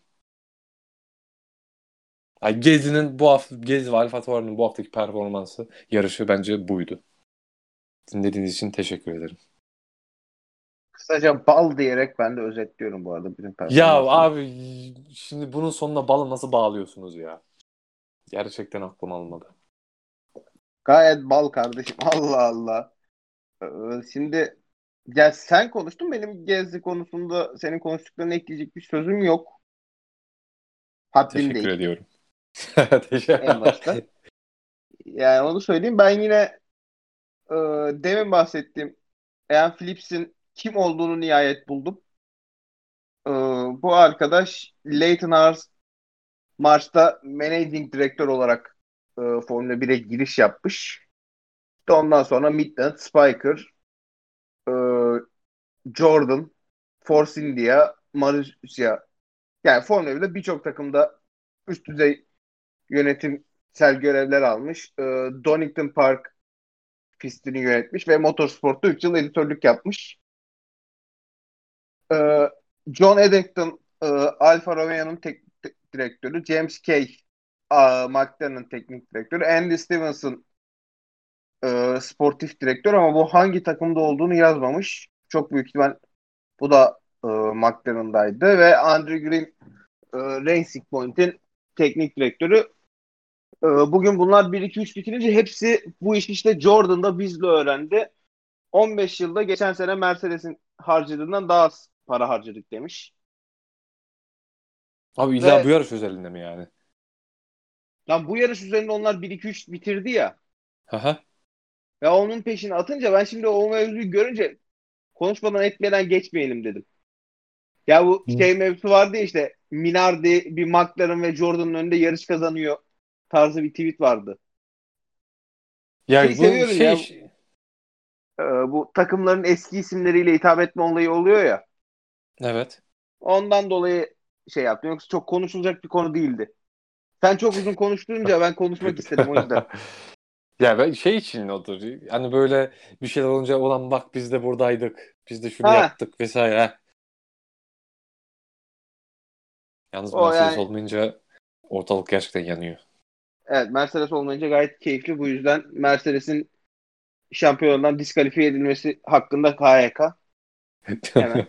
Yani Gezi ve Alfa Tauri'nin bu haftaki performansı yarışı bence buydu. Dinlediğiniz için teşekkür ederim. Kısaca bal diyerek ben de özetliyorum bu arada bütün Ya performansını. abi şimdi bunun sonuna balı nasıl bağlıyorsunuz ya? Gerçekten aklım almadı. Gayet bal kardeşim. Allah Allah. Şimdi ya sen konuştun, benim Gezi konusunda senin konuştuklarına ekleyecek bir sözüm yok. Haddim Teşekkür değil ediyorum. en başta. Yani onu söyleyeyim. Ben yine e, demin bahsettiğim Ian Phillips'in kim olduğunu nihayet buldum. E, Bu arkadaş Leyton Marş'ta Managing Direktör olarak Formula 1'e giriş yapmış. İşte ondan sonra Midland, Spiker, e, Jordan, Force India, Marussia. Yani Formula 1'de birçok takımda üst düzey yönetimsel görevler almış. Donington Park pistini yönetmiş ve Motorsport'ta 3 yıl editörlük yapmış. E, John Eddington Alfa Romeo'nun teknik direktörü. James Kay McLaren'ın teknik direktörü. Andy Stevenson sportif direktör, ama bu hangi takımda olduğunu yazmamış. Çok büyük ihtimal bu da McLaren'daydı ve Andrew Green Racing Point'in teknik direktörü. Bugün bunlar 1-2-3 bitirince hepsi bu iş işte Jordan'da bizle öğrendi. 15 yılda geçen sene Mercedes'in harcadığından daha az para harcadık demiş. Abi illa bu Ve yarış özelinde mi yani? lan bu yarış üzerinde onlar 1-2-3 bitirdi ya. Haha. Ya onun peşine atınca ben şimdi o mevzuyu görünce konuşmadan etmeden geçmeyelim dedim. Ya bu şey mevzusu vardı ya, işte Minardi bir McLaren ve Jordan'ın önünde yarış kazanıyor tarzı bir tweet vardı. Ya bu Seviyorum ya, bu takımların eski isimleriyle hitap etme olayı oluyor ya. evet. Ondan dolayı şey yaptım. Yoksa çok konuşulacak bir konu değildi. Sen çok uzun konuştuğunca ben konuşmak istedim, o yüzden. Ya ben şey için odur. Hani böyle bir şeyler olunca olan bak biz de buradaydık. Biz de şunu Ha, yaptık vesaire. Yalnız o Mercedes yani olmayınca ortalık gerçekten yanıyor. evet, Mercedes olmayınca gayet keyifli. Bu yüzden Mercedes'in şampiyondan diskalifiye edilmesi hakkında KYK hemen.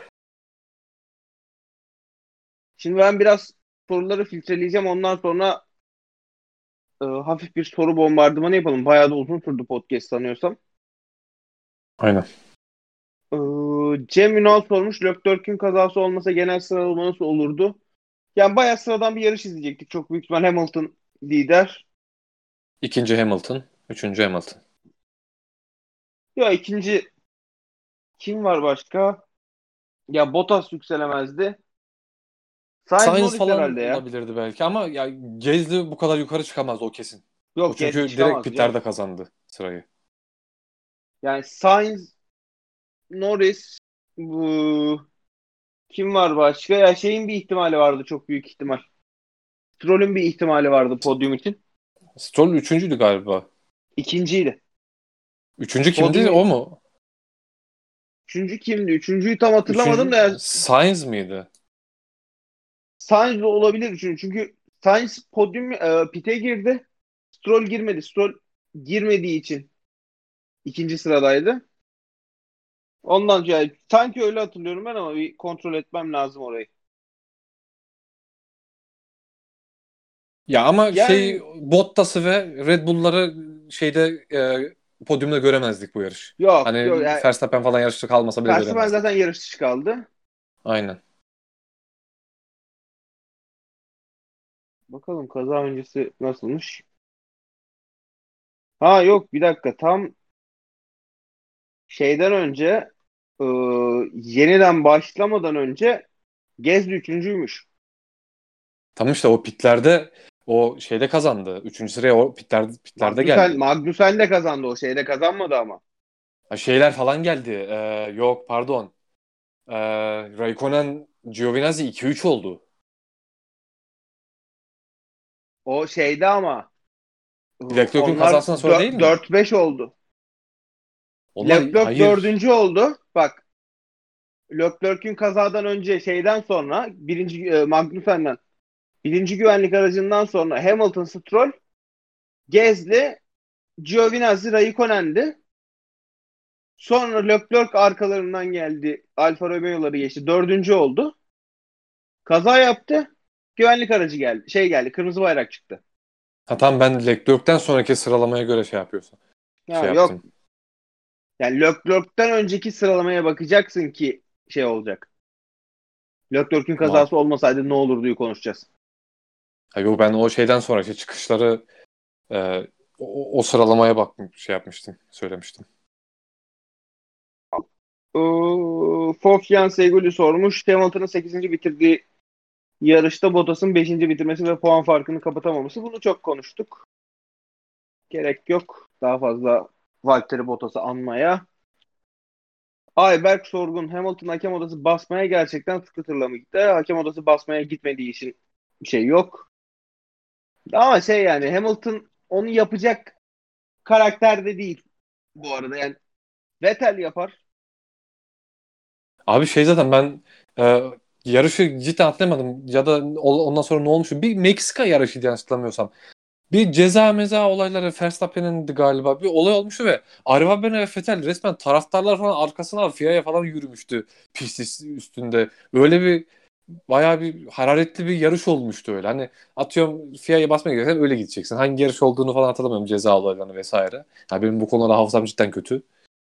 Şimdi ben biraz soruları filtreleyeceğim. Ondan sonra hafif bir soru bombardımanı yapalım. Bayağı da uzun sürdü podcast sanıyorsam. Aynen. E, Cem Ünal sormuş. Leclerc'in kazası olmasa genel sıralama nasıl olurdu? Yani bayağı sıradan bir yarış izleyecektik. Çok büyük ihtimal Hamilton lider. İkinci Hamilton, üçüncü Hamilton. Ya ikinci kim var başka? Ya Bottas yükselemezdi. Sainz Sainz Norris falan herhalde ya. olabilirdi belki ama ya Gezdi bu kadar yukarı çıkamaz o kesin. O Yok, Gasly çünkü direkt çıkamaz canım. pitlerde kazandı sırayı. Yani Sainz, Norris, bu kim var başka? Ya şeyin bir ihtimali vardı, çok büyük ihtimal. Stroll'ün bir ihtimali vardı podyum için. Stroll üçüncüydü galiba. İkinciydi. Üçüncü kimdi? Podyum O mu? üçüncü kimdi? Üçüncüyü tam hatırlamadım da Üçüncü ya, Sainz mıydı? Sainz de olabilir üçüncü. Çünkü Sainz podyum pite girdi. Stroll girmedi. Stroll girmediği için ikinci sıradaydı. Ondan yani sanki öyle hatırlıyorum ben, ama bir kontrol etmem lazım orayı. Ya ama şey Yani Bottas'ı ve Red Bull'ları şeyde podyumda göremezdik bu yarış. yok yok Hani yani, Verstappen falan yarışta kalmasa bile Verstappen zaten göremezdik. yarış dışı kaldı. Aynen. Bakalım kaza öncesi nasılmış? Ha yok, bir dakika, tam şeyden önce e, yeniden başlamadan önce Gezdi üçüncüymüş. Tam işte o pitlerde o şeyde kazandı. Üçüncü sıraya o pitlerde geldi. Magnussen de kazandı, o şeyde kazanmadı ama. Ha, şeyler falan geldi. Yok pardon. Ee, Raikkonen Giovinazzi 2-3 oldu. O şeyde ama Leclerc'in onlar kazasından sonra değil mi? 4-5 oldu. Onlar Leclerc hayır. 4. oldu. Bak, Leclerc'ün kazadan önce şeyden sonra Magnussen'den birinci güvenlik aracından sonra Hamilton, Stroll, Gasly, Giovinazzi, Raikkonen'di. Sonra Leclerc arkalarından geldi. Alfa Romeo'ları geçti. 4. oldu. Kaza yaptı. Güvenlik aracı geldi. Geldi. Kırmızı bayrak çıktı. Ha tamam, ben Leclerc'ten sonraki sıralamaya göre şey yapıyorsun. Ya Şey yok. yaptım. Yani Leclerc'ten önceki sıralamaya bakacaksın ki şey olacak. Leclerc'ün Tamam. kazası olmasaydı ne olur diye konuşacağız. Ha, yok, ben o şeyden sonra işte çıkışları o sıralamaya şey yapmıştım. Söylemiştim. Fofyan Segül'ü sormuş. Hamilton'ın 8. bitirdiği yarışta Bottas'ın 5. bitirmesi ve puan farkını kapatamaması. Bunu çok konuştuk. Gerek yok daha fazla Valtteri Bottas'ı anmaya. Ayberk Sorgun, Hamilton hakem odası basmaya gerçekten scooter'la mı gitti? Hakem odası basmaya gitmediği için bir şey yok. Ama yani Hamilton onu yapacak karakterde değil bu arada. Yani Vettel yapar. Abi şey zaten ben e, yarışı cidden atlayamadım. Ya da ondan sonra ne olmuş? Bir Meksika yarışı diye hatırlamıyorsam. Bir ceza meza olayları Verstappen'in galiba bir olay olmuştu ve Arabella ve Vettel resmen taraftarlar falan arkasına FIA'ya falan yürümüştü pist üstünde. Öyle bir bayağı bir hararetli bir yarış olmuştu öyle. Hani atıyorum FIA'ya basmaya gidersen öyle gideceksin. Hangi yarış olduğunu falan hatırlamıyorum, ceza olaylarını vesaire. Ya benim bu konuda hafızam cidden kötü.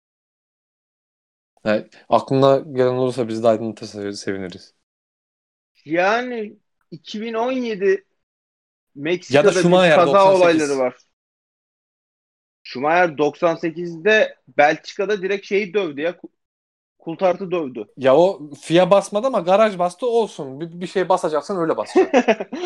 Yani aklına gelen olursa bizi de aydınlatırsa seviniriz. Yani 2017 Ya da Meksika'da bir Schumacher kaza olayları 98. var. Schumacher 98'de Belçika'da direkt şeyi dövdü ya. Kultartı dövdü. Ya o FIA basmadı ama garaj bastı olsun. Bir şey basacaksan öyle basacaksın.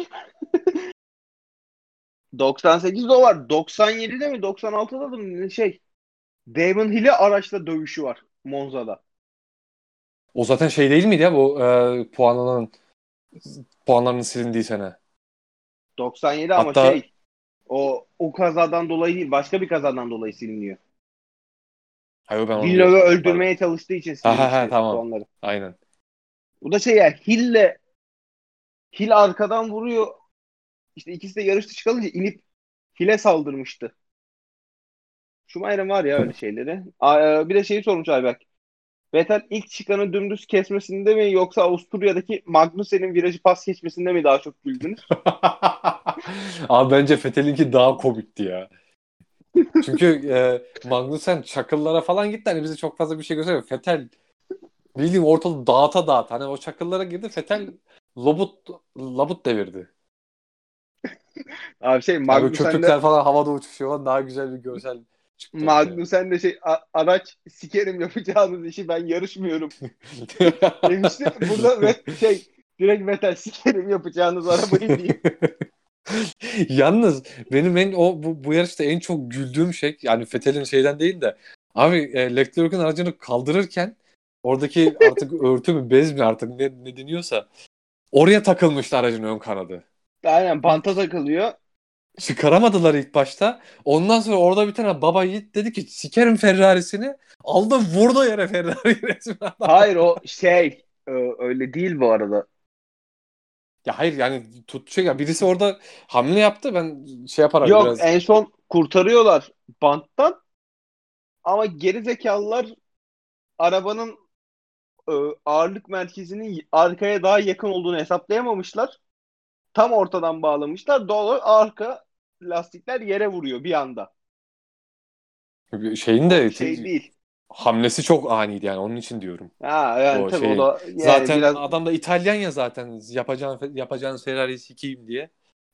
98'de o var. 97'de mi 96'da da mı Damon Hill'e araçla dövüşü var Monza'da. O zaten şey değil miydi ya, bu puanlarının silindiği sene. 97 ama Hatta o kazadan dolayı değil, başka bir kazadan dolayı siliniyor. hayır, ben onu diyorum Villeneuve'ü sandım, pardon. öldürmeye çalıştığı için Ha ha ha, silinmişti tamam. puanları. Aynen. Bu da Hill arkadan vuruyor. İşte ikisi de yarış dışı kalınca inip Hill'e saldırmıştı. Schumacher'in var ya öyle şeyleri. Bir de şeyi sormuş Ayberk. Vettel ilk çıkanı dümdüz kesmesinde mi yoksa Avusturya'daki Magnussen'in virajı pas geçmesinde mi daha çok güldünüz? Abi bence Vettel'inki daha komikti ya. Çünkü Magnussen çakıllara falan gitti. Hani bize çok fazla bir şey göstermiyor. Vettel bildiğin ortalığı dağıta dağıta. Hani o çakıllara girdi. Vettel labut devirdi. Abi Yani böyle köpükler falan havada uçuşuyor falan. Daha güzel bir görsel çıktı ortaya. Magnussen de araç sikerim yapacağınız işi ben yarışmıyorum demişti. Burada direkt Vettel sikerim yapacağınız arabayı diyeyim. Yalnız benim bu yarışta en çok güldüğüm şey, yani Vettel'in şeyden değil de abi, Leclerc'in aracını kaldırırken oradaki artık örtü mü bez mi artık ne deniyorsa oraya takılmıştı aracın ön kanadı. Aynen banta takılıyor. Çıkaramadılar ilk başta. Ondan sonra orada bir tane baba yiğit dedi ki sikerim Ferrari'sini. Aldı vurdu yere Ferrari resmen. Hayır öyle değil bu arada. Ya hayır, yani ya birisi orada hamle yaptı, ben şey yaparak Yok, biraz. en son kurtarıyorlar banttan ama geri zekalılar arabanın e, ağırlık merkezinin arkaya daha yakın olduğunu hesaplayamamışlar. Tam ortadan bağlamışlar. Doğal olarak arka lastikler yere vuruyor bir anda. Şeyin O de şey değil. hamlesi çok aniydi, yani onun için diyorum. Ha yani O tabii o şeyin. da yani Zaten biraz adam da İtalyan ya, zaten yapacağınız Ferrari'yi sikeyim diye.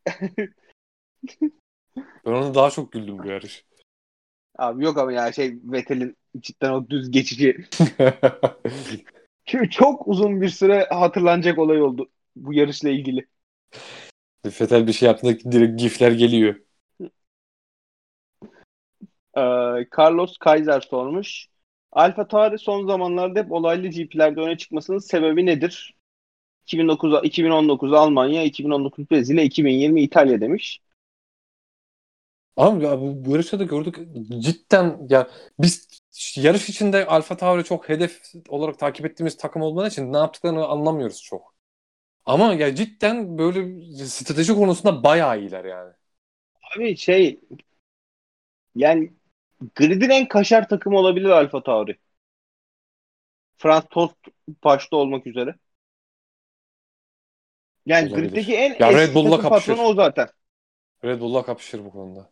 Ben onu daha çok güldüm bu yarış. abi yok ama ya Vettel'in cidden o düz geçici çok uzun bir süre hatırlanacak olay oldu bu yarışla ilgili. Vettel bir şey yaptığında direkt gifler geliyor. Carlos Kaiser sormuş. Alfa Tauri son zamanlarda hep olaylı GP'lerde öne çıkmasının sebebi nedir? 2019 Almanya, 2019 Brezilya, 2020 İtalya demiş. Ama ya bu yarışta da gördük cidden ya, biz yarış içinde AlphaTauri çok hedef olarak takip ettiğimiz takım olduğu için ne yaptıklarını anlamıyoruz çok. Ama ya cidden böyle strateji konusunda bayağı iyiler yani. Abi yani gridin en kaşar takımı olabilir AlphaTauri. Franz Tost başta olmak üzere. Yani griddeki Olabilir. en Ya Red eski Bull'la takım patronu kapışır. o zaten. Red Bull'la kapışır bu konuda.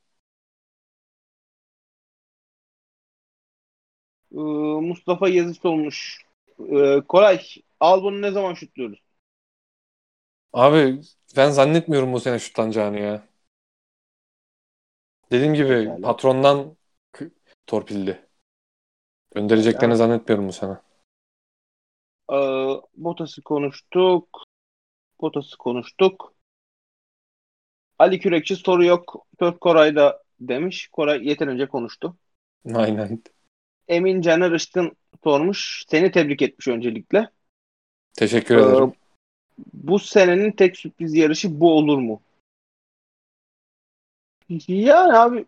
Mustafa Yazıcı olmuş. Koray, Albon'u ne zaman şutluyoruz? Abi ben zannetmiyorum bu sene şutlanacağını ya. Dediğim gibi Pekala. patrondan torpilli. Göndereceklerini Pekala. zannetmiyorum bu sene. Bottas'ı konuştuk. Bottas'ı konuştuk. Ali Kürekçi soru yok. Söz Koray'da demiş. Koray yeterince konuştu. Aynen. Emin Caner Işkın sormuş. Seni tebrik etmiş öncelikle. Teşekkür Ee, ederim. Bu senenin tek sürpriz yarışı bu olur mu? Yani abi,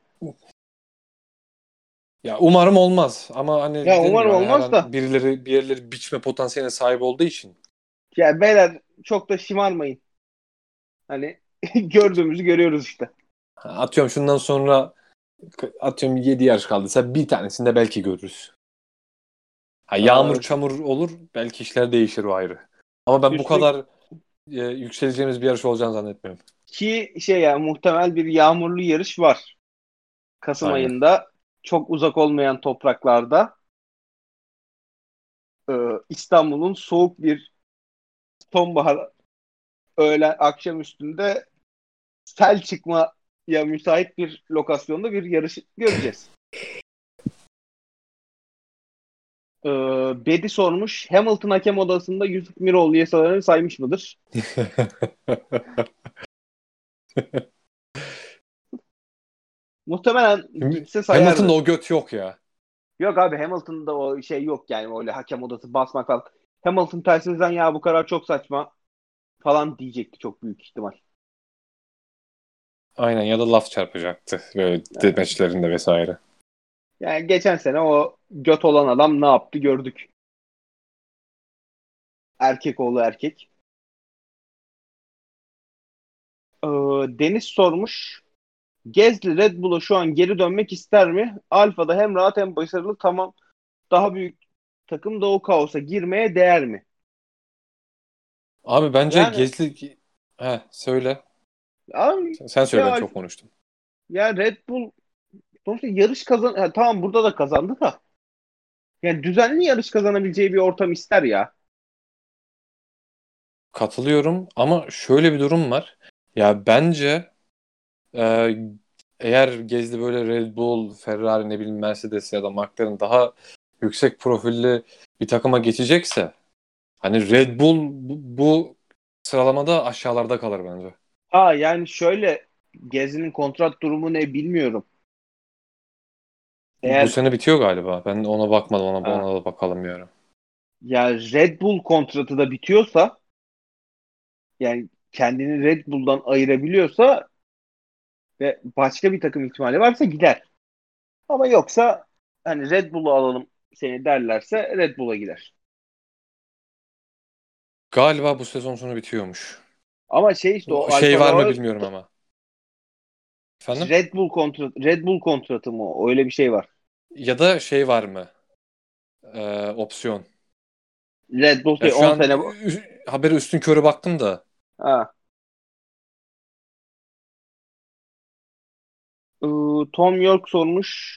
Ya umarım olmaz ama hani ya dedim umarım ya hani her olmaz an da. bir yerleri biçme potansiyeline sahip olduğu için. Ya beyler, çok da şımarmayın. Hani gördüğümüzü görüyoruz işte. Atıyorum şundan sonra atıyorum 7 yarış kaldıysa bir tanesinde belki görürüz. Ha, yağmur Ee, çamur olur belki işler değişir o ayrı. Ama ben bu Üstün kadar yükseleceğimiz bir yarış olacağını zannetmiyorum. ki yani muhtemel bir yağmurlu yarış var. Kasım Aynen. ayında çok uzak olmayan topraklarda İstanbul'un soğuk bir sonbahar öğlen akşam üstünde sel çıkmaya müsait bir lokasyonda bir yarış göreceğiz. Bedi sormuş. Hamilton hakem odasında Yusuf Miroğlu yasalarını saymış mıdır? Muhtemelen gitse Hamilton'da sayardı. o göt yok ya. Yok abi, Hamilton'da o şey yok yani, öyle hakem odası basmak falan. Hamilton telsizden ya bu karar çok saçma falan diyecekti çok büyük ihtimal. Aynen ya da laf çarpacaktı böyle demeçlerinde vesaire. Yani geçen sene o göt olan adam ne yaptı gördük. Erkek oğlu erkek. Ee, Deniz sormuş. Gezli Red Bull'a şu an geri dönmek ister mi? Alfa'da hem rahat hem başarılı, tamam. Daha büyük takım da o kaosa girmeye değer mi? Abi bence Yani Gezli... Söyle. abi, Sen söyle ya ben Alfa, çok konuştum. ya Red Bull sonuçta yarış kazan, tamam burada da kazandı da. Yani düzenli yarış kazanabileceği bir ortam ister ya. Katılıyorum ama şöyle bir durum var. Ya bence e, eğer Gezli böyle Red Bull, Ferrari ne bileyim Mercedes ya da McLaren daha yüksek profilli bir takıma geçecekse hani Red Bull bu sıralamada aşağılarda kalır bence. Ha yani şöyle, Gezi'nin kontrat durumu ne bilmiyorum. Bu Eğer sene bitiyor galiba. Ben ona bakmadım. ha, Ona da bakalım bir ara. ya Red Bull kontratı da bitiyorsa, yani kendini Red Bull'dan ayırabiliyorsa ve başka bir takım ihtimali varsa gider. Ama yoksa hani Red Bull'u alalım seni derlerse Red Bull'a gider. Galiba bu sezon sonu bitiyormuş. Ama şey işte, o Şey Alfa var mı Romeo bilmiyorum ama. Efendim? Red Bull kontratı mı o? Öyle bir şey var. Ya da şey var mı? Opsiyon. Red Bull Ya şey şu 10 an sene haberi üstün körü baktım da. ha. Tom York sormuş.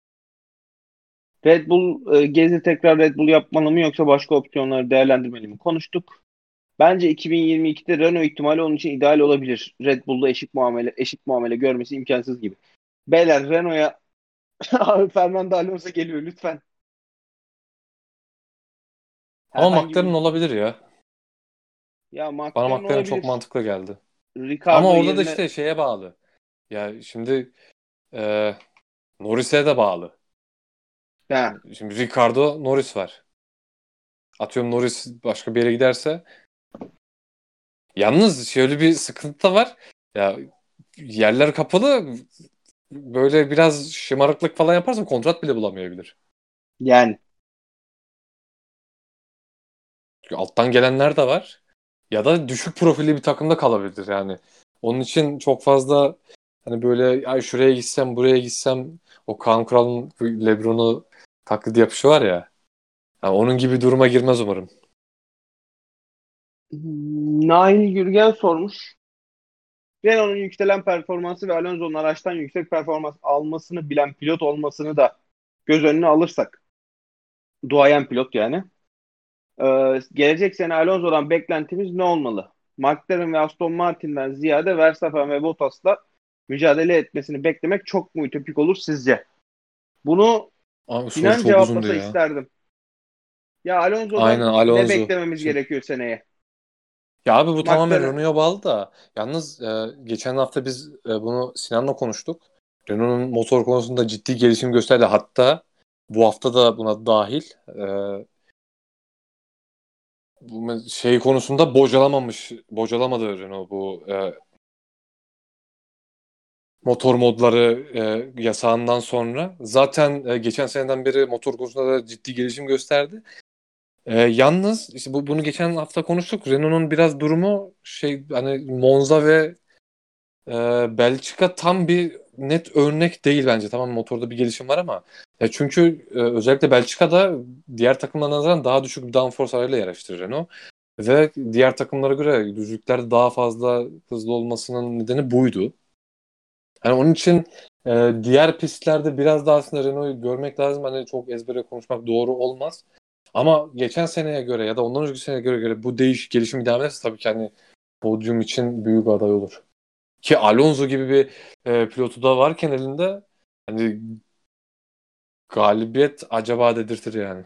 Red Bull Gezi tekrar Red Bull yapmalı mı yoksa başka opsiyonları değerlendirmeli mi? Konuştuk. Bence 2022'de Renault ihtimali onun için ideal olabilir. Red Bull'da eşit muamele görmesi imkansız gibi. Beyler, Renault'a abi Fernando Alonso geliyor lütfen. Ama Herhangi McLaren bir olabilir ya. ya Bana McLaren McLaren çok olabilir. mantıklı geldi. Ama Ricardo orada da yerine işte şeye bağlı. Ya şimdi e, Norris'e de bağlı. ha, Şimdi Ricardo Norris var. Atıyorum Norris başka bir yere giderse. Yalnız şöyle bir sıkıntı da var. Ya yerler kapalı, böyle biraz şımarıklık falan yaparsan kontrat bile bulamayabilir. Yani Çünkü alttan gelenler de var. Ya da düşük profilli bir takımda kalabilir yani. Onun için çok fazla hani böyle ay şuraya gitsem buraya gitsem o Kaan Kural'ın LeBron'u taklidi yapışı var ya. Yani onun gibi duruma girmez umarım. Nail Gürgen sormuş. Renault'un yükselen performansı ve Alonso'nun araçtan yüksek performans almasını bilen pilot olmasını da göz önüne alırsak. Duayen pilot yani. Gelecek sene Alonso'dan beklentimiz ne olmalı? McLaren ve Aston Martin'den ziyade Verstappen ve Bottas'la mücadele etmesini beklemek çok mu ütopik olur sizce? Bunu Abi soru Sinan çok uzundu cevaplasa ya. isterdim. Ya Aynen Alonso'dan ne Alonso. beklememiz Şimdi, gerekiyor seneye? ya abi bu tamamen McLaren Renault'a bağlı da. Yalnız geçen hafta biz bunu Sinan'la konuştuk. Renault'un motor konusunda ciddi gelişim gösterdi. Hatta bu hafta da buna dahil. Bu şey konusunda bocalamadı Renault bu motor modları yasağından sonra. Zaten geçen seneden beri motor konusunda da ciddi gelişim gösterdi. Yalnız işte bunu geçen hafta konuştuk. Renault'un biraz durumu şey hani Monza ve Belçika tam bir net örnek değil bence. Tamam motorda bir gelişim var ama çünkü özellikle Belçika'da diğer takımlara nazaran daha düşük bir downforce ayarıyla yarıştı Renault. Ve diğer takımlara göre düzlüklerde daha fazla hızlı olmasının nedeni buydu. Yani onun için diğer pistlerde biraz daha aslında Renault'u görmek lazım. Hani çok ezbere konuşmak doğru olmaz. Ama geçen seneye göre ya da ondan önceki seneye göre bu gelişim devam ederse tabii ki hani podyum için büyük aday olur. Ki Alonso gibi bir pilotu da varken elinde hani galibiyet acaba dedirtir yani.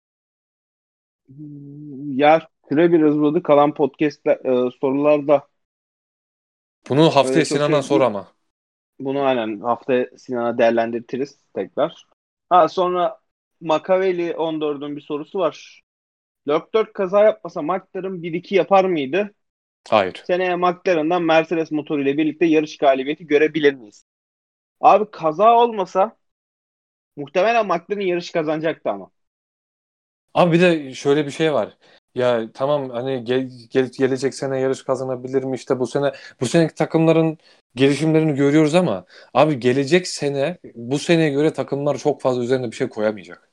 ya süre biraz uzadı. Kalan podcast sorularda Bunu haftaya öyle çok Sinan'dan şey sor değil. ama. Bunu aynen hafta Sinan'a değerlendiririz tekrar. Ha sonra Machiavelli 14'ün bir sorusu var. Leclerc kaza yapmasa McLaren 1-2 yapar mıydı? Hayır. Seneye McLaren'dan Mercedes motoru ile birlikte yarış galibiyeti görebilir miyiz? Abi kaza olmasa muhtemelen McLaren yarış kazanacaktı ama. Abi bir de şöyle bir şey var. Ya tamam hani gelecek sene yarış kazanabilir mi işte bu seneki takımların gelişimlerini görüyoruz ama abi gelecek sene bu seneye göre takımlar çok fazla üzerine bir şey koyamayacak.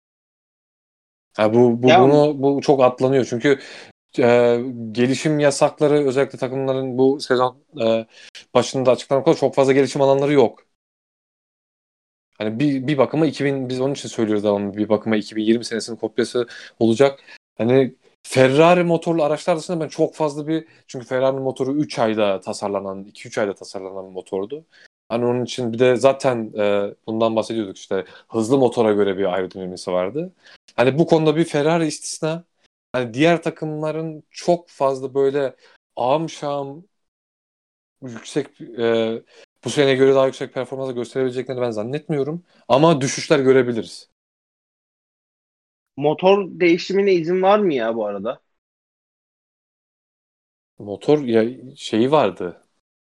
Ha Ya bu çok atlanıyor çünkü gelişim yasakları özellikle takımların bu sezon başında açıklanan kadar çok fazla gelişim alanları yok. Hani bir bakıma biz onun için söylüyoruz devamlı bir bakıma 2020 senesinin kopyası olacak. Hani Ferrari motorlu araçlar dışında ben çok fazla çünkü Ferrari motoru 3 ayda tasarlanan 2-3 ayda tasarlanan bir motordu. Hani onun için bir de zaten bundan bahsediyorduk işte hızlı motora göre bir aerodinamisi vardı. Hani bu konuda bir Ferrari istisna. Hani diğer takımların çok fazla böyle ağam şağım yüksek bu seneye göre daha yüksek performansa gösterebileceklerini ben zannetmiyorum. Ama düşüşler görebiliriz. motor değişimine izin var mı ya bu arada? Motor ya şeyi vardı.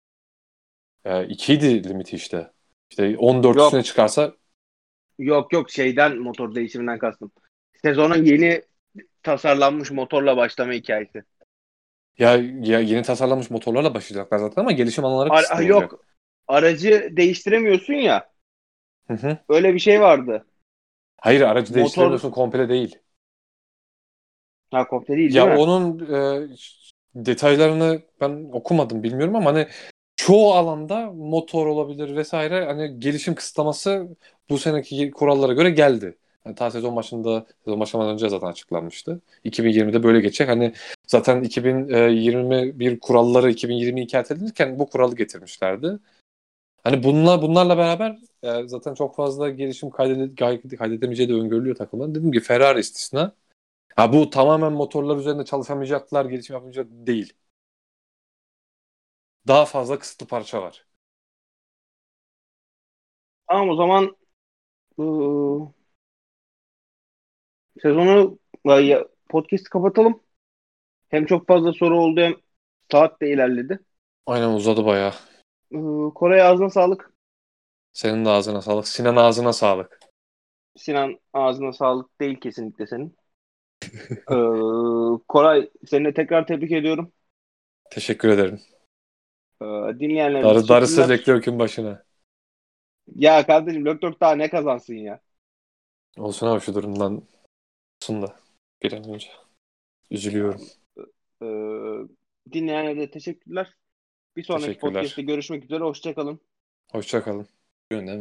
2'ydi limiti işte. İşte 14 üstüne Yok. çıkarsa Yok şeyden motor değişiminden kastım. Sezona yeni tasarlanmış motorla başlama hikayesi. ya yeni tasarlanmış motorlarla başlayacaklar zaten ama gelişim alanları kısıtlı olacak. Yok. Aracı değiştiremiyorsun ya. Hı hı. Öyle bir şey vardı. Hayır aracı Motor değiştiremiyorsun komple değil. ha komple değil değil Ya mi? onun detaylarını ben okumadım bilmiyorum ama hani çoğu alanda motor olabilir vesaire hani gelişim kısıtlaması bu seneki kurallara göre geldi. Yani ta sezon başlamadan önce zaten açıklanmıştı. 2020'de böyle geçecek. Hani zaten 2021 kuralları 2022 ertelenirken bu kuralı getirmişlerdi. Hani bunlarla beraber zaten çok fazla gelişim kaydedemeyeceği de öngörülüyor takımın. Dedim ki Ferrari istisna. Ha bu tamamen motorlar üzerinde çalışamayacaklar, gelişim yapamayacak değil. Daha fazla kısıtlı parça var. Tamam o zaman ıı, sezonu podcast'ı kapatalım. Hem çok fazla soru oldu hem saat de ilerledi. Aynen uzadı bayağı. Koray ağzına sağlık. Senin de ağzına sağlık. Sinan ağzına sağlık. Sinan, ağzına sağlık değil kesinlikle senin. Ee, Koray, seni de tekrar tebrik ediyorum. Teşekkür ederim. Dinleyenlere de Darısı teşekkürler. Leclerc'in başına. Ya kardeşim, Leclerc daha ne kazansın ya? Olsun abi, şu durumdan olsun da bir an önce. Üzülüyorum. Ee, Dinleyenlere de teşekkürler. Bir sonraki Teşekkürler. podcast'te görüşmek üzere. Hoşça kalın. Hoşça kalın. Önemli.